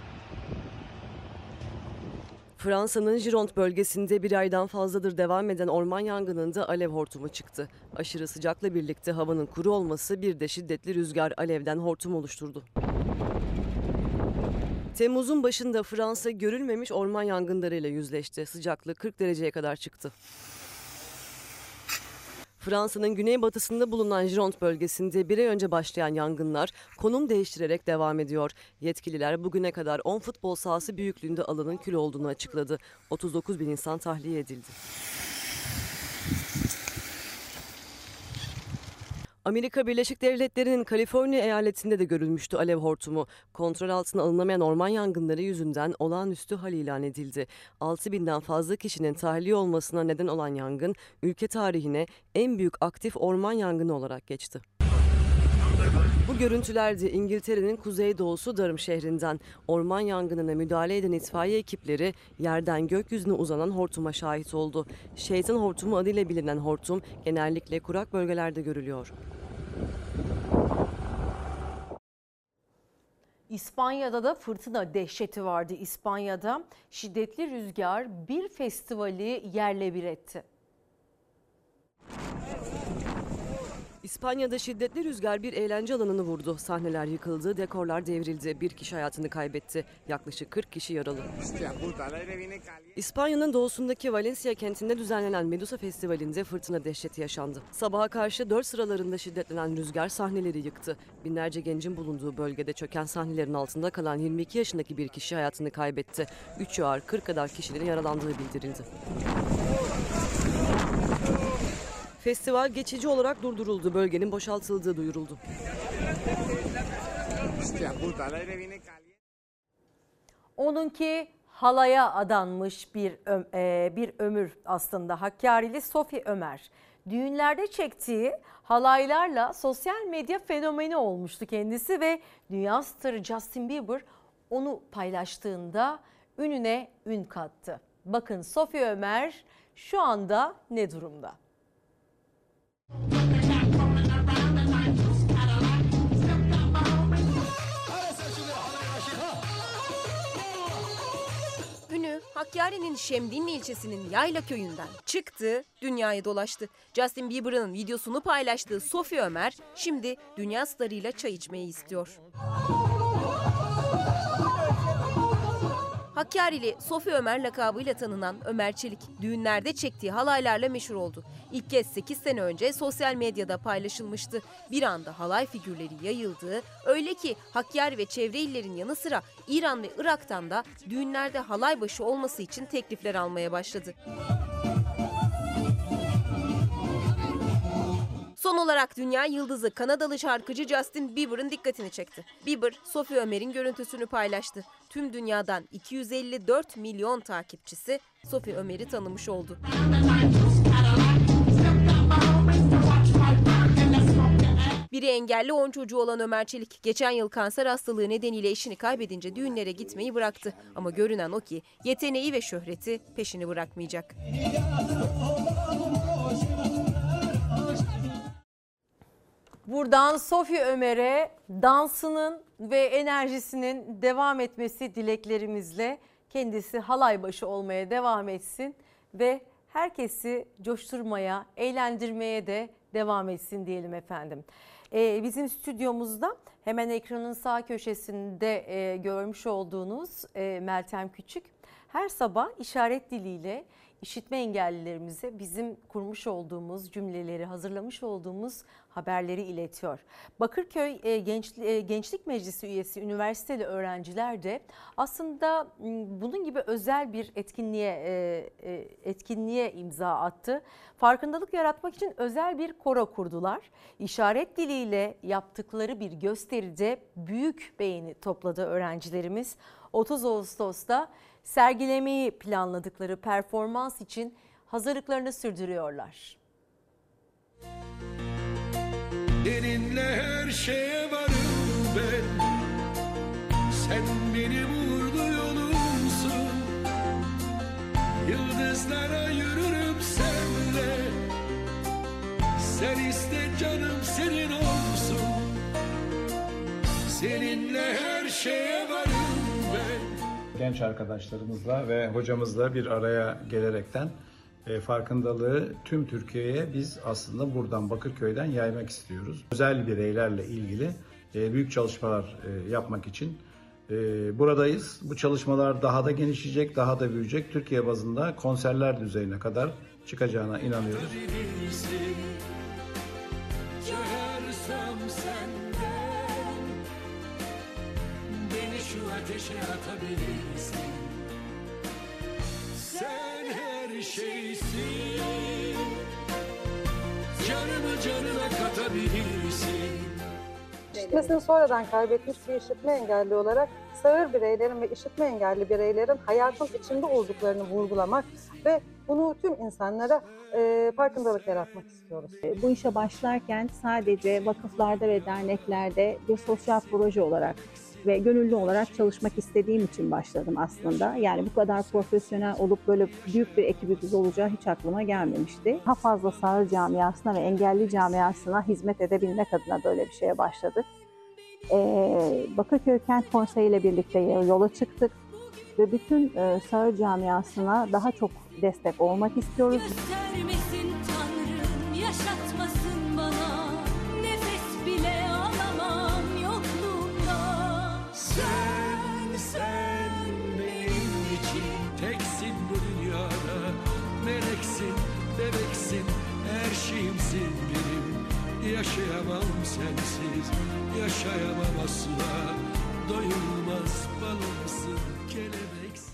Fransa'nın Gironde bölgesinde bir aydan fazladır devam eden orman yangınında alev hortumu çıktı. Aşırı sıcakla birlikte havanın kuru olması bir de şiddetli rüzgar alevden hortum oluşturdu. Temmuz'un başında Fransa görülmemiş orman yangınlarıyla yüzleşti. Sıcaklık kırk dereceye kadar çıktı. Fransa'nın güneybatısında bulunan Gironde bölgesinde bir ay önce başlayan yangınlar konum değiştirerek devam ediyor. Yetkililer bugüne kadar on futbol sahası büyüklüğünde alanın kül olduğunu açıkladı. otuz dokuz bin insan tahliye edildi. Amerika Birleşik Devletleri'nin Kaliforniya eyaletinde de görülmüştü alev hortumu. Kontrol altına alınamayan orman yangınları yüzünden olağanüstü hal ilan edildi. altı binden fazla kişinin tahliye olmasına neden olan yangın, ülke tarihine en büyük aktif orman yangını olarak geçti. Bu görüntülerdi İngiltere'nin kuzeydoğusu Durham şehrinden. Orman yangınına müdahale eden itfaiye ekipleri yerden gökyüzüne uzanan hortuma şahit oldu. Şeytan hortumu adıyla bilinen hortum genellikle kurak bölgelerde görülüyor. İspanya'da da fırtına dehşeti vardı. İspanya'da şiddetli rüzgar bir festivali yerle bir etti. İspanya'da şiddetli rüzgar bir eğlence alanını vurdu. Sahneler yıkıldı, dekorlar devrildi. Bir kişi hayatını kaybetti. Yaklaşık kırk kişi yaralı. İspanya'nın doğusundaki Valencia kentinde düzenlenen Medusa Festivali'nde fırtına dehşeti yaşandı. Sabaha karşı dört sıralarında şiddetlenen rüzgar sahneleri yıktı. Binlerce gencin bulunduğu bölgede çöken sahnelerin altında kalan yirmi iki yaşındaki bir kişi hayatını kaybetti. Üç ağır kırk kadar kişinin yaralandığı bildirildi. Festival geçici olarak durduruldu. Bölgenin boşaltıldığı duyuruldu. Onunki halaya adanmış bir ö- e, bir ömür aslında. Hakkari'li Sofi Ömer. Düğünlerde çektiği halaylarla sosyal medya fenomeni olmuştu kendisi ve dünya starı Justin Bieber onu paylaştığında ününe ün kattı. Bakın Sofi Ömer şu anda ne durumda? Ünü Hakkari'nin Şemdinli ilçesinin Yayla köyünden çıktı, dünyayı dolaştı. Justin Bieber'ın videosunu paylaştığı Sofi Ömer şimdi dünya starıyla çay içmeyi istiyor. Hakkari'li Sofi Ömer lakabıyla tanınan Ömer Çelik düğünlerde çektiği halaylarla meşhur oldu. İlk kez sekiz sene önce sosyal medyada paylaşılmıştı. Bir anda halay figürleri yayıldı. Öyle ki Hakkari ve çevre illerin yanı sıra İran ve Irak'tan da düğünlerde halay başı olması için teklifler almaya başladı. Son olarak dünya yıldızı Kanadalı şarkıcı Justin Bieber'ın dikkatini çekti. Bieber, Sofi Ömer'in görüntüsünü paylaştı. Tüm dünyadan iki yüz elli dört milyon takipçisi Sofi Ömer'i tanımış oldu. Biri engelli on çocuğu olan Ömer Çelik, geçen yıl kanser hastalığı nedeniyle eşini kaybedince düğünlere gitmeyi bıraktı. Ama görünen o ki yeteneği ve şöhreti peşini bırakmayacak. Buradan Sofi Ömer'e dansının ve enerjisinin devam etmesi dileklerimizle kendisi halay başı olmaya devam etsin ve herkesi coşturmaya, eğlendirmeye de devam etsin diyelim efendim. Ee, bizim stüdyomuzda hemen ekranın sağ köşesinde e, görmüş olduğunuz e, Meltem Küçük her sabah işaret diliyle işitme engellilerimize bizim kurmuş olduğumuz cümleleri, hazırlamış olduğumuz haberleri iletiyor. Bakırköy e, Genç, e, Gençlik Meclisi üyesi üniversiteli öğrenciler de aslında bunun gibi özel bir etkinliğe e, e, etkinliğe imza attı. Farkındalık yaratmak için özel bir koro kurdular. İşaret diliyle yaptıkları bir gösteride büyük beğeni topladı öğrencilerimiz. otuz Ağustos'ta sergilemeyi planladıkları performans için hazırlıklarını sürdürüyorlar. Seninle her şeye varım ben, sen benim uğurlu yolumsun. Yıldızlara yürürüm senle, sen iste canım senin olsun. Seninle her şeye varım ben. Genç arkadaşlarımızla ve hocamızla bir araya gelerekten e, farkındalığı tüm Türkiye'ye biz aslında buradan Bakırköy'den yaymak istiyoruz. Özel bireylerle ilgili e, büyük çalışmalar e, yapmak için buradayız. Bu çalışmalar daha da genişleyecek, daha da büyüyecek. Türkiye bazında konserler düzeyine kadar çıkacağına inanıyoruz. Çağırsam senden beni şu ateşe atabilirsin. Sen her şeysin, canımı canına katabilirsin. İşitmesini sonradan kaybetmiş bir işitme engelli olarak sağır bireylerin ve işitme engelli bireylerin hayatın içinde olduklarını vurgulamak ve bunu tüm insanlara e, farkındalık yaratmak istiyoruz. Bu işe başlarken sadece vakıflarda ve derneklerde bir sosyal proje olarak ve gönüllü olarak çalışmak istediğim için başladım aslında. Yani bu kadar profesyonel olup böyle büyük bir ekibimiz olacağı hiç aklıma gelmemişti. Daha fazla sağır camiasına ve engelli camiasına hizmet edebilmek adına böyle bir şeye başladık. Ee, Bakırköy Kent Konseyi ile birlikte yola çıktık ve bütün e, sağır camiasına daha çok destek olmak istiyoruz. Göstermesin Tanrım, yaşatmasın bana, nefes bile alamam yokluğunda. Sen, sen benim için teksin bu dünyada, meleksin, bebeksin, her şeyimsin benim. Yaşayamam sensiz, yaşayamam asla, doyulmaz balımsın, kelebeksin.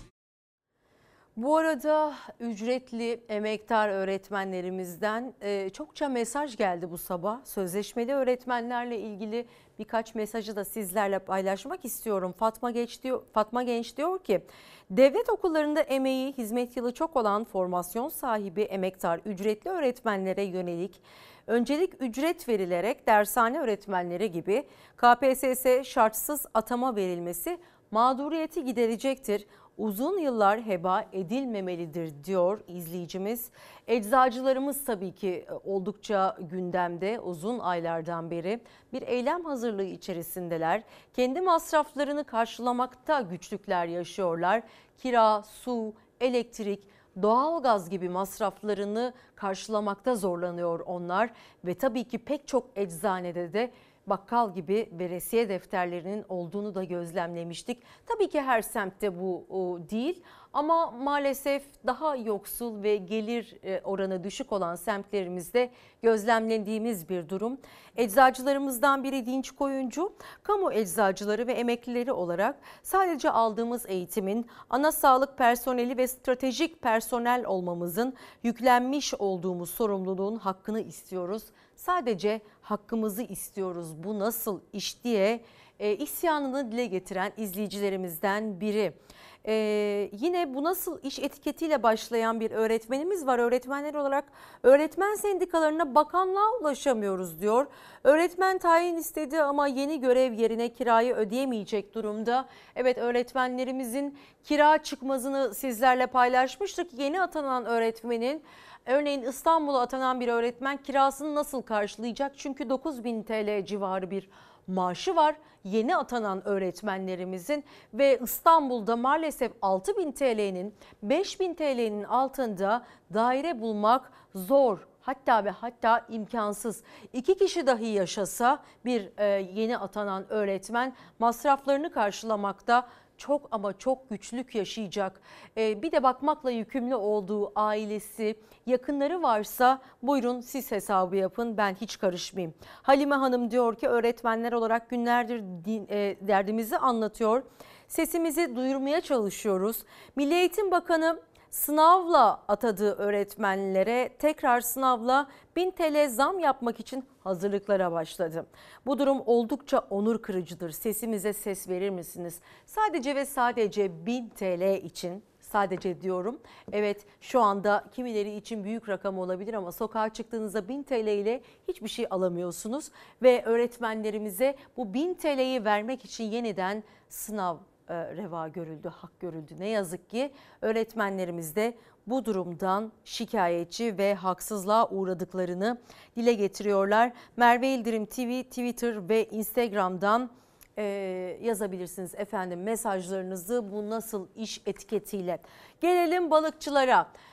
Bu arada ücretli emektar öğretmenlerimizden e, çokça mesaj geldi bu sabah. Sözleşmeli öğretmenlerle ilgili birkaç mesajı da sizlerle paylaşmak istiyorum. Fatma Genç diyor, Fatma Genç diyor ki, devlet okullarında emeği, hizmet yılı çok olan formasyon sahibi emektar ücretli öğretmenlere yönelik öncelik ücret verilerek dershane öğretmenleri gibi K P S S şartsız atama verilmesi mağduriyeti giderecektir. Uzun yıllar heba edilmemelidir diyor izleyicimiz. Eczacılarımız tabii ki oldukça gündemde, uzun aylardan beri bir eylem hazırlığı içerisindeler. Kendi masraflarını karşılamakta güçlükler yaşıyorlar. Kira, su, elektrik, doğalgaz gibi masraflarını karşılamakta zorlanıyor onlar ve tabii ki pek çok eczanede de bakkal gibi veresiye defterlerinin olduğunu da gözlemlemiştik. Tabii ki her semtte bu değil ama maalesef daha yoksul ve gelir oranı düşük olan semtlerimizde gözlemlediğimiz bir durum. Eczacılarımızdan biri Dinç Koyuncu, kamu eczacıları ve emeklileri olarak sadece aldığımız eğitimin ana sağlık personeli ve stratejik personel olmamızın yüklenmiş olduğumuz sorumluluğun hakkını istiyoruz. Sadece hakkımızı istiyoruz, bu nasıl iş diye e, isyanını dile getiren izleyicilerimizden biri. E, yine bu nasıl iş etiketiyle başlayan bir öğretmenimiz var. Öğretmenler olarak öğretmen sendikalarına, bakanlığa ulaşamıyoruz diyor. Öğretmen tayin istedi ama yeni görev yerine kirayı ödeyemeyecek durumda. Evet, öğretmenlerimizin kira çıkmazını sizlerle paylaşmıştık. Yeni atanan öğretmenin, örneğin İstanbul'a atanan bir öğretmen kirasını nasıl karşılayacak? Çünkü dokuz bin T L civarı bir maaşı var yeni atanan öğretmenlerimizin ve İstanbul'da maalesef altı bin T L'nin beş bin T L'nin altında daire bulmak zor. Hatta ve hatta imkansız. İki kişi dahi yaşasa bir e, yeni atanan öğretmen masraflarını karşılamakta çok ama çok güçlük yaşayacak. Ee, bir de bakmakla yükümlü olduğu ailesi, yakınları varsa buyurun siz hesabı yapın, ben hiç karışmayayım. Halime Hanım diyor ki, öğretmenler olarak günlerdir din, e, derdimizi anlatıyor. Sesimizi duyurmaya çalışıyoruz. Milli Eğitim Bakanı sınavla atadığı öğretmenlere tekrar sınavla bin T L zam yapmak için hazırlıklara başladı. Bu durum oldukça onur kırıcıdır. Sesimize ses verir misiniz? Sadece ve sadece bin T L için, sadece diyorum. Evet, şu anda kimileri için büyük rakam olabilir ama sokağa çıktığınızda bin T L ile hiçbir şey alamıyorsunuz. Ve öğretmenlerimize bu bin T L'yi vermek için yeniden sınav reva görüldü, hak görüldü. Ne yazık ki öğretmenlerimiz de bu durumdan şikayetçi ve haksızlığa uğradıklarını dile getiriyorlar. Merve İldirim T V, Twitter ve Instagram'dan e, yazabilirsiniz efendim mesajlarınızı bu nasıl iş etiketiyle. Gelelim balıkçılara.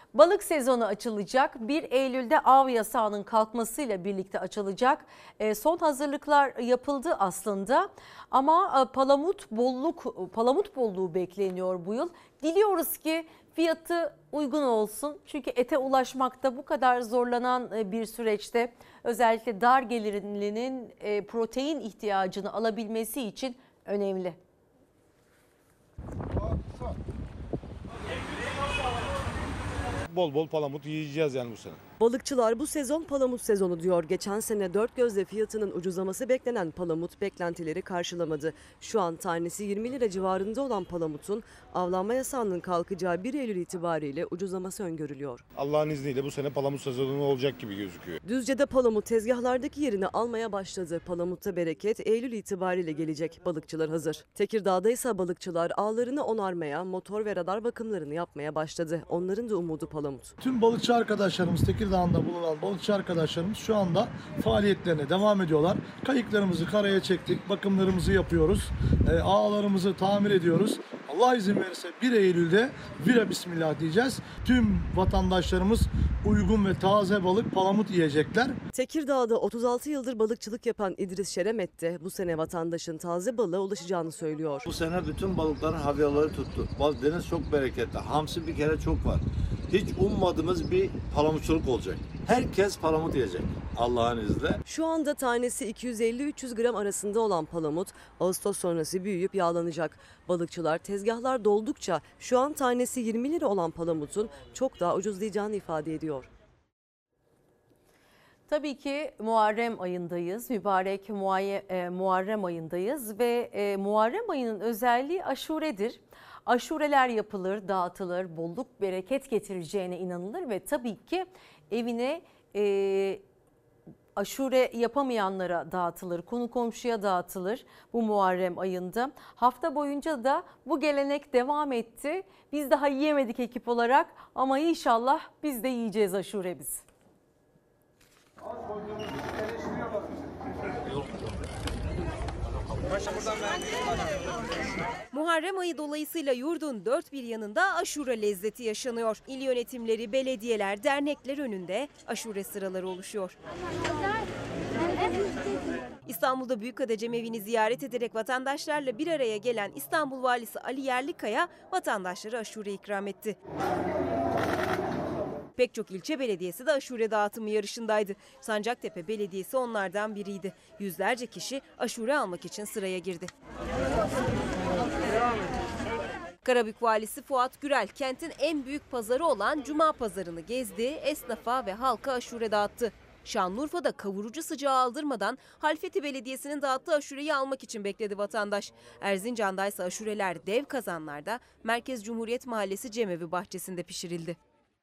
Balık sezonu açılacak. bir Eylül'de av yasağının kalkmasıyla birlikte açılacak. E, son hazırlıklar yapıldı aslında ama e, palamut bolluk palamut bolluğu bekleniyor bu yıl. Diliyoruz ki fiyatı uygun olsun. Çünkü ete ulaşmakta bu kadar zorlanan e, bir süreçte özellikle dar gelirlinin e, protein ihtiyacını alabilmesi için önemli. Bol bol palamut yiyeceğiz yani bu sene. Balıkçılar bu sezon palamut sezonu diyor. Geçen sene dört gözle fiyatının ucuzlaması beklenen palamut beklentileri karşılamadı. Şu an tanesi yirmi lira civarında olan palamutun avlanma yasağının kalkacağı bir Eylül itibariyle ucuzlaması öngörülüyor. Allah'ın izniyle bu sene palamut sezonu olacak gibi gözüküyor. Düzce'de palamut tezgahlardaki yerini almaya başladı. Palamutta bereket Eylül itibariyle gelecek. Balıkçılar hazır. Tekirdağ'da ise balıkçılar ağlarını onarmaya, motor ve radar bakımlarını yapmaya başladı. Onların da umudu palamut. Tüm balıkçı arkadaşlarımız, Tekirdağ'da bulunan balıkçı arkadaşlarımız şu anda faaliyetlerine devam ediyorlar. Kayıklarımızı karaya çektik, bakımlarımızı yapıyoruz, e, ağlarımızı tamir ediyoruz. Allah izin verirse bir Eylül'de vira bismillah diyeceğiz. Tüm vatandaşlarımız uygun ve taze balık palamut yiyecekler. Tekirdağ'da otuz altı yıldır balıkçılık yapan İdris Şeremet de bu sene vatandaşın taze balığa ulaşacağını söylüyor. Bu sene bütün balıkların havyaları tuttu. Deniz çok bereketli. Hamsi bir kere çok var. Hiç ummadığımız bir palamutçuluk olacak. Herkes palamut yiyecek Allah'ın izniyle. Şu anda tanesi iki yüz elli üç yüz gram arasında olan palamut Ağustos sonrası büyüyüp yağlanacak. Balıkçılar tezgahlar doldukça şu an tanesi yirmi lira olan palamutun çok daha ucuzlayacağını ifade ediyor. Tabii ki Muharrem ayındayız, mübarek muayye, e, Muharrem ayındayız ve e, Muharrem ayının özelliği aşuredir. Aşureler yapılır, dağıtılır, bolluk bereket getireceğine inanılır ve tabii ki evine e, aşure yapamayanlara dağıtılır, konu komşuya dağıtılır bu Muharrem ayında. Hafta boyunca da bu gelenek devam etti. Biz daha yiyemedik ekip olarak ama inşallah biz de yiyeceğiz aşure biz. Muharrem ayı dolayısıyla yurdun dört bir yanında aşure lezzeti yaşanıyor. İl yönetimleri, belediyeler, dernekler önünde aşure sıraları oluşuyor. İstanbul'da Büyükada Cemevi'ni ziyaret ederek vatandaşlarla bir araya gelen İstanbul Valisi Ali Yerlikaya vatandaşlara aşure ikram etti. Pek çok ilçe belediyesi de aşure dağıtımı yarışındaydı. Sancaktepe Belediyesi onlardan biriydi. Yüzlerce kişi aşure almak için sıraya girdi. Karabük Valisi Fuat Gürel kentin en büyük pazarı olan Cuma Pazarı'nı gezdi, esnafa ve halka aşure dağıttı. Şanlıurfa'da kavurucu sıcağı aldırmadan Halfeti Belediyesi'nin dağıttığı aşureyi almak için bekledi vatandaş. Erzincan'da ise aşureler dev kazanlarda Merkez Cumhuriyet Mahallesi Cemevi bahçesinde pişirildi.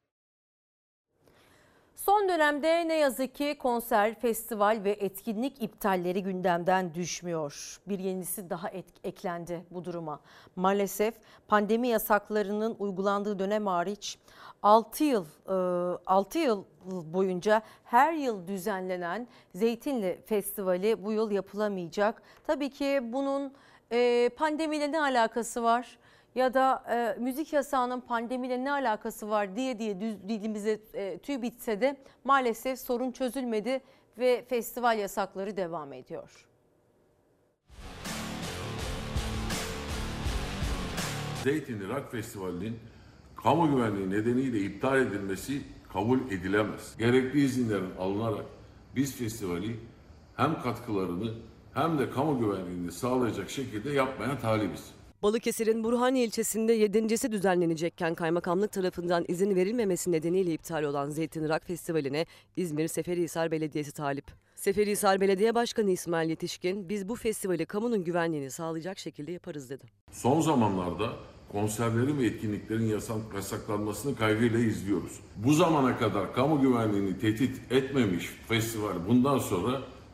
Son dönemde ne yazık ki konser, festival ve etkinlik iptalleri gündemden düşmüyor. Bir yenisi daha et, eklendi bu duruma. Maalesef pandemi yasaklarının uygulandığı dönem hariç altı yıl altı yıl boyunca her yıl düzenlenen Zeytinli Festivali bu yıl yapılamayacak. Tabii ki bunun pandemiyle ne alakası var? Ya da e, müzik yasağının pandemiyle ne alakası var diye diye düz, dilimize e, tüy bitse de maalesef sorun çözülmedi ve festival yasakları devam ediyor. Zeytinli Rock Festivali'nin kamu güvenliği nedeniyle iptal edilmesi kabul edilemez. Gerekli izinlerin alınarak biz festivali hem katkılarını hem de kamu güvenliğini sağlayacak şekilde yapmaya talibiz. Balıkesir'in Burhaniye ilçesinde yedincisi düzenlenecekken kaymakamlık tarafından izin verilmemesi nedeniyle iptal olan Zeytin Rock Festivali'ne İzmir Seferihisar Belediyesi talip. Seferihisar Belediye Başkanı İsmail Yetişkin, biz bu festivali kamunun güvenliğini sağlayacak şekilde yaparız dedi. Son zamanlarda konserlerin ve etkinliklerin yasaklanmasını kaygıyla izliyoruz. Bu zamana kadar kamu güvenliğini tehdit etmemiş festival bundan sonra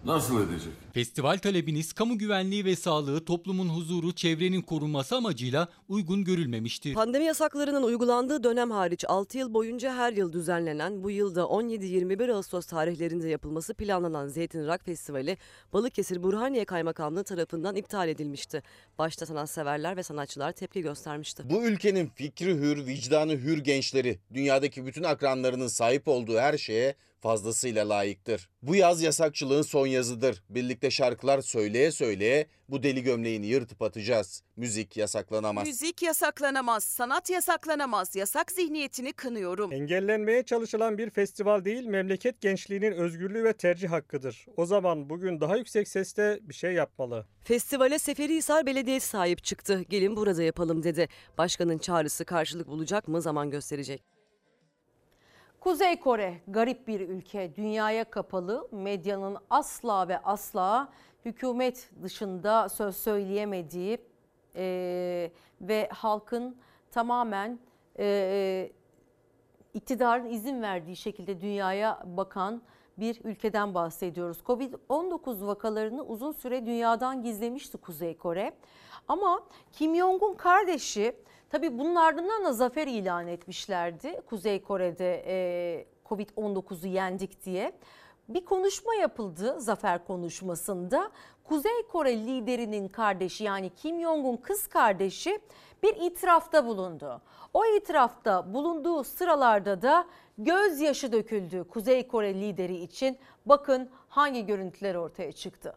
nasıl edecek? Festival talebiniz kamu güvenliği ve sağlığı, toplumun huzuru, çevrenin korunması amacıyla uygun görülmemişti. Pandemi yasaklarının uygulandığı dönem hariç altı yıl boyunca her yıl düzenlenen, bu yılda on yedi yirmi bir Ağustos tarihlerinde yapılması planlanan Zeytin Rock Festivali Balıkesir Burhaniye Kaymakamlığı tarafından iptal edilmişti. Başta sanatseverler ve sanatçılar tepki göstermişti. Bu ülkenin fikri hür, vicdanı hür gençleri dünyadaki bütün akranlarının sahip olduğu her şeye fazlasıyla layıktır. Bu yaz yasakçılığın son yazıdır. Birlikte şarkılar söyleye söyleye bu deli gömleğini yırtıp atacağız. Müzik yasaklanamaz. Müzik yasaklanamaz, sanat yasaklanamaz. Yasak zihniyetini kınıyorum. Engellenmeye çalışılan bir festival değil, memleket gençliğinin özgürlüğü ve tercih hakkıdır. O zaman bugün daha yüksek sesle bir şey yapmalı. Festivale Seferihisar Belediyesi sahip çıktı. Gelin burada yapalım dedi. Başkanın çağrısı karşılık bulacak mı zaman gösterecek. Kuzey Kore garip bir ülke, dünyaya kapalı, medyanın asla ve asla hükümet dışında söz söyleyemediği e, ve halkın tamamen e, iktidarın izin verdiği şekilde dünyaya bakan bir ülkeden bahsediyoruz. Covid on dokuz vakalarını uzun süre dünyadan gizlemişti Kuzey Kore. Ama Kim Jong-un kardeşi, tabii bunun ardından da zafer ilan etmişlerdi. Kuzey Kore'de e, Covid on dokuzu yendik diye. Bir konuşma yapıldı zafer konuşmasında. Kuzey Kore liderinin kardeşi, yani Kim Jong-un kız kardeşi bir itirafta bulundu. O itirafta bulunduğu sıralarda da gözyaşı döküldü Kuzey Kore lideri için. Bakın hangi görüntüler ortaya çıktı.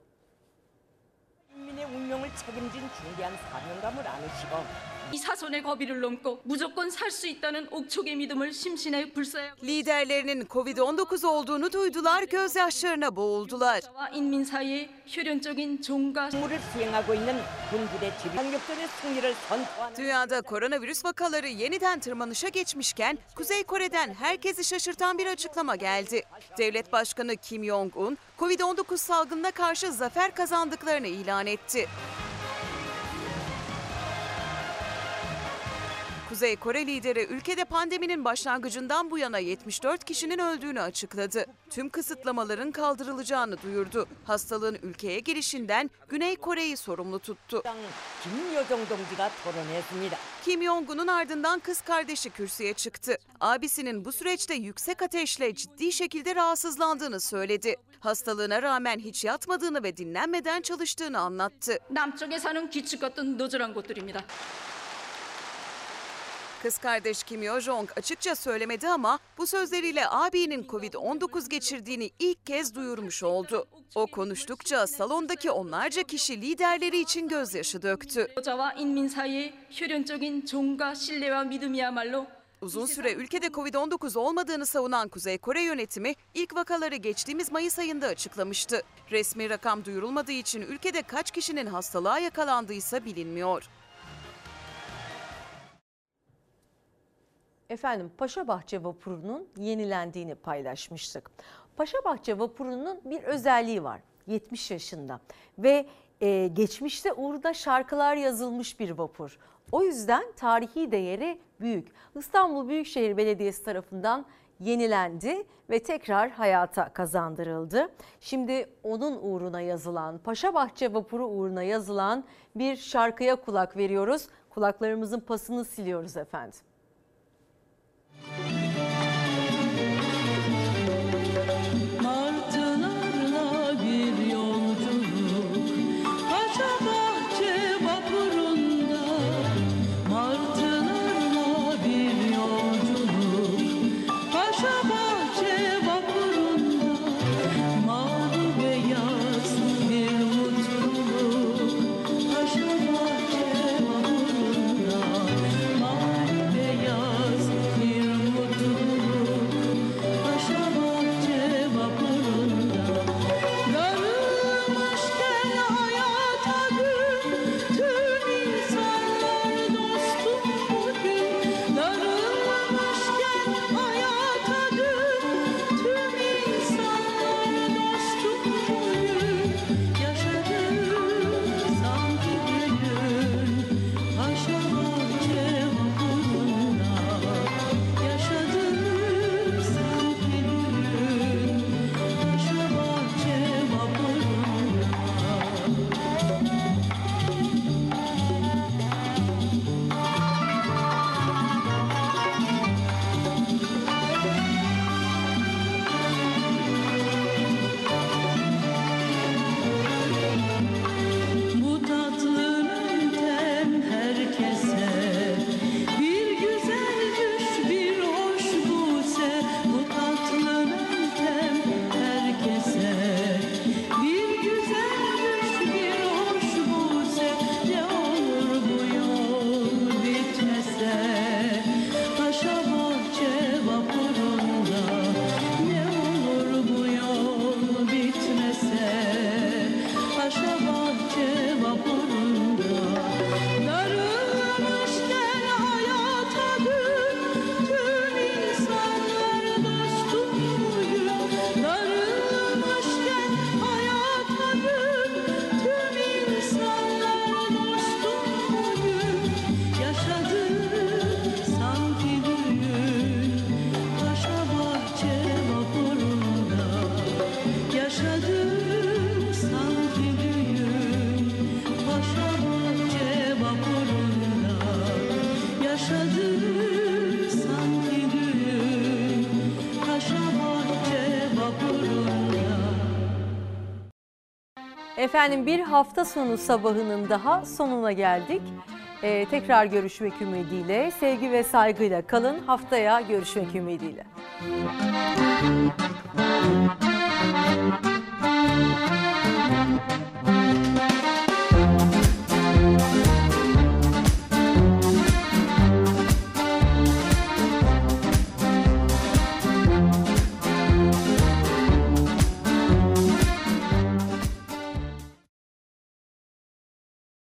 이 사선의 거비를 넘고 무조건 살 수 있다는 옥촉의 믿음을 심신에 불사하고 Liderlerinin Covid on dokuz olduğunu duydular, gözyaşlarına boğuldular. 인민 사이의 효련적인 종가 임무를 수행하고 있는 군부대 지휘병력들의 승리를 선포하는 Dünyada koronavirüs vakaları yeniden tırmanışa geçmişken Kuzey Kore'den herkesi şaşırtan bir açıklama geldi. Devlet Başkanı Kim Jong-un, Covid on dokuz salgınına karşı zafer kazandıklarını ilan etti. Kuzey Kore lideri ülkede pandeminin başlangıcından bu yana yetmiş dört kişinin öldüğünü açıkladı. Tüm kısıtlamaların kaldırılacağını duyurdu. Hastalığın ülkeye girişinden Güney Kore'yi sorumlu tuttu. Kim Jong-un'un ardından kız kardeşi kürsüye çıktı. Abisinin bu süreçte yüksek ateşle ciddi şekilde rahatsızlandığını söyledi. Hastalığına rağmen hiç yatmadığını ve dinlenmeden çalıştığını anlattı. 남쪽에 사는 규칙 같은 너절한 것들입니다. Kız kardeş Kim Yo-jong açıkça söylemedi ama bu sözleriyle abinin Covid on dokuz geçirdiğini ilk kez duyurmuş oldu. O konuştukça salondaki onlarca kişi liderleri için gözyaşı döktü. 여자와 인민 사이의 효련적인 종가 신뢰와 믿음이야말로 Uzun süre ülkede Covid on dokuz olmadığını savunan Kuzey Kore yönetimi ilk vakaları geçtiğimiz Mayıs ayında açıklamıştı. Resmi rakam duyurulmadığı için ülkede kaç kişinin hastalığa yakalandıysa bilinmiyor. Efendim, Paşabahçe vapurunun yenilendiğini paylaşmıştık. Paşabahçe vapurunun bir özelliği var. yetmiş yaşında ve e, geçmişte uğruna şarkılar yazılmış bir vapur. O yüzden tarihi değeri büyük. İstanbul Büyükşehir Belediyesi tarafından yenilendi ve tekrar hayata kazandırıldı. Şimdi onun uğruna yazılan, Paşabahçe vapuru uğruna yazılan bir şarkıya kulak veriyoruz. Kulaklarımızın pasını siliyoruz efendim. Martılarla bir yolculuk Paşabahçe vapurunda, martılarla bir yolculuk Paşabahçe vapurunda, mavi beyaz bir mutluluk Paşabahçe vapurunda, mavi beyaz. Efendim bir hafta sonu sabahının daha sonuna geldik. Ee, tekrar görüşmek ümidiyle, sevgi ve saygıyla kalın. Haftaya görüşmek ümidiyle.